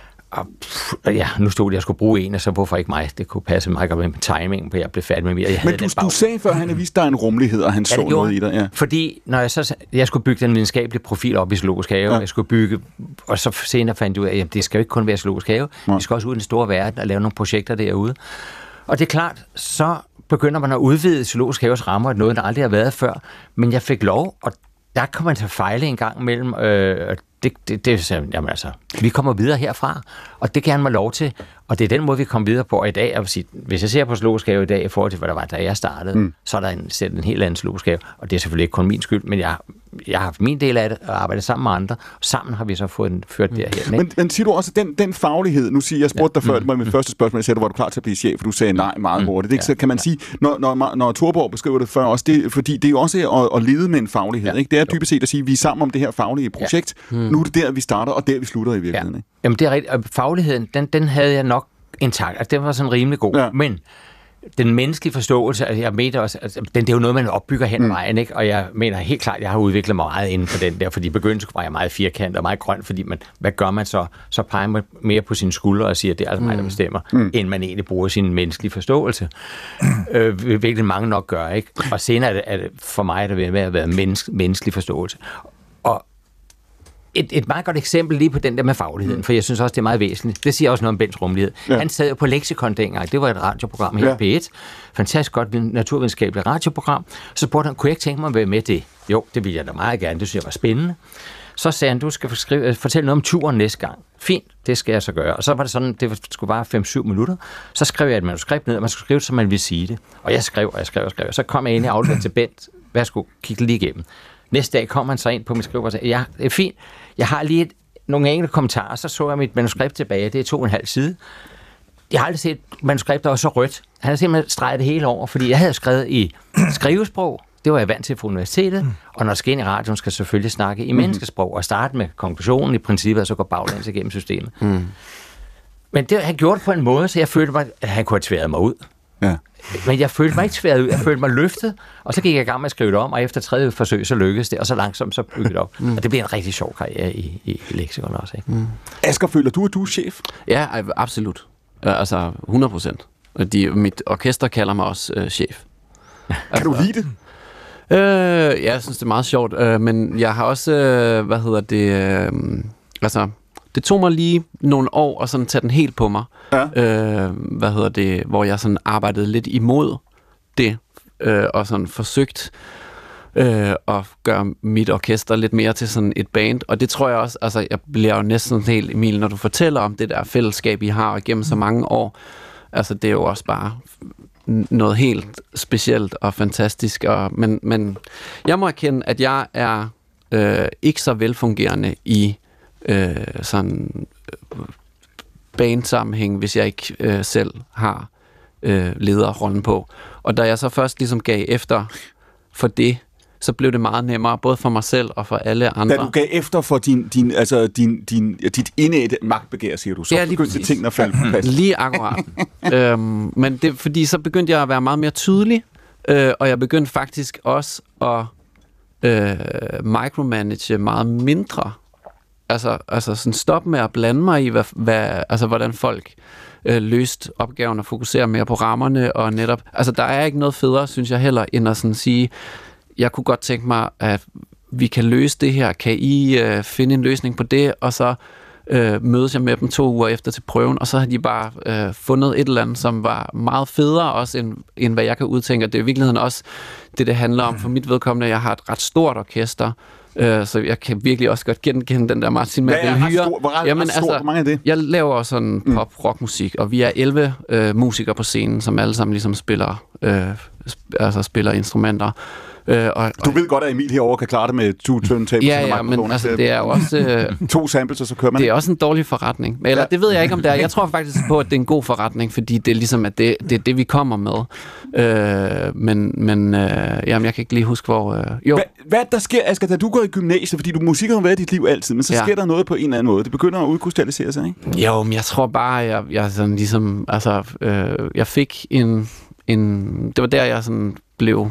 Og ja, nu stod det, at jeg skulle bruge en, og så hvorfor ikke mig? Det kunne passe meget godt med timingen, for jeg blev færdig med mere. Men du sagde før, han havde vist dig en rummelighed, og han så noget i dig. Ja. Fordi når jeg skulle bygge den videnskabelige profil op i zoologisk have, jeg skulle bygge, og så senere fandt jeg ud af, at det skal jo ikke kun være zoologisk have, vi skal også ud i den store verden og lave nogle projekter derude. Og det er klart, så begynder man at udvide zoologisk haves rammer, noget, der aldrig har været før. Men jeg fik lov, og der kan man tage fejle en gang imellem. Jamen altså, vi kommer videre herfra, og det kan man lov til. Og det er den måde, vi kommer videre på. Og i dag, hvis jeg ser på zoologisk have i dag, i forhold til, hvad der var, da jeg startede, så er der en helt anden zoologisk have. Og det er selvfølgelig ikke kun min skyld, men jeg har haft min del af det, og arbejdet sammen med andre. Og sammen har vi så fået ført derhen. Men siger du også, den faglighed, nu siger jeg spurgte dig før, det var mit første spørgsmål, jeg sagde, var du klar til at blive chef, for du sagde nej meget hurtigt. Ikke? Så kan man sige, når Thorborg beskriver det før også, fordi det er jo også at lede med en faglighed. Ikke? Det er dybest set at sige, at vi er sammen om det her faglige projekt. Nu er det der, vi starter, og der, vi slutter i virkeligheden. Ikke? Jamen det er rigtigt. Og fagligheden, den havde jeg nok intakt. Altså, den var sådan rimelig god. Ja. Men den menneskelige forståelse, altså, jeg mener også, altså, det er jo noget, man opbygger hen ad vejen, ikke? Og jeg mener helt klart, at jeg har udviklet mig meget inden for den der, fordi i begyndelsen var jeg meget firkantet og meget grøn, fordi hvad gør man så? Så peger man mere på sine skuldre og siger, at det er altså mig, der bestemmer, end man egentlig bruger sin menneskelige forståelse. Hvilket mange nok gør, ikke? Og senere er det for mig, der vil være menneskelig forståelse. Og et meget godt eksempel lige på den der med fagligheden, for jeg synes også, det er meget væsentligt. Det siger også noget om Bens rummelighed. Ja. Han sad jo på Lexikon dengang. Det var et radioprogram her på P1. Fantastisk godt naturvidenskabeligt radioprogram. Så spurgte han, kunne jeg ikke tænke mig at være med det? Jo, det ville jeg da meget gerne. Det synes jeg var spændende. Så sagde han, du skal fortælle noget om turen næste gang. Fint, det skal jeg så gøre. Og så var det sådan, det skulle bare 5-7 minutter. Så skrev jeg et manuskript ned, og man skulle skrive det, som man ville sige det. Og jeg skrev. Så kom jeg ind og afleverede til Bent. Værsgo, kig lige igennem. Næste dag kom han så ind på mit skrivebord og sagde, ja, det er fint. Jeg har lige nogle enkelte kommentarer, så jeg mit manuskript tilbage. Det er 2,5 side. Jeg har aldrig set et manuskript, der var så rødt. Han havde simpelthen streget det hele over, fordi jeg havde skrevet i skrivesprog. Det var jeg vant til fra universitetet. Og når jeg skal ind i radioen, skal jeg selvfølgelig snakke i menneskesprog og starte med konklusionen i princippet, og så gå baglæns igennem systemet. Men det, han gjorde det på en måde, så jeg følte mig, at han kunne have tværet mig ud. Ja. Men jeg følte mig ikke sværet ud. Jeg følte mig løftet, og så gik jeg i gang med at skrive det om, og efter 3. forsøg, så lykkedes det, og så langsomt så byggede det op. Og det blev en rigtig sjov karriere i leksikon også. Ikke? Asger, føler du, at du er chef? Ja, absolut. Altså 100%. Mit orkester kalder mig også chef. Kan du lide det? Ja, jeg synes, det er meget sjovt. Men jeg har også, det tog mig lige nogle år at sådan tage den helt på mig. Ja. Hvor jeg sådan arbejdede lidt imod det, og sådan forsøgt at gøre mit orkester lidt mere til sådan et band. Og det tror jeg også, altså jeg bliver jo næsten helt, Emil, når du fortæller om det der fællesskab, I har igennem så mange år. Altså det er jo også bare noget helt specielt og fantastisk. Men jeg må erkende, at jeg er ikke så velfungerende i sådan bandsammenhæng, hvis jeg ikke selv har lederrollen på. Og da jeg så først ligesom gav efter for det, så blev det meget nemmere, både for mig selv og for alle andre. Da du gav efter for dit indædte magtbegær, siger du, så begyndte tingene at falde på plads. Lige akkurat. Men det, fordi så begyndte jeg at være meget mere tydelig, og jeg begyndte faktisk også at micromanage meget mindre. Altså sådan stop med at blande mig i, hvordan folk løst opgaven og fokusere mere på rammerne, og netop, altså der er ikke noget federe, synes jeg heller, end at sådan sige, jeg kunne godt tænke mig, at vi kan løse det her, kan I finde en løsning på det, og så mødes jeg med dem 2 uger efter til prøven, og så har de bare fundet et eller andet, som var meget federe også, end hvad jeg kan udtænke. Det er i virkeligheden også det handler om for mit vedkommende. Jeg har et ret stort orkester, så jeg kan virkelig også godt genkende den der Martin Mavelhyre. Hvor mange er det? Jeg laver også sådan pop-rock-musik, og vi er 11 musikere på scenen, som alle sammen ligesom spiller instrumenter. Du ved godt, at Emil herovre kan klare det med 2 turntables. Ja, men altså, det er jo også 2 samples, og så kører man. Det er også en dårlig forretning. Eller det ved jeg ikke, om det er. Jeg tror faktisk på, at det er en god forretning, fordi det er ligesom, at det er det, vi kommer med. Jeg kan ikke lige huske, hvor... Hvad der sker, Asger, da du går i gymnasiet, fordi musik har været i dit liv altid, men så sker der noget på en eller anden måde. Det begynder at udkrystallisere sig, ikke? Jo, men jeg tror bare, jeg sådan ligesom... Altså, jeg fik en... Det var der, jeg sådan blev...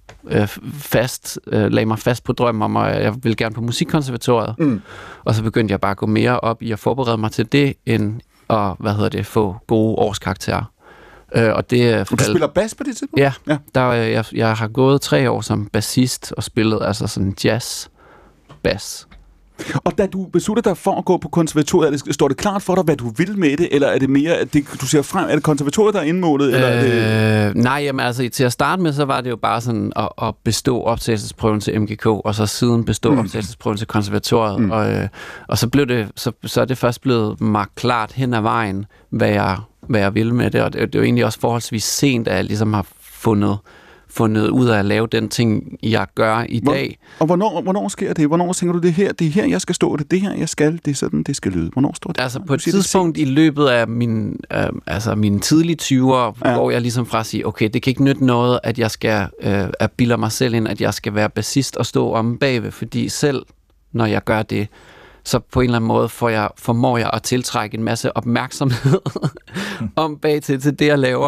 lagde mig fast på drømmen om, at jeg ville gerne på musikkonservatoriet. Og så begyndte jeg bare at gå mere op i at forberede mig til det, end at få gode årskarakterer. Og det du spiller bas på det tidspunkt? Ja. Jeg har gået 3 år som bassist og spillet altså sådan jazz-bass. Og da du beslutter dig for at gå på konservatoriet, står det klart for dig, hvad du vil med det, eller er det mere, at du ser frem, er det konservatoriet, der er indmålet? Eller er det... Nej, jamen altså til at starte med, så var det jo bare sådan at bestå optagelsesprøven til MGK, og så siden bestå optagelsesprøven til konservatoriet. Og så blev det, så er det først blevet mig klart hen ad vejen, hvad jeg ville med det, og det er jo egentlig også forholdsvis sent, at jeg ligesom har fundet ud af at lave den ting, jeg gør i dag. Og hvornår sker det? Hvornår tænker du, det er her, jeg skal stå, det her, jeg skal, det er sådan, det skal lyde? Hvornår står det? Altså på et tidspunkt i løbet af mine tidlige 20'ere, hvor jeg ligesom fra at sige, okay, det kan ikke nytte noget, at jeg skal bilde mig selv ind, at jeg skal være bassist og stå om bagved, fordi selv når jeg gør det, så på en eller anden måde formår jeg at tiltrække en masse opmærksomhed om bag til det, jeg laver,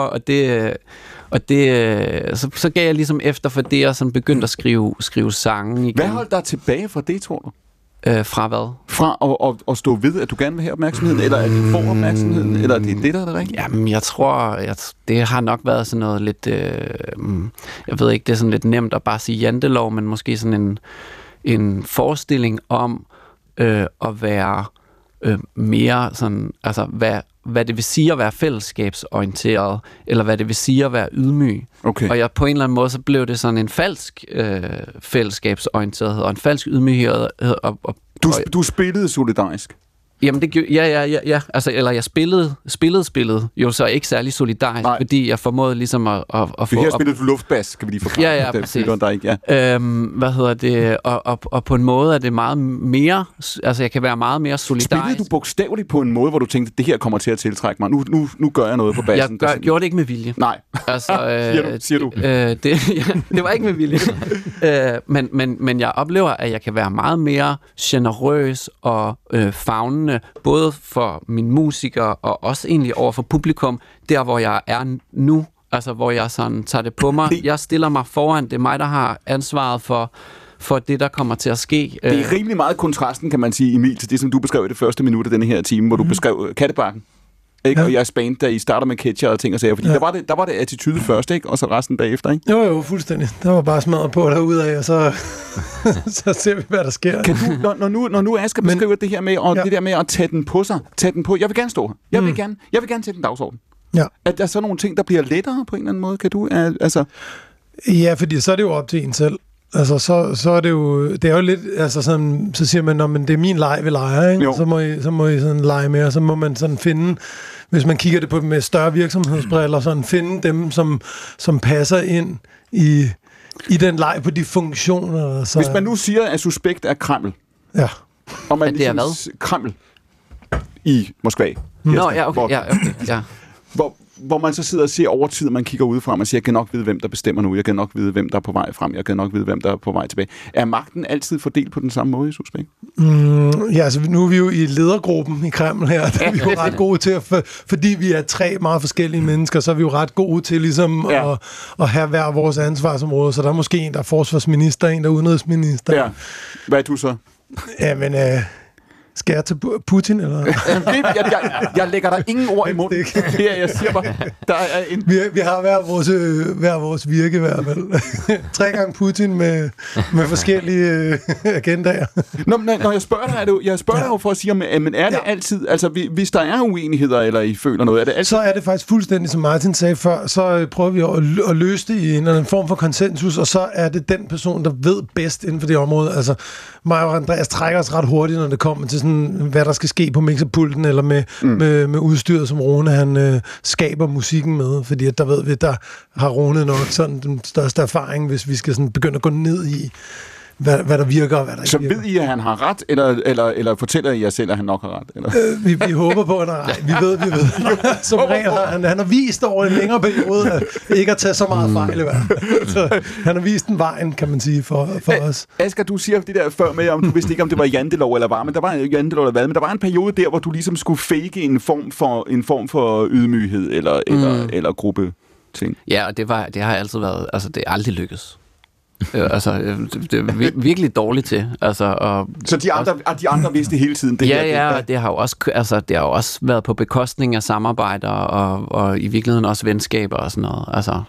og det så gav jeg ligesom efter for det, og sådan begyndte at skrive sange igen. Hvad holdt dig tilbage fra det, tror du? Fra hvad? Fra at stå ved, at du gerne vil have opmærksomheden, eller er det for opmærksomheden, eller er det der er det rigtigt? Jamen, jeg tror, det har nok været sådan noget lidt, jeg ved ikke, det er sådan lidt nemt at bare sige jantelov, men måske sådan en forestilling om at være mere sådan, altså hvad det vil sige at være fællesskabsorienteret, eller hvad det vil sige at være ydmyg. Okay. Og på en eller anden måde, så blev det sådan en falsk fællesskabsorientethed, og en falsk ydmyghed. Du spillede solidarisk? Jamen, ja. Altså, eller jeg spillede jo så ikke særlig solidarisk, fordi jeg formåede ligesom at få... For her spillede du luftbas, kan vi lige forklare. Ja, præcis. Og på en måde er det meget mere... Altså, jeg kan være meget mere solidarisk. Spillede du bogstaveligt på en måde, hvor du tænkte, det her kommer til at tiltrække mig? Nu gør jeg noget på bassen. Jeg gjorde det ikke med vilje. Nej. Altså, siger du. Det var ikke med vilje. Men jeg oplever, at jeg kan være meget mere generøs og favnende, både for mine musikere og også egentlig over for publikum, der hvor jeg er nu, Altså, hvor jeg sådan tager det på mig. Jeg stiller mig foran. Det er mig, der har ansvaret for det, der kommer til at ske. Det er rimelig meget kontrasten, kan man sige, Emil, til det, som du beskrev i det første minut af denne her time, hvor du beskrev Kattebakken. Ikke? Ja. Og jeres band, der I starter med catcher og ting og sager, fordi der var det attitude først, ikke? Og så resten bagefter, ikke? Jo, fuldstændig. Der var bare smadret på derudad, og så ser vi, hvad der sker. Kan du, når nu Asger beskriver det her med, og det der med at tage den på sig, jeg vil gerne stå her. Jeg vil gerne sætte en dagsorden. Ja. Er der så nogle ting, der bliver lettere på en eller anden måde? Kan du, altså... Ja, fordi så er det jo op til en selv. Altså, så er det er jo lidt, altså sådan, så siger man, men det er min leg, vi leger, ikke? Så må I sådan lege med, og så må man sådan finde, hvis man kigger det på med større virksomhedsbriller, sådan finde dem, som passer ind i den leg på de funktioner. Så... Hvis man nu siger, at Suspekt er Kreml. Ja. Og man ligesom Kreml i Moskva. Nå, ja, okay. Ja. Hvor man så sidder og ser over tid, og man kigger udefra, og man siger, jeg kan nok vide, hvem der bestemmer nu, jeg kan nok vide, hvem der er på vej frem, jeg kan nok vide, hvem der er på vej tilbage. Er magten altid fordelt på den samme måde i Suspekt? Ja, altså nu er vi jo i ledergruppen i Kreml her, der er vi jo ret gode til, fordi vi er 3 meget forskellige mennesker, så er vi jo ret gode til ligesom at have hver vores ansvarsområde, så der er måske en, der er forsvarsminister, en, der er udenrigsminister. Ja. Hvad er du så? Jamen, skal jeg til Putin, eller? Jeg lægger der ingen ord i munden. Jeg siger bare, der er en... Vi har hver vores virke i hvert fald. 3 gange Putin med forskellige agendaer. Når jeg spørger dig jo for at sige, men er det altid, altså hvis der er uenigheder, eller I føler noget, er det altid... Så er det faktisk fuldstændig, som Martin sagde før, så prøver vi at løse det i en eller anden form for konsensus, og så er det den person, der ved bedst inden for det område. Altså, mig og Andreas trækker os ret hurtigt, når det kommer til hvad der skal ske på mixerpulten, eller med udstyret, som Rune han skaber musikken med, fordi at der ved vi, der har Rune nok sådan den største erfaring, hvis vi skal sådan begynde at gå ned i, hvad der virker og hvad der ikke virker. Så ved I, at han har ret, eller fortæller I jer selv, at han nok har ret? Eller? Vi håber på, at han har ret. Vi ved. Som regel han har vist over en længere periode, at ikke at tage så meget fejl i hvert fald. Så han har vist en vejen, kan man sige, for os. Asger, du siger det der før med, om du vidste ikke, om det var jantelov eller hvad, men der var jantelov eller hvad, men der var en periode der, hvor du ligesom skulle fake en form for ydmyghed eller gruppe ting. Ja, og det har altid været, altså det er aldrig lykkes. Det er virkelig dårligt til. Så de andre vidste hele tiden det her? Det har jo også været på bekostning af samarbejder og i virkeligheden også venskaber og sådan noget.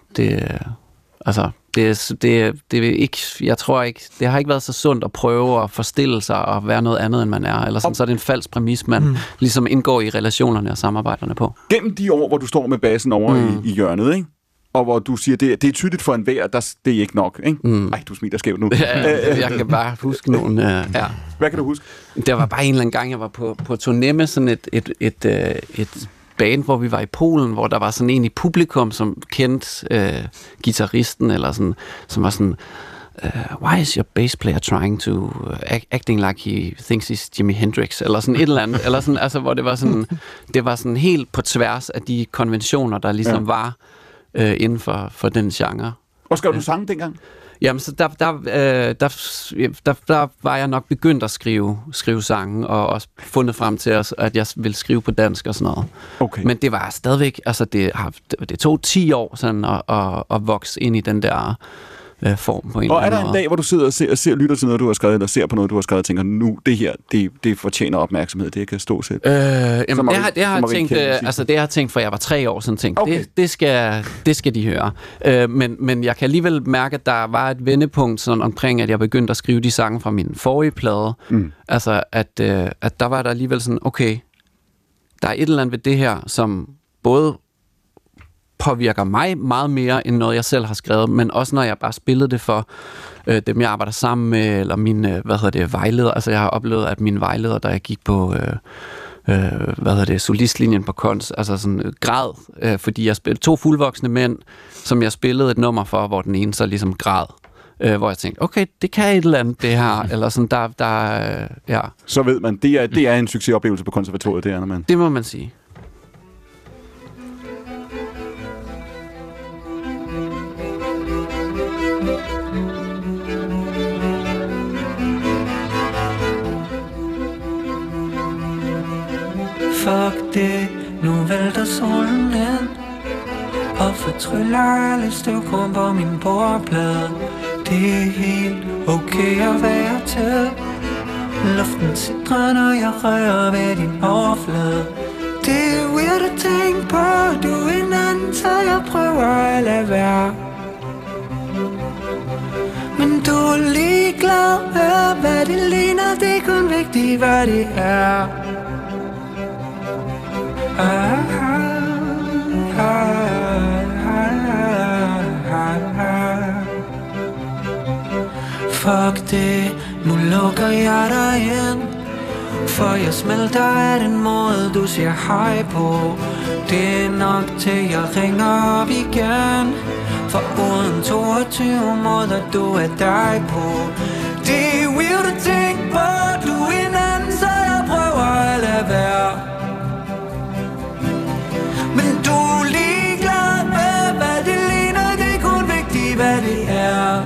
Det er ikke, jeg tror ikke, det har ikke været så sundt at prøve at forstille sig og være noget andet, end man er. Eller sådan, så er det en falsk præmis, man ligesom indgår i relationerne og samarbejderne på. Gennem de år, hvor du står med bassen over i hjørnet, ikke? Og hvor du siger, det er tydeligt for enhver, det er ikke nok, ikke? Ej, du smiler skævt nu. Jeg kan bare huske nogle... Hvad kan du huske? Der var bare en eller anden gang, jeg var på turné med sådan et band, hvor vi var i Polen, hvor der var sådan en i publikum, som kendte guitaristen, eller sådan, som var sådan... why is your bass player trying to acting like he thinks he's Jimi Hendrix, eller sådan et eller andet, eller sådan, altså, hvor det var sådan helt på tværs af de konventioner, der ligesom var inden for den genre. Og skrev du sange dengang? Jamen, så der var jeg nok begyndt at skrive sange, og også fundet frem til, at jeg ville skrive på dansk og sådan noget. Okay. Men det var stadigvæk, altså det tog 10 år sådan at vokse ind i den der form på en eller anden måde. Og er der en dag, hvor du sidder og lytter til noget, du har skrevet, eller ser på noget, du har skrevet, og tænker, nu, det her, det fortjener opmærksomhed, det kan stå selv? Jamen, det har jeg tænkt, for jeg var 3 år siden, tænkte, okay. det skal de høre. Men jeg kan alligevel mærke, at der var et vendepunkt sådan omkring, at jeg begyndte at skrive de sange fra min forrige plade. Altså, at der var der alligevel sådan, okay, der er et eller andet ved det her, som både påvirker mig meget mere, end noget jeg selv har skrevet, men også når jeg bare spillede det for dem, jeg arbejder sammen med, eller mine, vejleder. Altså, jeg har oplevet, at mine vejleder, da jeg gik på, solistlinjen på Kunst, altså sådan græd, fordi jeg spillede 2 fuldvoksne mænd, som jeg spillede et nummer for, hvor den ene så ligesom græd. Hvor jeg tænkte, okay, det kan et eller andet, det her, eller sådan, ja. Så ved man, det er en succesoplevelse på konservatoriet, det er, når man... Det må man sige. Fuck det, nu vælter solen ind, og fortryller alle støvkorn på min bordplade. Det er helt okay at være tæt. Luften sidder, når jeg rører ved din overflade. Det er weird at tænke på, du er en anden, så jeg prøver at lade være. Men du er ligeglad med, hvad det ligner. Det er kun vigtigt, hvad det er. Fuck det, nu lukker jeg dig ind. For jeg smelter af den måde, du siger hej på. Det er nok til, jeg ringer op igen. For uden 22 måder, du er dig på. Det er weird at tænke på, du er en anden, så jeg prøver at lade være. Men du er ligeglad med, hvad det ligner. Det er kun vigtigt, hvad det er.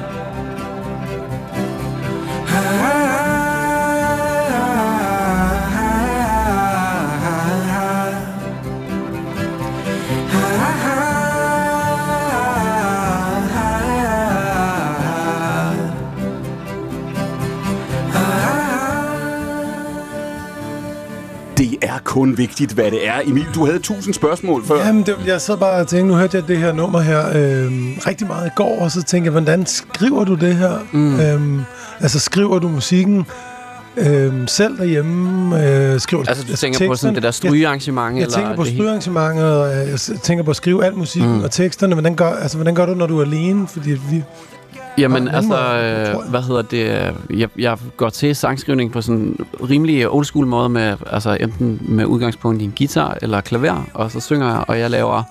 Det er kun vigtigt, hvad det er. Emil, du havde 1000 spørgsmål før. Jamen, jeg sad bare og tænkte, nu hørte jeg det her nummer her rigtig meget i går, og så tænkte jeg, hvordan skriver du det her? Altså, skriver du musikken selv derhjemme? Skriver altså, du tænker på sådan det der strygearrangement? Jeg tænker på strygearrangementet, og jeg tænker på at skrive al musikken og teksterne. Hvordan gør du, når du er alene? Fordi vi... Jamen, jeg går til sangskrivning på sådan en rimelig old school måde med, altså enten med udgangspunkt i en guitar eller klaver, og så synger jeg, og jeg laver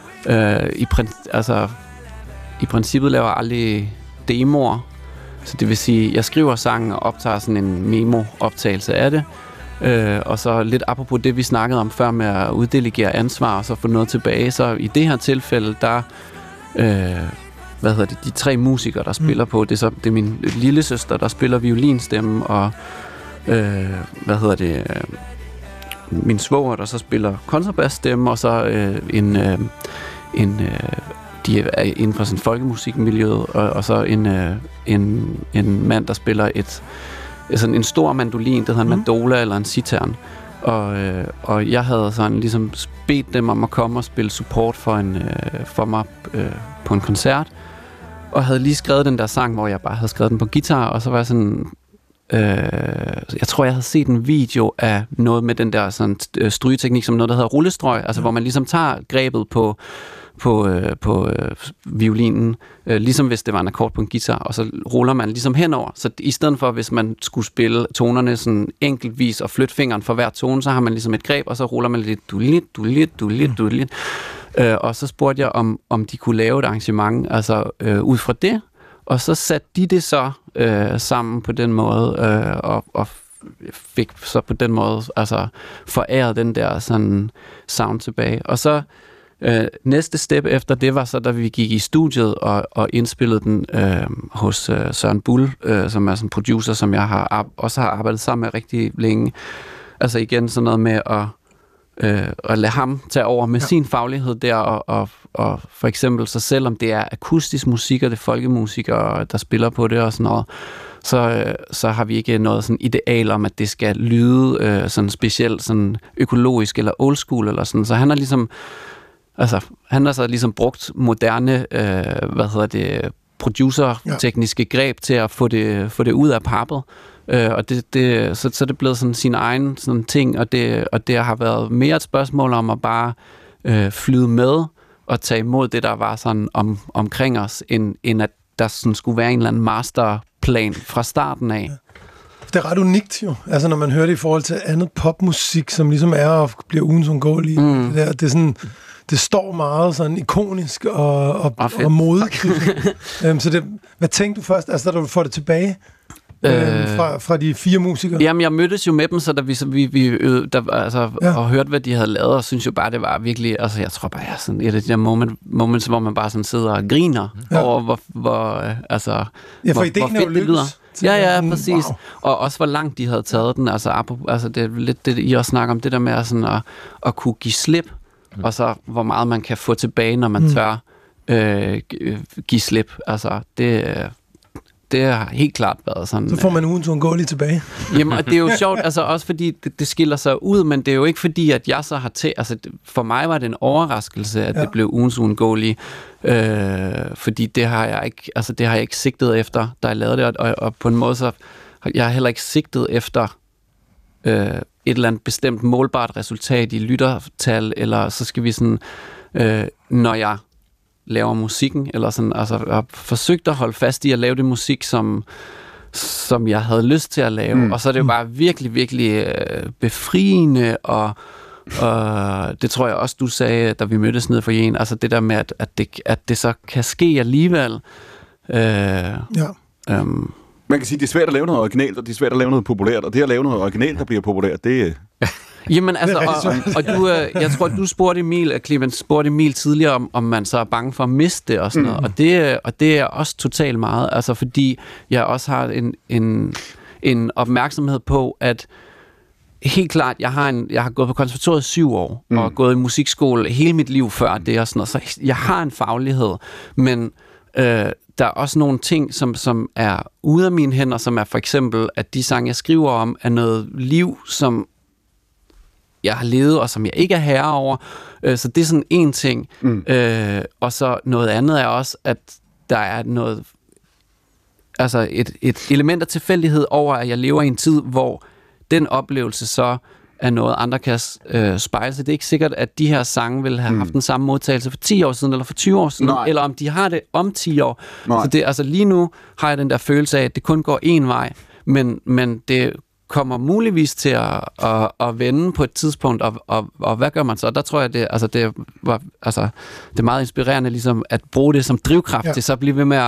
i princippet laver jeg aldrig demoer. Så det vil sige, jeg skriver sangen og optager sådan en memo-optagelse af det. Og så lidt apropos det, vi snakkede om før med at uddelegere ansvar og så få noget tilbage. Så i det her tilfælde, der... de 3 musikere, der spiller på. Det er min lillesøster, der spiller violinstemme, og min svoger, der så spiller kontrabassstemme, og så de er inden for sådan folkemusikmiljøet, og så en mand, der spiller sådan en stor mandolin, der hedder en mandola eller en sitarn. Og jeg havde sådan ligesom bedt dem om at komme og spille support for mig på en koncert, og havde lige skrevet den der sang, hvor jeg bare havde skrevet den på guitar, og så var jeg sådan... jeg tror, jeg havde set en video af noget med den der sådan, strygeteknik, som noget, der hedder rullestrøg, altså hvor man ligesom tager grebet på violinen, ligesom hvis det var en akkord på en guitar, og så ruller man ligesom henover. Så i stedet for, hvis man skulle spille tonerne sådan enkeltvis og flytte fingeren for hver tone, så har man ligesom et greb, og så ruller man lidt du-lit. Og så spurgte jeg, om de kunne lave et arrangement, altså ud fra det, og så satte de det så sammen på den måde, og fik så på den måde altså foræret den der sådan sound tilbage. Og så næste step efter det var så, da vi gik i studiet og indspillede den hos Søren Bull, som er sådan en producer, som jeg også har arbejdet sammen med rigtig længe. Altså igen sådan noget med at lade ham tage over med sin faglighed der, og for eksempel så selvom det er akustisk musik, og det er folkemusikere, der spiller på det og sådan noget, så har vi ikke noget sådan ideal om, at det skal lyde sådan specielt sådan økologisk eller old school eller sådan. Så han har ligesom han har så ligesom brugt moderne producer-tekniske greb til at få det ud af pappet. Og så er det blevet sådan sin egen sådan ting, og det har været mere et spørgsmål om at bare flyde med og tage imod det, der var sådan omkring os, end at der sådan skulle være en eller anden masterplan fra starten af. Det er ret unikt jo, altså når man hører det i forhold til andet popmusik, som ligesom er og bliver ugens undgåelige. Det er sådan... Det står meget sådan ikonisk og modigt. Så det, hvad tænkte du først, altså da du får det tilbage fra de 4 musikere? Jamen, jeg mødtes jo med dem, så da vi og hørte, hvad de havde lavet, og synes jo bare, det var virkelig, altså jeg tror bare, jeg sådan et af de der moments, hvor man bare sådan sidder og griner over, hvor fedt det lyder. Ja, præcis. Wow. Og også hvor langt de havde taget den. Altså det er lidt det, I også snakker om, det der med sådan at kunne give slip, og så hvor meget man kan få tilbage, når man tør give slip. Altså, det har helt klart været sådan... Så får man ugens uundgåelige tilbage. Jamen, og det er jo sjovt, altså også fordi det skiller sig ud, men det er jo ikke fordi, at jeg så har altså for mig var det en overraskelse, at det blev ugens uundgåelige, fordi det har jeg ikke sigtet efter, da jeg lavede det, og på en måde så jeg har heller ikke sigtet efter et eller andet bestemt målbart resultat i lyttertal, eller så skal vi sådan, når jeg laver musikken, eller sådan, altså jeg har forsøgt at holde fast i at lave det musik, som jeg havde lyst til at lave, og så er det jo bare virkelig, virkelig befriende, og det tror jeg også, du sagde, da vi mødtes nede for en, altså det der med, at det så kan ske alligevel. Man kan sige, det er svært at lave noget originalt, og det er svært at lave noget populært, og det at lave noget originalt, der bliver populært, det Jamen altså, og du, jeg tror, du spurgte Emil, Clemens spurgte Emil tidligere, om man så er bange for at miste det og sådan noget, og det er også totalt meget, altså fordi jeg også har en opmærksomhed på, at helt klart, jeg har gået på konservatoriet 7 år, og gået i musikskole hele mit liv før det og sådan noget, så jeg har en faglighed, men der er også nogle ting, som er ude af mine hænder, som er for eksempel, at de sange, jeg skriver om, er noget liv, som jeg har levet, og som jeg ikke er herre over. Så det er sådan en ting. Og så noget andet er også, at der er noget, altså et element af tilfældighed over, at jeg lever i en tid, hvor den oplevelse så er noget, andre kan spejle sig. Det er ikke sikkert, at de her sange ville have haft den samme modtagelse for 10 år siden, eller for 20 år siden, eller om de har det om 10 år. Så det, altså lige nu har jeg den der følelse af, at det kun går én vej, men det kommer muligvis til at vende på et tidspunkt, og hvad gør man så? Der tror jeg, det er meget inspirerende ligesom at bruge det som drivkraft til så at blive ved med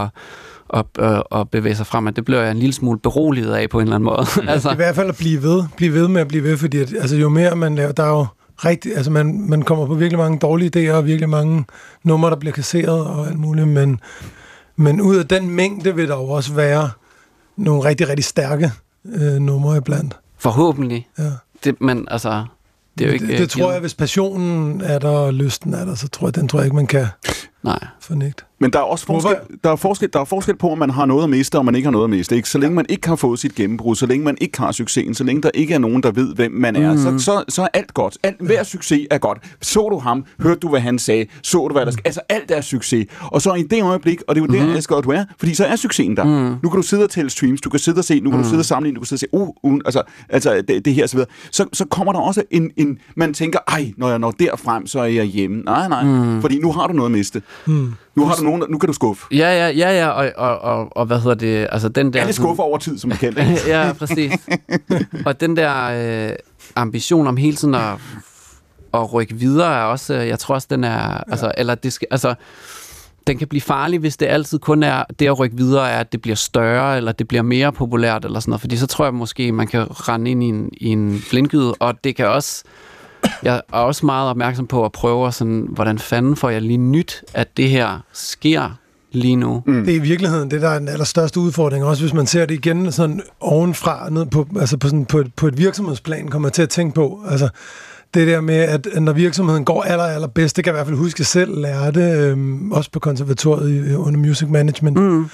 at bevæge sig frem, at det bliver jeg en lille smule beroliget af på en eller anden måde. Altså. I hvert fald at blive ved, fordi at, altså, jo mere man laver, der er jo rigtig, altså man kommer på virkelig mange dårlige idéer, og virkelig mange numre, der bliver kasseret og alt muligt, men ud af den mængde vil der jo også være nogle rigtig, rigtig stærke numre iblandt. Forhåbentlig. Ja. Men altså, det er jo ikke... Det tror jeg, hvis passionen er der, og lysten er der, så tror jeg ikke, man kan fornægte. Men der er også forskel på, om man har noget at miste, og man ikke har noget at miste. Ikke? Så længe man ikke har fået sit gennembrud, så længe man ikke har succesen, så længe der ikke er nogen, der ved, hvem man er, så er alt godt. Hver succes er godt. Så du ham, hørte du, hvad han sagde, så du, hvad der skal. Altså alt er succes. Og så i det øjeblik, og det er jo der, jeg skal godt være, fordi så er succesen der. Nu kan du sidde og tælle streams, du kan sidde og se, nu kan du sidde og sammenligne, du kan sidde og se, altså det her, så videre. Så kommer der også en man tænker, når jeg når derfrem, så er jeg hjemme. Nej, fordi nu har du noget at miste. Nu har du nogen, nu kan du skuffe. Ja, og hvad hedder det, altså den der... Alle skuffer over tid, som bekendt. Ja, præcis. Og den der ambition om hele tiden at rykke videre er også, jeg tror også, den er, altså, eller det skal, altså, den kan blive farlig, hvis det altid kun er, det at rykke videre er, at det bliver større, eller det bliver mere populært, eller sådan noget, fordi så tror jeg måske, man kan rende ind i en blindgyde, og det kan også... Jeg er også meget opmærksom på at prøve sådan, hvordan fanden får jeg lige nyt, at det her sker lige nu. Det er i virkeligheden det, der er den allerstørste udfordring, også hvis man ser det igen sådan ovenfra, ned på, altså på et virksomhedsplan, kommer jeg til at tænke på. Altså, det der med, at når virksomheden går allerbedst, det kan jeg i hvert fald huske, at jeg selv lære det, også på konservatoriet under Music Management.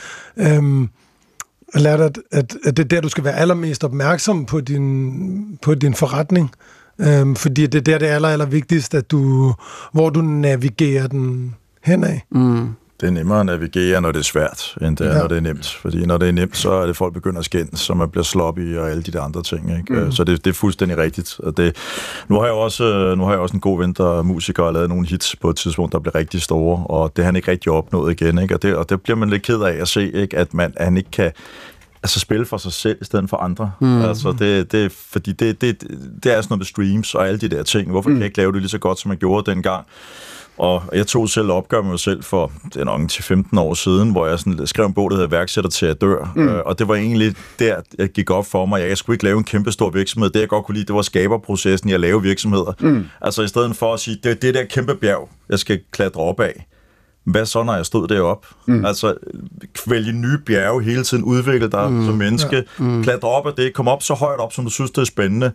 Jeg lærte, at det er der, du skal være allermest opmærksom på din forretning. Fordi det er det aller vigtigste, at hvor du navigerer den henad. Det er nemmere at navigere, når det er svært, end det er, når det er nemt. Fordi når det er nemt, så er det folk begynder at skændes, så man bliver sloppy og alle de der andre ting. Ikke? Så det er fuldstændig rigtigt. Og nu har jeg også en god ven, der er musiker, og har lavet nogle hits på et tidspunkt, der blev rigtig store, og det har han ikke rigtig opnået igen. Ikke? Og det bliver man lidt ked af at se, ikke? At han ikke kan spille for sig selv i stedet for andre. Altså det fordi det er sådan noget med streams og alle de der ting. Hvorfor kan jeg ikke lave det lige så godt, som jeg gjorde dengang? Og jeg tog selv opgør med mig selv for det er nok til 15 år siden, hvor jeg sådan skrev en bog, der hedder Værksætter til at dør. Og det var egentlig der, jeg gik op for mig. Jeg skulle ikke lave en kæmpe stor virksomhed. Det jeg godt kunne lide, det var skaberprocessen i at lave virksomheder. Altså i stedet for at sige, det er det der kæmpe bjerg, jeg skal klatre op af. Hvad så, når jeg stod deroppe? Altså, vælge nye bjerge hele tiden, udvikle dig som menneske, klatre op af det, komme op så højt op, som du synes, det er spændende,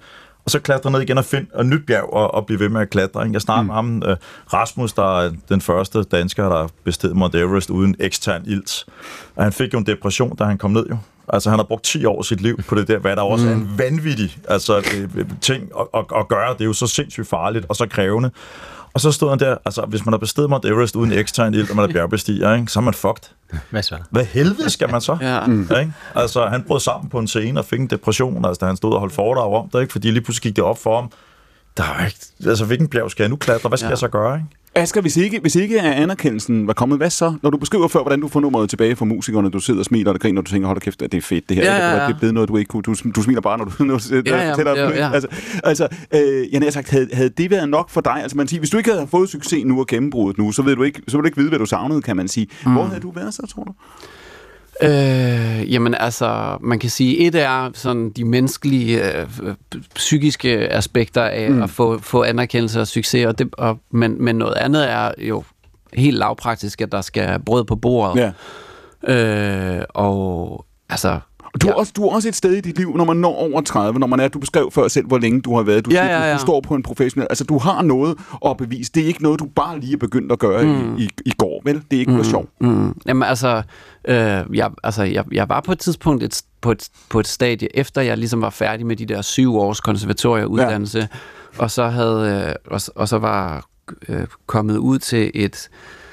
og så klatre ned igen og finde et nyt bjerg og blive ved med at klatre. Ikke? Jeg snakker med ham, Rasmus, der er den første dansker, der besteg Mount Everest uden ekstern ilt. Og han fik jo en depression, da han kom ned jo. Altså, han har brugt 10 år af sit liv på det der, hvad der også er en vanvittig ting at gøre. Det er jo så sindssygt farligt og så krævende. Og så stod han der, altså, hvis man har besteget Mount Everest uden ekstern ilt, og man er bjergbestiger, ikke, så er man fucked. Hvad så? Hvad helvede skal man så? Ja. Ikke? Altså, han brød sammen på en scene og fik en depression, altså, da han stod og holdt foredrag om det, ikke? Fordi lige pludselig gik det op for ham. Der er ikke, altså, hvilken bjerg skal jeg nu klatre? Hvad skal jeg så gøre, ikke? Asger, hvis ikke anerkendelsen var kommet, hvad så? Når du beskriver før, hvordan du får nummeret tilbage fra musikerne, du sidder og smiler og griner, og du tænker, hold da kæft, det er fedt, det her. Det er blevet noget, du ikke kunne. Du smiler bare, når du fortæller. Jeg har sagt, havde det været nok for dig? Altså, man siger, hvis du ikke havde fået succes nu og gennembruddet nu, så ville du ikke vide, hvad du savnede, kan man sige. Hvor havde du været så, tror du? Jamen altså, man kan sige, et er sådan de menneskelige, psykiske aspekter af at få anerkendelse og succes, men noget andet er jo helt lavpraktisk, at der skal brød på bordet. Ja. Og altså... Du er også et sted i dit liv, når man når over 30, når man er, du beskrev før selv, hvor længe du har været. Du står på en professionel... Altså, du har noget at bevise. Det er ikke noget, du bare lige er begyndt at gøre i går, vel? Det er ikke noget sjovt. Jamen altså, jeg var på et tidspunkt på et stadie, efter jeg ligesom var færdig med de der 7 års konservatorieuddannelse, og så var kommet ud til et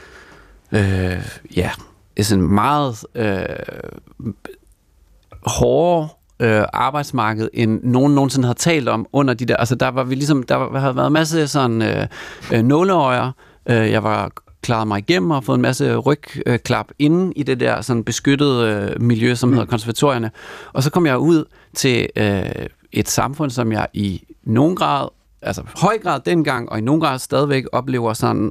sådan meget hårdere arbejdsmarked, end nogen nogensinde havde talt om under de der, altså der var vi ligesom, der havde været en masse sådan nåleøjer, jeg var klaret mig igennem og fået en masse rygklap inde i det der sådan beskyttede miljø, som hedder konservatorierne, og så kom jeg ud til et samfund, som jeg i nogen grad, altså høj grad dengang, og i nogen grad stadigvæk oplever sådan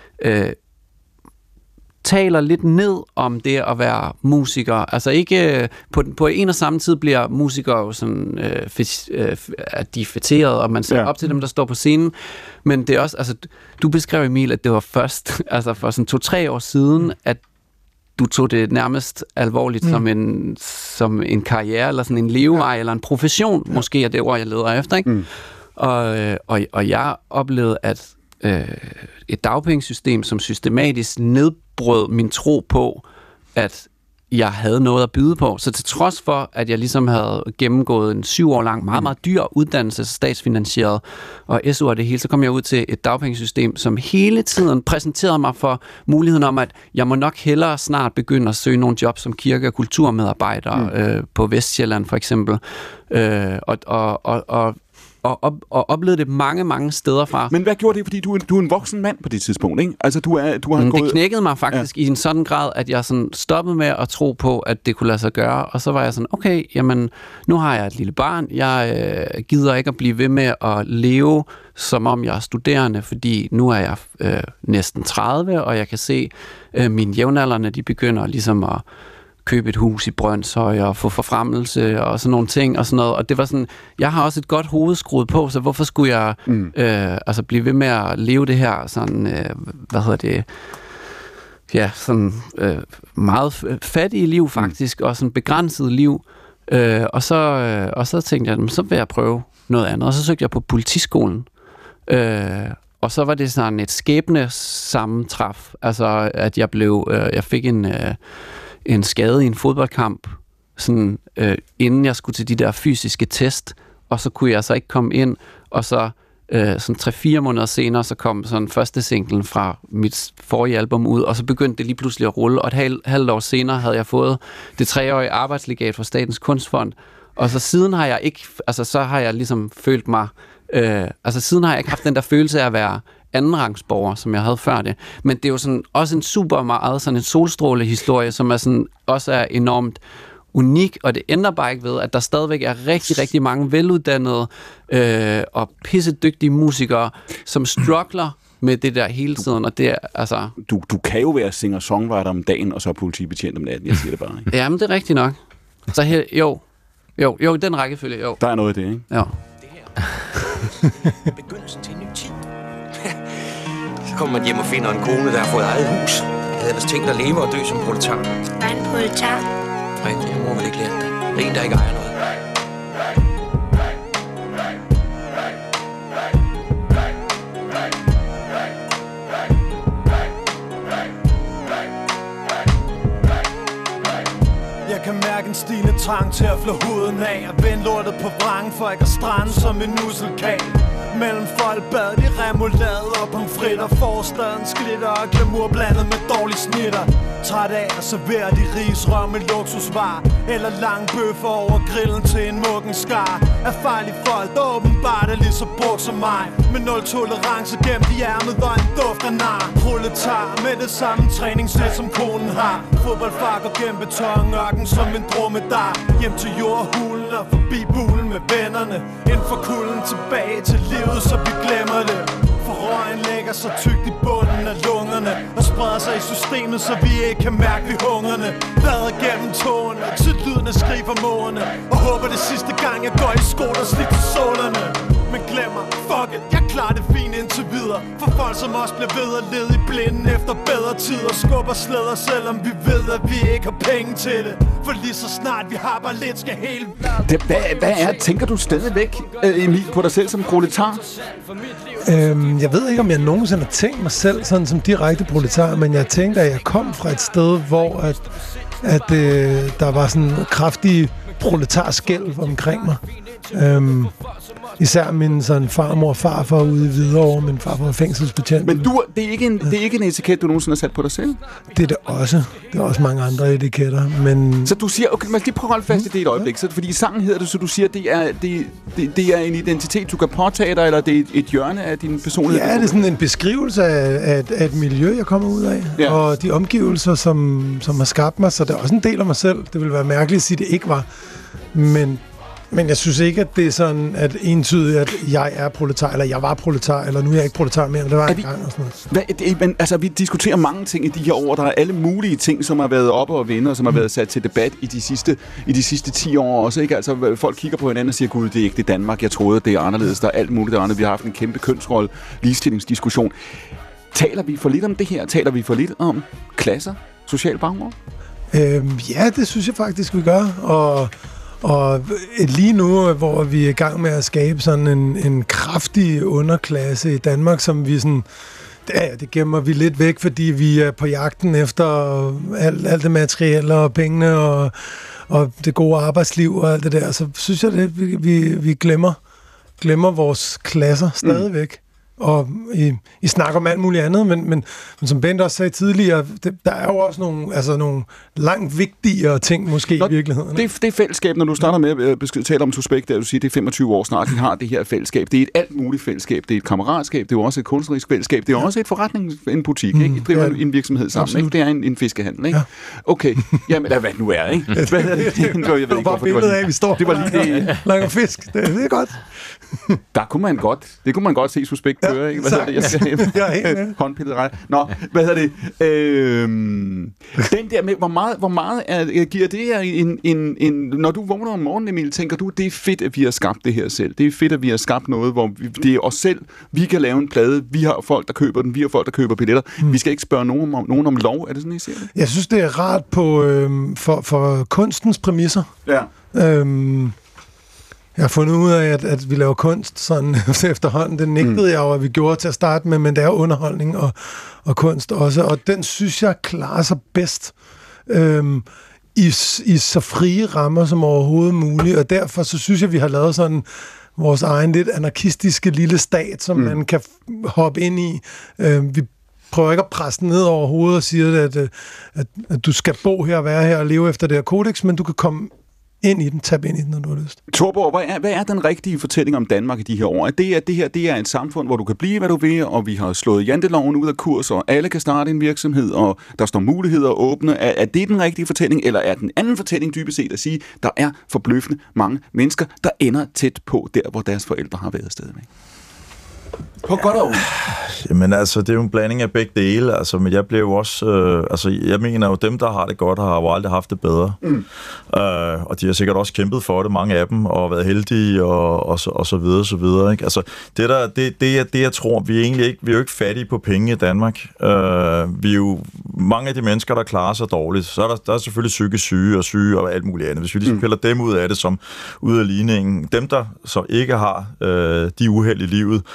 taler lidt ned om det at være musiker. Altså ikke på en og samme tid bliver musikere jo sådan de fætteret, og man ser op til dem, der står på scenen. Men det er også, altså du beskrev, Emil, at det var først, altså for sådan 2-3 år siden, at du tog det nærmest alvorligt som en karriere, eller sådan en levevej, eller en profession, måske er det ord, jeg leder efter, ikke? Og jeg oplevede, at et dagpengesystem, som systematisk nedbrød min tro på, at jeg havde noget at byde på. Så til trods for, at jeg ligesom havde gennemgået en 7 år lang, meget, meget dyr uddannelse, statsfinansieret, og SU og det hele, så kom jeg ud til et dagpengesystem, som hele tiden præsenterede mig for muligheden om, at jeg må nok hellere snart begynde at søge nogle jobs som kirke- og kulturmedarbejder på Vestsjælland for eksempel. Og oplevede det mange steder fra. Men hvad gjorde det? Fordi du er en voksen mand på det tidspunkt, ikke? Altså, du har gået... Det knækkede mig faktisk i en sådan grad, at jeg sådan stoppede med at tro på, at det kunne lade sig gøre. Og så var jeg sådan, okay, jamen, nu har jeg et lille barn. Jeg gider ikke at blive ved med at leve, som om jeg er studerende, fordi nu er jeg næsten 30, og jeg kan se mine jævnaldrende, de begynder ligesom at købe et hus i Brønshøj og få forfremmelse og sådan nogle ting og sådan noget. Og det var sådan, jeg har også et godt hoved skruet på, så hvorfor skulle jeg altså blive ved med at leve det her sådan, meget fattige liv faktisk, og sådan begrænset liv. Og så tænkte jeg, så vil jeg prøve noget andet. Og så søgte jeg på politiskolen. Og så var det sådan et skæbnesammentræf, altså at jeg fik en skade i en fodboldkamp, sådan, inden jeg skulle til de der fysiske test, og så kunne jeg så ikke komme ind, og så sådan 3-4 måneder senere, så kom sådan første singlen fra mit forrige album ud, og så begyndte det lige pludselig at rulle, og et halvt år senere havde jeg fået det 3-årige arbejdslegat fra Statens Kunstfond, og så siden har jeg ikke, altså så har jeg ligesom følt mig, siden har jeg ikke haft den der følelse af at være andenrangsborger, som jeg havde før det. Men det er jo sådan også en super meget sådan en solstrålehistorie, som er sådan, også er enormt unik, og det ændrer bare ikke ved, at der stadigvæk er rigtig mange veluddannede og pissedygtige musikere, som struggler med det der hele tiden, og det er altså... Du kan jo være singer-songwriter om dagen, og så politibetjent om natten, jeg siger det bare, ikke? Jamen, det er rigtigt nok. Så her, jo, den rækkefølge, jo. Der er noget af det, ikke? Ja. Begyndelsen til en ny tid. Så kommer man hjem og finder en kone, der har fået eget hus. Jeg havde ellers tænkt at leve og dø som proletar. Hvad er en proletar? Rigtigt, jeg må vel ikke lære det. Det er en, der ikke ejer noget. mærke en stigende trang til at flå huden af og vende lortet på vrangen for ikke at strande som en usselkag. Mellem folk bad de remoulade og pomfritter. Forstadens glitter og glamour blandet med dårlige snitter. Træt af at servere de risrøm med luksusvar eller lang bøffer over grillen til en muggen skar af farlige folk, der åbenbart er lige så brugt som mig. Med nul tolerance gemt i ærmet og en duft af nar. Proletar med det samme træningssæt som konen har. Fodboldfakker gennem betonørken som en dromedar. Hjem til jordhulen og forbi bulen med vennerne. Ind for kulden tilbage til livet, så vi glemmer det. For røgen lægger sig tykt i bunden af lungerne og spreder sig i systemet, så vi ikke kan mærke vi hungerne. Vader gennem tårene til lyden af skrig fra mågerne og håber det sidste gang jeg går i sko, der slidt til sålerne. Men glemmer, fuck it, jeg klarer det fint indtil videre. For folk som os bliver ved at lede i blinden efter bedre tider. Skubber slæder, selvom vi ved at vi ikke har penge til det. For lige så snart vi har bare lidt, skal hele Hvad tænker du stadigvæk, Emil, på dig selv som proletar? Jeg ved ikke, om jeg nogensinde har tænkt mig selv sådan som direkte proletar, men jeg tænkte, at jeg kom fra et sted, hvor der var sådan kraftige proletarskælv omkring mig. Især min sådan farmor og farfar ude i Hvidovre, min farfar var fængselsbetjent. Men det er ikke en etiket, du nogensinde har sat på dig selv? Det er det også. Det er også mange andre etiketter, men... Så du siger, okay, man skal lige prøve at holde fast i det et øjeblik, så, fordi i sangen hedder det, så du siger, det er en identitet, du kan påtage dig, eller det er et hjørne af din personlighed? Ja, det er sådan en beskrivelse af et miljø, jeg kommer ud af, ja. Og de omgivelser, som har skabt mig, så det er også en del af mig selv. Det ville være mærkeligt at sige, at det ikke var. Men jeg synes ikke, at det er sådan, at entydigt, at jeg er proletar, eller jeg var proletar, eller nu er jeg ikke proletar mere, men det var en gang og sådan noget. Altså, vi diskuterer mange ting i de her år. Der er alle mulige ting, som har været oppe og vinde, og som har været sat til debat i de sidste 10 år også, ikke? Altså, folk kigger på hinanden og siger, gud, det er ikke det Danmark, jeg troede, det er anderledes. Der er alt muligt andet. Vi har haft en kæmpe kønsrolle, ligestillingsdiskussion. Taler vi for lidt om det her? Taler vi for lidt om klasser, social baggrund? Ja, det synes jeg faktisk, vi gør, og lige nu, hvor vi er i gang med at skabe sådan en kraftig underklasse i Danmark, som vi sådan... det gemmer vi lidt væk, fordi vi er på jagten efter alt det materielle og pengene og det gode arbejdsliv og alt det der. Så synes jeg, at vi glemmer vores klasser stadigvæk. Og I snakker om alt muligt andet, men som Bent også sagde tidligere, der er jo også nogle langt vigtigere ting måske i virkeligheden. Det er fællesskab, når du starter med at tale om Suspekt, der du siger, det er 25 år snart, vi har det her fællesskab. Det er et alt muligt fællesskab. Det er et kammeratskab, det er også et kunstnerisk fællesskab, det er også et forretning, en butik, ikke? I driver en virksomhed sammen, ikke? Det er en fiskehandel, ikke? Ja. Okay, jamen hvad det nu er, ikke? Hvad er det? Jeg ved ikke, hvorfor det var lige. Vi står. Det var lige det. Langer fisk, det er godt. Det kunne man godt se Suspekt køre, ikke? Hvad hedder det? Jeg skal håndpillet ret. Nå, hvad hedder det? Den der med, hvor meget giver det her en når du vågner om morgenen, Emil, tænker du, det er fedt, at vi har skabt det her selv. Det er fedt, at vi har skabt noget, hvor det er os selv. Vi kan lave en plade. Vi har folk, der køber den. Vi har folk, der køber billetter. Vi skal ikke spørge nogen om lov. Er det sådan, I ser det? Jeg synes, det er rart for kunstens præmisser. Ja. Jeg har fundet ud af, at vi laver kunst sådan efterhånden. Det nægtede jeg jo, at vi gjorde til at starte med, men det er underholdning og kunst også. Og den synes jeg klarer sig bedst i så frie rammer som overhovedet muligt. Og derfor så synes jeg, vi har lavet sådan vores egen lidt anarkistiske lille stat, som man kan hoppe ind i. Vi prøver ikke at presse ned over hovedet og sige, at du skal bo her og være her og leve efter det her kodex, men du kan komme ind i den, tab ind i den, når du har lyst. Torborg, hvad er den rigtige fortælling om Danmark i de her år? Det er et samfund, hvor du kan blive, hvad du vil, og vi har slået janteloven ud af kurs, og alle kan starte en virksomhed, og der står muligheder at åbne. Er det den rigtige fortælling, eller er den anden fortælling dybest set at sige, der er forbløffende mange mennesker, der ender tæt på der, hvor deres forældre har været stadigvæk? På godt og ondt. Jamen altså, det er jo en blanding af begge dele, altså, men jeg blev jo også, jeg mener jo, dem, der har det godt, har jo aldrig haft det bedre. Og de har sikkert også kæmpet for det, mange af dem, og været heldige, og så videre, så videre, ikke? Altså, det jeg tror, vi er jo ikke fattige på penge i Danmark. Vi er jo mange af de mennesker, der klarer sig dårligt, så er der er selvfølgelig psykisk syge og alt muligt andet. Hvis vi ligesom piller dem ud af det, som ud af ligningen, dem, der så ikke har de uheld i livet,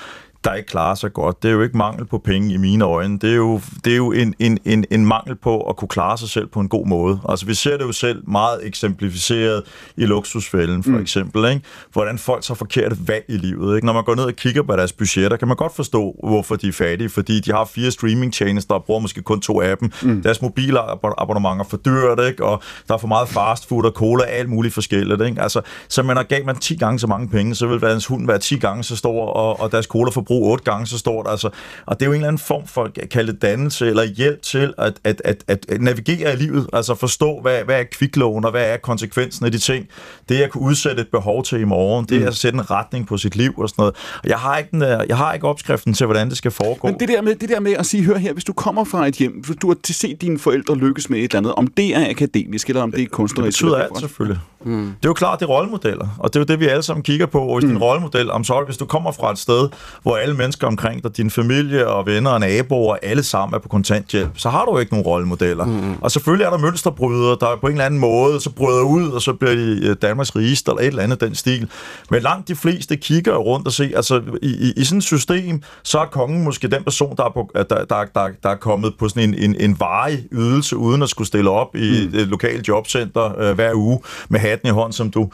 der ikke klarer sig godt. Det er jo ikke mangel på penge i mine øjne. Det er jo en mangel på at kunne klare sig selv på en god måde. Altså, vi ser det jo selv meget eksemplificeret i Luksusfælden, for eksempel, ikke? Hvordan folk så forkerte valg i livet, ikke? Når man går ned og kigger på deres budgetter, kan man godt forstå, hvorfor de er fattige, fordi de har 4 streamingtjenester og bruger måske kun 2 af dem. Deres mobilabonnementer er for dyrt, ikke? Og der er for meget fastfood og cola og alt muligt forskelligt, ikke? Altså, så gav man 10 gange så mange penge, så vil deres hund være 10 gange så stor, og deres colaforbrug 8 gange så stort. Altså, og det er jo en eller anden form for kaldet dannelse eller hjælp til at navigere i livet, altså forstå, hvad er kviklån, og hvad er konsekvensen af de ting. Det er at kunne udsætte et behov til i morgen, det er at sætte en retning på sit liv og sådan noget. Og jeg har ikke opskriften til, hvordan det skal foregå. Men det der med at sige, hør her, hvis du kommer fra et hjem, hvis du har set dine forældre lykkes med et eller andet, om det er akademisk, eller om det er kunstnerisk. Det betyder alt, selvfølgelig. Det er jo klart, det er rollemodeller, og det er jo det, vi alle sammen kigger på. Og hvis din rollemodel, hvis du kommer fra et sted, hvor alle mennesker omkring dig, din familie og venner og naboer, alle sammen er på kontanthjælp, så har du ikke nogen rollemodeller. Og selvfølgelig er der mønsterbrydere, der på en eller anden måde så bryder ud, og så bliver de Danmarks rigeste, eller et eller andet den stil. Men langt de fleste kigger rundt og ser, altså i sådan et system, så er kongen måske den person, der er kommet på sådan en varig ydelse, uden at skulle stille op i et lokalt jobcenter hver uge, med hatten i hånd, som du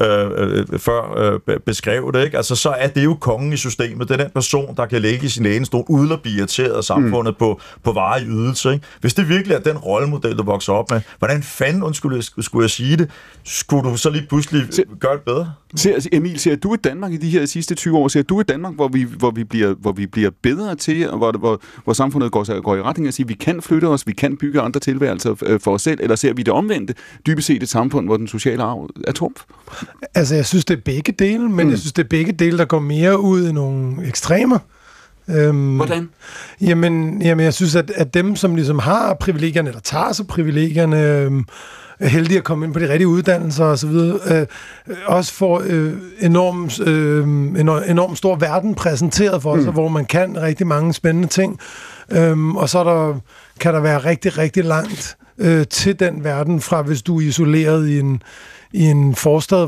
før beskrev det, ikke? Altså, så er det jo kongen i systemet. Det er den person, der kan ligge i sin lænestol, uden at blive irriteret af samfundet på varig ydelse, ikke? Hvis det virkelig er den rollemodel, du vokser op med, hvordan fanden, skulle jeg sige det, skulle du så lige pludselig gøre det bedre? Emil, ser du et Danmark i de her sidste 20 år, ser du et Danmark, hvor vi bliver bedre til, og hvor samfundet går i retning af at sige, vi kan flytte os, vi kan bygge andre tilværelser for os selv, eller ser vi det omvendte, dybest set et samfund, hvor den sociale arv er trumf? Altså, jeg synes, det er begge dele, men jeg synes, det er begge dele, der går mere ud i nogle ekstremer. Hvordan? Jamen, jeg synes, at dem, som ligesom har privilegierne, eller tager sig privilegierne, er heldige at komme ind på de rigtige uddannelser og så videre, også får enormt stor verden præsenteret for os, hvor man kan rigtig mange spændende ting. Og så kan der være rigtig, rigtig langt til den verden, fra hvis du er isoleret i en forstad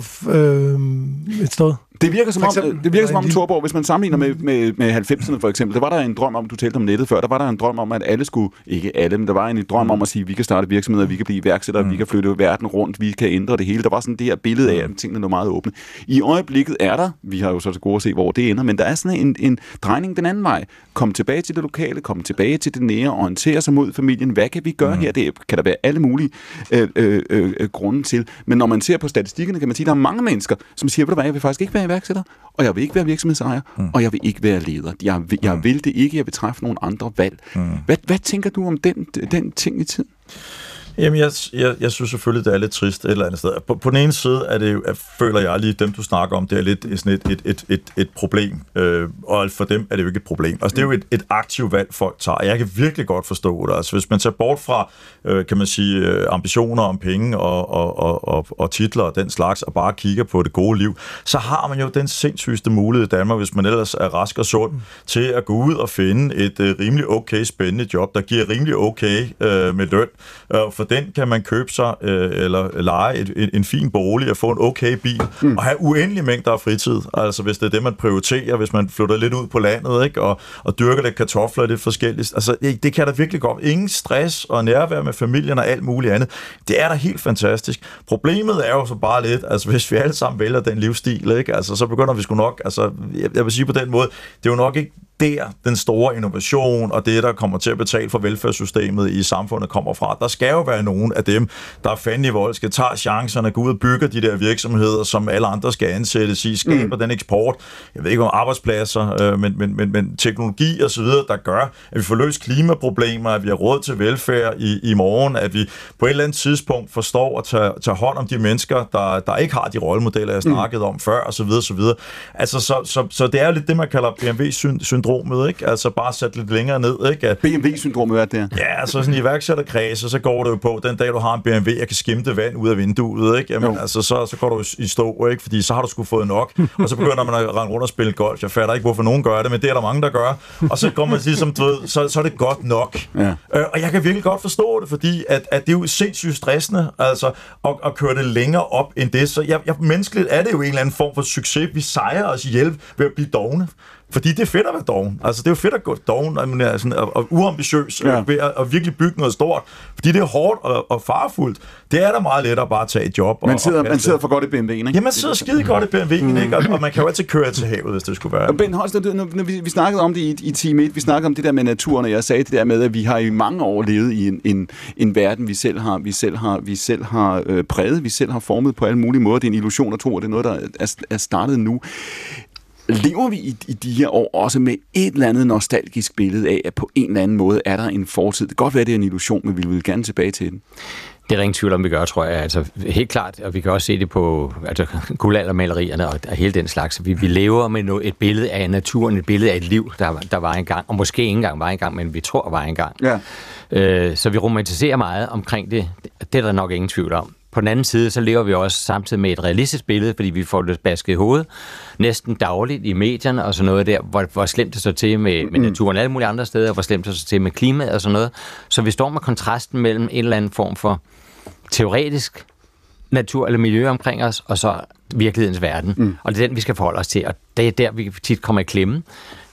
et sted. Det virker som om Thorborg, hvis man sammenligner med 90'erne for eksempel, der var der en drøm om, du talte om nettet før, der var der en drøm om, at alle skulle, ikke alle, men der var en drøm om at sige, at vi kan starte virksomheder, vi kan blive iværksættere, vi kan flytte verden rundt, vi kan ændre det hele. Der var sådan det her billede af, at tingene er meget åbne. I øjeblikket er der, vi har jo så til gode at se, hvor det ender, men der er sådan en drejning den anden vej. Kom tilbage til det lokale, kom tilbage til det nære, orientere sig mod familien. Hvad kan vi gøre her? Det kan der være alle mulige grunde til. Men når man ser på statistikkerne, kan man sige, at der er mange mennesker, som siger, ved du hvad, jeg vil faktisk ikke være iværksætter, og jeg vil ikke være virksomhedsejer, og jeg vil ikke være leder. Jeg vil det ikke, jeg vil træffe nogle andre valg. Hvad tænker du om den ting i tiden? Jamen, jeg synes selvfølgelig, det er lidt trist et eller andet sted. På den ene side er det jo, føler jeg lige, dem du snakker om, det er lidt sådan et problem. Og for dem er det jo ikke et problem. Altså, det er jo et aktivt valg, folk tager. Jeg kan virkelig godt forstå det. Altså, hvis man tager bort fra, kan man sige, ambitioner om penge og titler og den slags, og bare kigger på det gode liv, så har man jo den sindssygste mulighed i Danmark, hvis man ellers er rask og sund, til at gå ud og finde et rimelig okay spændende job, der giver rimelig okay med løn. For den kan man købe sig eller leje en fin bolig og få en okay bil og have uendelige mængder af fritid. Altså hvis det er det, man prioriterer, hvis man flytter lidt ud på landet, ikke, og dyrker lidt kartofler og lidt forskelligt. Altså det kan da virkelig godt. Ingen stress og nærvær med familien og alt muligt andet. Det er da helt fantastisk. Problemet er jo så bare lidt, altså hvis vi alle sammen vælger den livsstil, ikke, altså så begynder vi sgu nok, altså jeg vil sige på den måde, det er jo nok ikke der den store innovation og det, der kommer til at betale for velfærdssystemet i samfundet, kommer fra. Der skal jo være nogen af dem, der er fandme i vold, skal tage chancerne, gå ud og bygge de der virksomheder, som alle andre skal ansættes i, skaber den eksport, jeg ved ikke om arbejdspladser, men teknologi og så videre, der gør, at vi får løst klimaproblemer, at vi har råd til velfærd i morgen, at vi på et eller andet tidspunkt forstår at tage hånd om de mennesker, der ikke har de rollemodeller, jeg snakkede om før, og så videre, så videre. Altså, så det er jo lidt det, man kalder BMW-syndromet, ikke? Altså bare sætte lidt længere ned, ikke? BMW-syndromet, hvad er det? Ja, altså sådan i iværksætterkredse, så går det jo på, den dag du har en BMW, jeg kan skimte vand ud af vinduet, ikke? Jamen, altså så går du i stå, ikke? Fordi så har du sgu fået nok, og så begynder man at rende rundt og spille golf. Jeg fatter ikke, hvorfor nogen gør det, men det er der mange, der gør. Og så går man ligesom, du ved, så er det godt nok. Ja. Og jeg kan virkelig godt forstå det, fordi at det er jo sindssygt stressende, altså at køre det længere op end det. Så menneskeligt er det jo en eller anden form for succes. Vi sejrer os ihjel ved at blive dogne. Fordi det er fedt at være doven. Altså, det er jo fedt at gå doven og uambitiøs ved at virkelig bygge noget stort. Fordi det er hårdt og farefuldt. Det er da meget lettere at bare tage et job. Man sidder for godt i BMW'en, ikke? Ja, man sidder skide godt i BMW'en, ikke? Og man kan jo altid køre til havet, hvis det skulle være. Og Ben Holst, når vi snakkede om det i time 1, vi snakkede om det der med naturen, og jeg sagde det der med, at vi har i mange år levet i en verden, vi selv har præget, vi selv har formet på alle mulige måder. Det er en illusion at tro, og det er noget, der er startet nu. Lever vi i de her år også med et eller andet nostalgisk billede af, at på en eller anden måde er der en fortid? Det kan godt være, det er en illusion, men vi vil gerne tilbage til den. Det er der ingen tvivl om, vi gør, tror jeg. Altså, helt klart, og vi kan også se det på guldaldermalerierne og hele den slags. Vi lever med et billede af naturen, et billede af et liv, der var engang, og måske ikke engang var engang, men vi tror var engang. Ja. Så vi romantiserer meget omkring det. Det er der nok ingen tvivl om. På den anden side, så lever vi også samtidig med et realistisk billede, fordi vi får det basket i hovedet næsten dagligt i medierne og sådan noget der, hvor slemt det så til med naturen alle mulige andre steder, hvor slemt det så til med klimaet og sådan noget. Så vi står med kontrasten mellem en eller anden form for teoretisk natur eller miljø omkring os, og så virkelighedens verden. Og det er den, vi skal forholde os til, og det er der, vi tit kommer i klemme.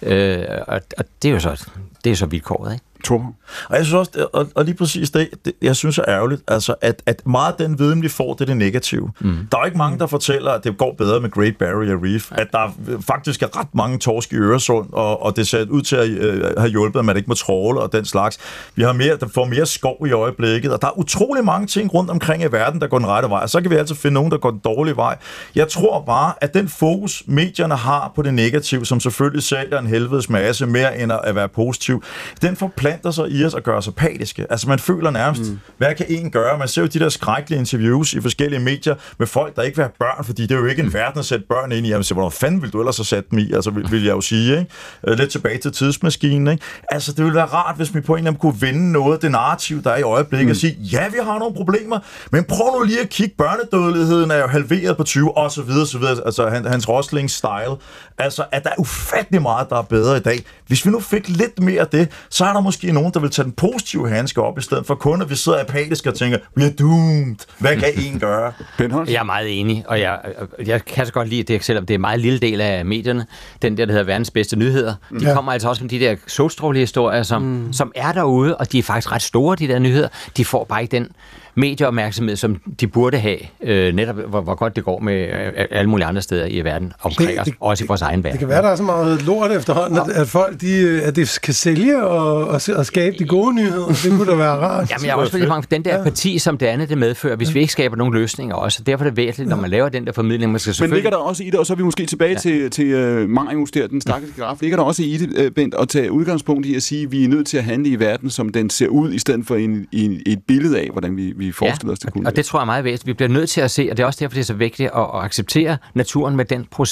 Og det er jo så vilkåret, ikke? Og jeg synes også, og lige præcis det, jeg synes er ærgerligt, altså at meget af den viden, vi får, det er det negative. Der er ikke mange, der fortæller, at det går bedre med Great Barrier Reef, at der faktisk er ret mange torsk i Øresund, og det ser ud til at have hjulpet, at man ikke må trawle og den slags. Vi har der får mere skov i øjeblikket, og der er utrolig mange ting rundt omkring i verden, der går den rette vej, og så kan vi altid finde nogen, der går den dårlige vej. Jeg tror bare, at den fokus, medierne har på det negative, som selvfølgelig sælger en helvedes masse mere end at være positiv, den forplanter sig i os og gør os apatiske. Altså man føler nærmest, hvad kan en gøre? Man ser jo de der skrækkelige interviews i forskellige medier med folk, der ikke vil have børn, fordi det er jo ikke en verden at sætte børn ind i. Jamen, så hvornår fanden vil du ellers have sat dem i? Altså vil jeg jo sige, ikke? Lidt tilbage til tidsmaskinen, ikke? Altså det ville være rart, hvis vi på en eller anden kunne vinde noget af det narrativ, der er i øjeblikket, og sige, ja, vi har nogle problemer, men prøv nu lige at kigge, børnedødeligheden er jo halveret på 20, og så videre, så videre. Altså Hans Roslings style. Altså, at der er ufattelig meget, der er bedre i dag. Hvis vi nu fik lidt mere af det, så er der måske nogen, der vil tage den positive handske op, i stedet for kun, at vi sidder apatisk og tænker, vi er doomed. Hvad kan en gøre? Jeg er meget enig, og jeg kan så godt lide det, selvom det er en meget lille del af medierne, den der hedder verdens bedste nyheder. De kommer altså også med de der solstrålehistorier, som er derude, og de er faktisk ret store, de der nyheder. De får bare ikke den medieopmærksomhed, som de burde have, netop hvor godt det går med alle mulige andre steder i verden omkring os, også i vores egen verden. Det kan være, der er så meget lort efterhånden, at folk at det kan sælge og skabe de gode nyheder. Det kunne da være rart. Jamen, jeg er også fordi mange den der parti, som det andet det medfører, hvis vi ikke skaber nogle løsninger også. Derfor er det væsentligt, når man laver den der formidling, man skal selvfølgelig... Men ligger der også i det, og så er vi måske tilbage til Marius der, den stakkels giraf, ligger der også i det, Bent, at tage udgangspunkt i at sige, at vi er nødt til at handle i verden, som den ser ud, i stedet for et billede af, hvordan vi forestiller os det kunne. Og det tror jeg er meget væsentligt. Vi bliver nødt til at se, og det er også derfor, det er så vigtigt at acceptere naturen med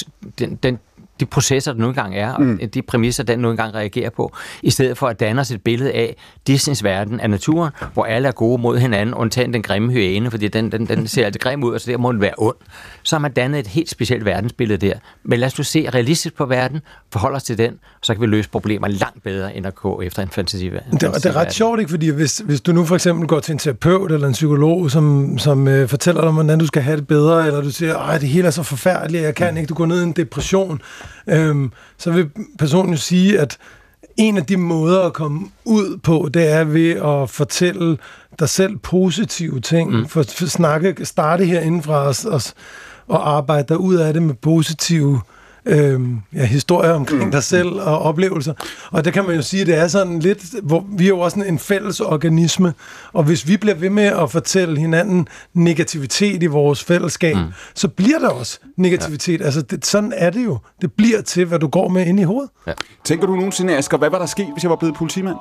de processer, der nu engang er, og de præmisser, den nu engang reagerer på, i stedet for at danne os et billede af Disneys verden af naturen, hvor alle er gode mod hinanden, undtagen den grimme hyæne, fordi den ser altid grim ud, og så der må den være ond. Så har man dannet et helt specielt verdensbillede der. Men lad os nu se realistisk på verden, forholde os til den, så kan vi løse problemer langt bedre, end at gå efter en fantasiverden. Det er ret sjovt, ikke? Fordi hvis du nu for eksempel går til en terapeut eller en psykolog, som fortæller dig, hvordan du skal have det bedre, eller du siger, det hele er så forfærdeligt, jeg kan ikke, du går ned i en depression, så vil personen jo sige, at en af de måder at komme ud på, det er ved at fortælle dig selv positive ting, starte herinde fra os og arbejde dig ud af det med positive historier omkring dig selv og oplevelser. Og der kan man jo sige, at det er sådan lidt, hvor vi er jo også en fælles organisme, og hvis vi bliver ved med at fortælle hinanden negativitet i vores fællesskab, så bliver der også negativitet. Altså, sådan er det jo. Det bliver til, hvad du går med ind i hovedet. Ja. Tænker du nogensinde, Asger, hvad var der sket, hvis jeg var blevet politimand?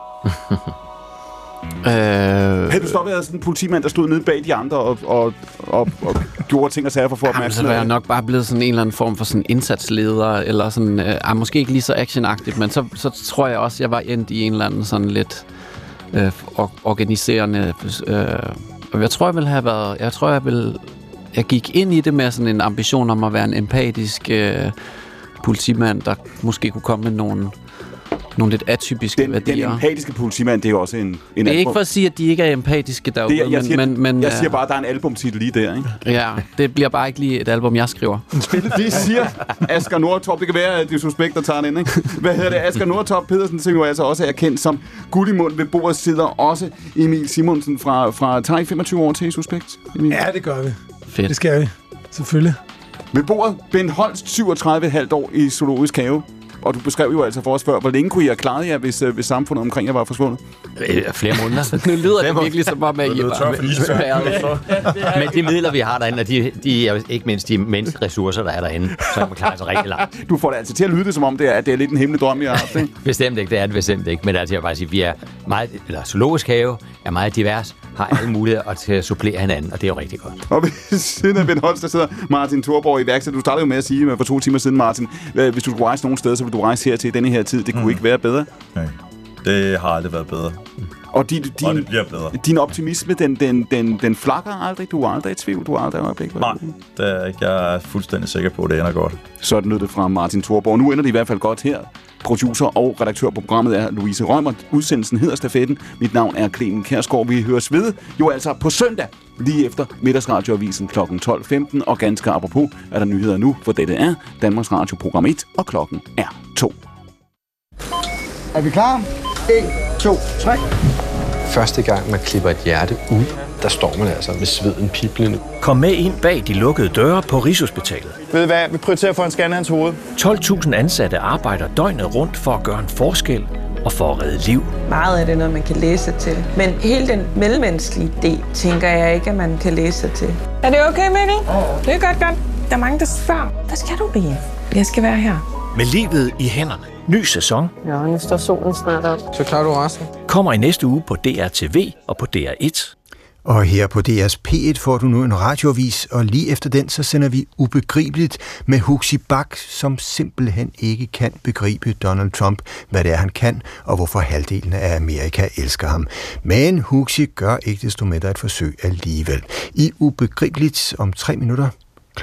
Havde du stoppet sådan en politimand, der stod nede bag de andre og gjorde ting og sager for opmærksomhed? Så var jeg nok bare blevet sådan en eller anden form for sådan indsatsleder, eller sådan, måske ikke lige så actionagtigt, men så tror jeg også, jeg var endt i en eller anden sådan lidt organiserende... jeg tror, jeg gik ind i det med sådan en ambition om at være en empatisk politimand, der måske kunne komme med nogle nogle lidt atypiske værdier. Den empatiske politimand, det er jo også en det er album. ikke for at sige, at de ikke er empatiske derude, jeg siger bare, at der er en albumtitel lige der, ikke? Ja, det bliver bare ikke lige et album, jeg skriver. Det siger Asger Nordtorp. Det kan være, at det er suspekt, der tager den ind, ikke? Hvad hedder det? Asger Nordtorp Pedersen, som jo altså også er kendt som guld i mund. Ved bordet sidder også Emil Simonsen fra tager I 25 år til suspekt? Emil? Ja, det gør vi. Fedt. Det skal vi. Selvfølgelig. Ved bordet, Bent Holst, 37,5 år i Zoologisk Have. Og du beskrev jo altså for os før, hvor længe kunne I have klaret jer, hvis samfundet omkring jer var forsvundet? Flere måneder. Nu lyder det virkelig som om, at I var Men de midler, vi har derinde, og de er jo ikke mindst de menneskelige ressourcer, der er derinde, så man klarer sig rigtig langt. Du får det altså til at lyde det, som om det er lidt en hemmelig drøm, jeg har haft, ikke? Bestemt ikke, det er det bestemt ikke. Men altså, jeg vil bare sige, vi er meget, eller Zoologisk Have er meget divers, har alle muligheder til at supplere hinanden, og det er jo rigtig godt. Og ved siden af Bent Holst, der sidder Martin Thorborg, iværksætter. Du startede jo med at sige for 2 timer siden, Martin, hvis du skulle rejse nogen steder, så ville du rejse her til denne her tid. Det kunne ikke være bedre. Nej, det har aldrig været bedre. Og det bliver bedre. Din optimisme, den flakker aldrig. Du er aldrig i tvivl. Du er aldrig i øjeblik. Nej, det er ikke. Jeg er fuldstændig sikker på, at det ender godt. Sådan lød det fra Martin Thorborg. Nu ender det i hvert fald godt her. Producer og redaktør på programmet er Louise Rømer. Udsendelsen hedder Stafetten. Mit navn er Clemen Kjærsgaard. Vi høres ved jo altså på søndag, lige efter Middagsradioavisen kl. 12.15. Og ganske apropos er der nyheder nu, for dette er Danmarks Radio program 1, og klokken er 2. Er vi klar? 1, 2, 3. Første gang man klipper et hjerte ud, der står man altså med sveden piblende. Kom med ind bag de lukkede døre på Rigshospitalet. Ved du hvad? Vi prioriterer for en scanner hans hoved. 12.000 ansatte arbejder døgnet rundt for at gøre en forskel og for at redde liv. Meget af det noget, man kan læse sig til. Men hele den mellemmenneskelige del, tænker jeg ikke, at man kan læse sig til. Er det okay, Mikkel? Det er godt. Der er mange, der spørger. Hvad skal du blive? Jeg skal være her. Med livet i hænderne. Ny sæson. Ja, nu står solen snart op. Så klarer du resten. Kommer i næste uge på DRTV og på DR1. Og her på DR's P1 får du nu en radioavis, og lige efter den, så sender vi Ubegribeligt med Huxi Bach, som simpelthen ikke kan begribe Donald Trump, hvad det er, han kan, og hvorfor halvdelen af Amerika elsker ham. Men Huxi gør ikke desto mindre et forsøg alligevel. I Ubegribeligt om 3 minutter,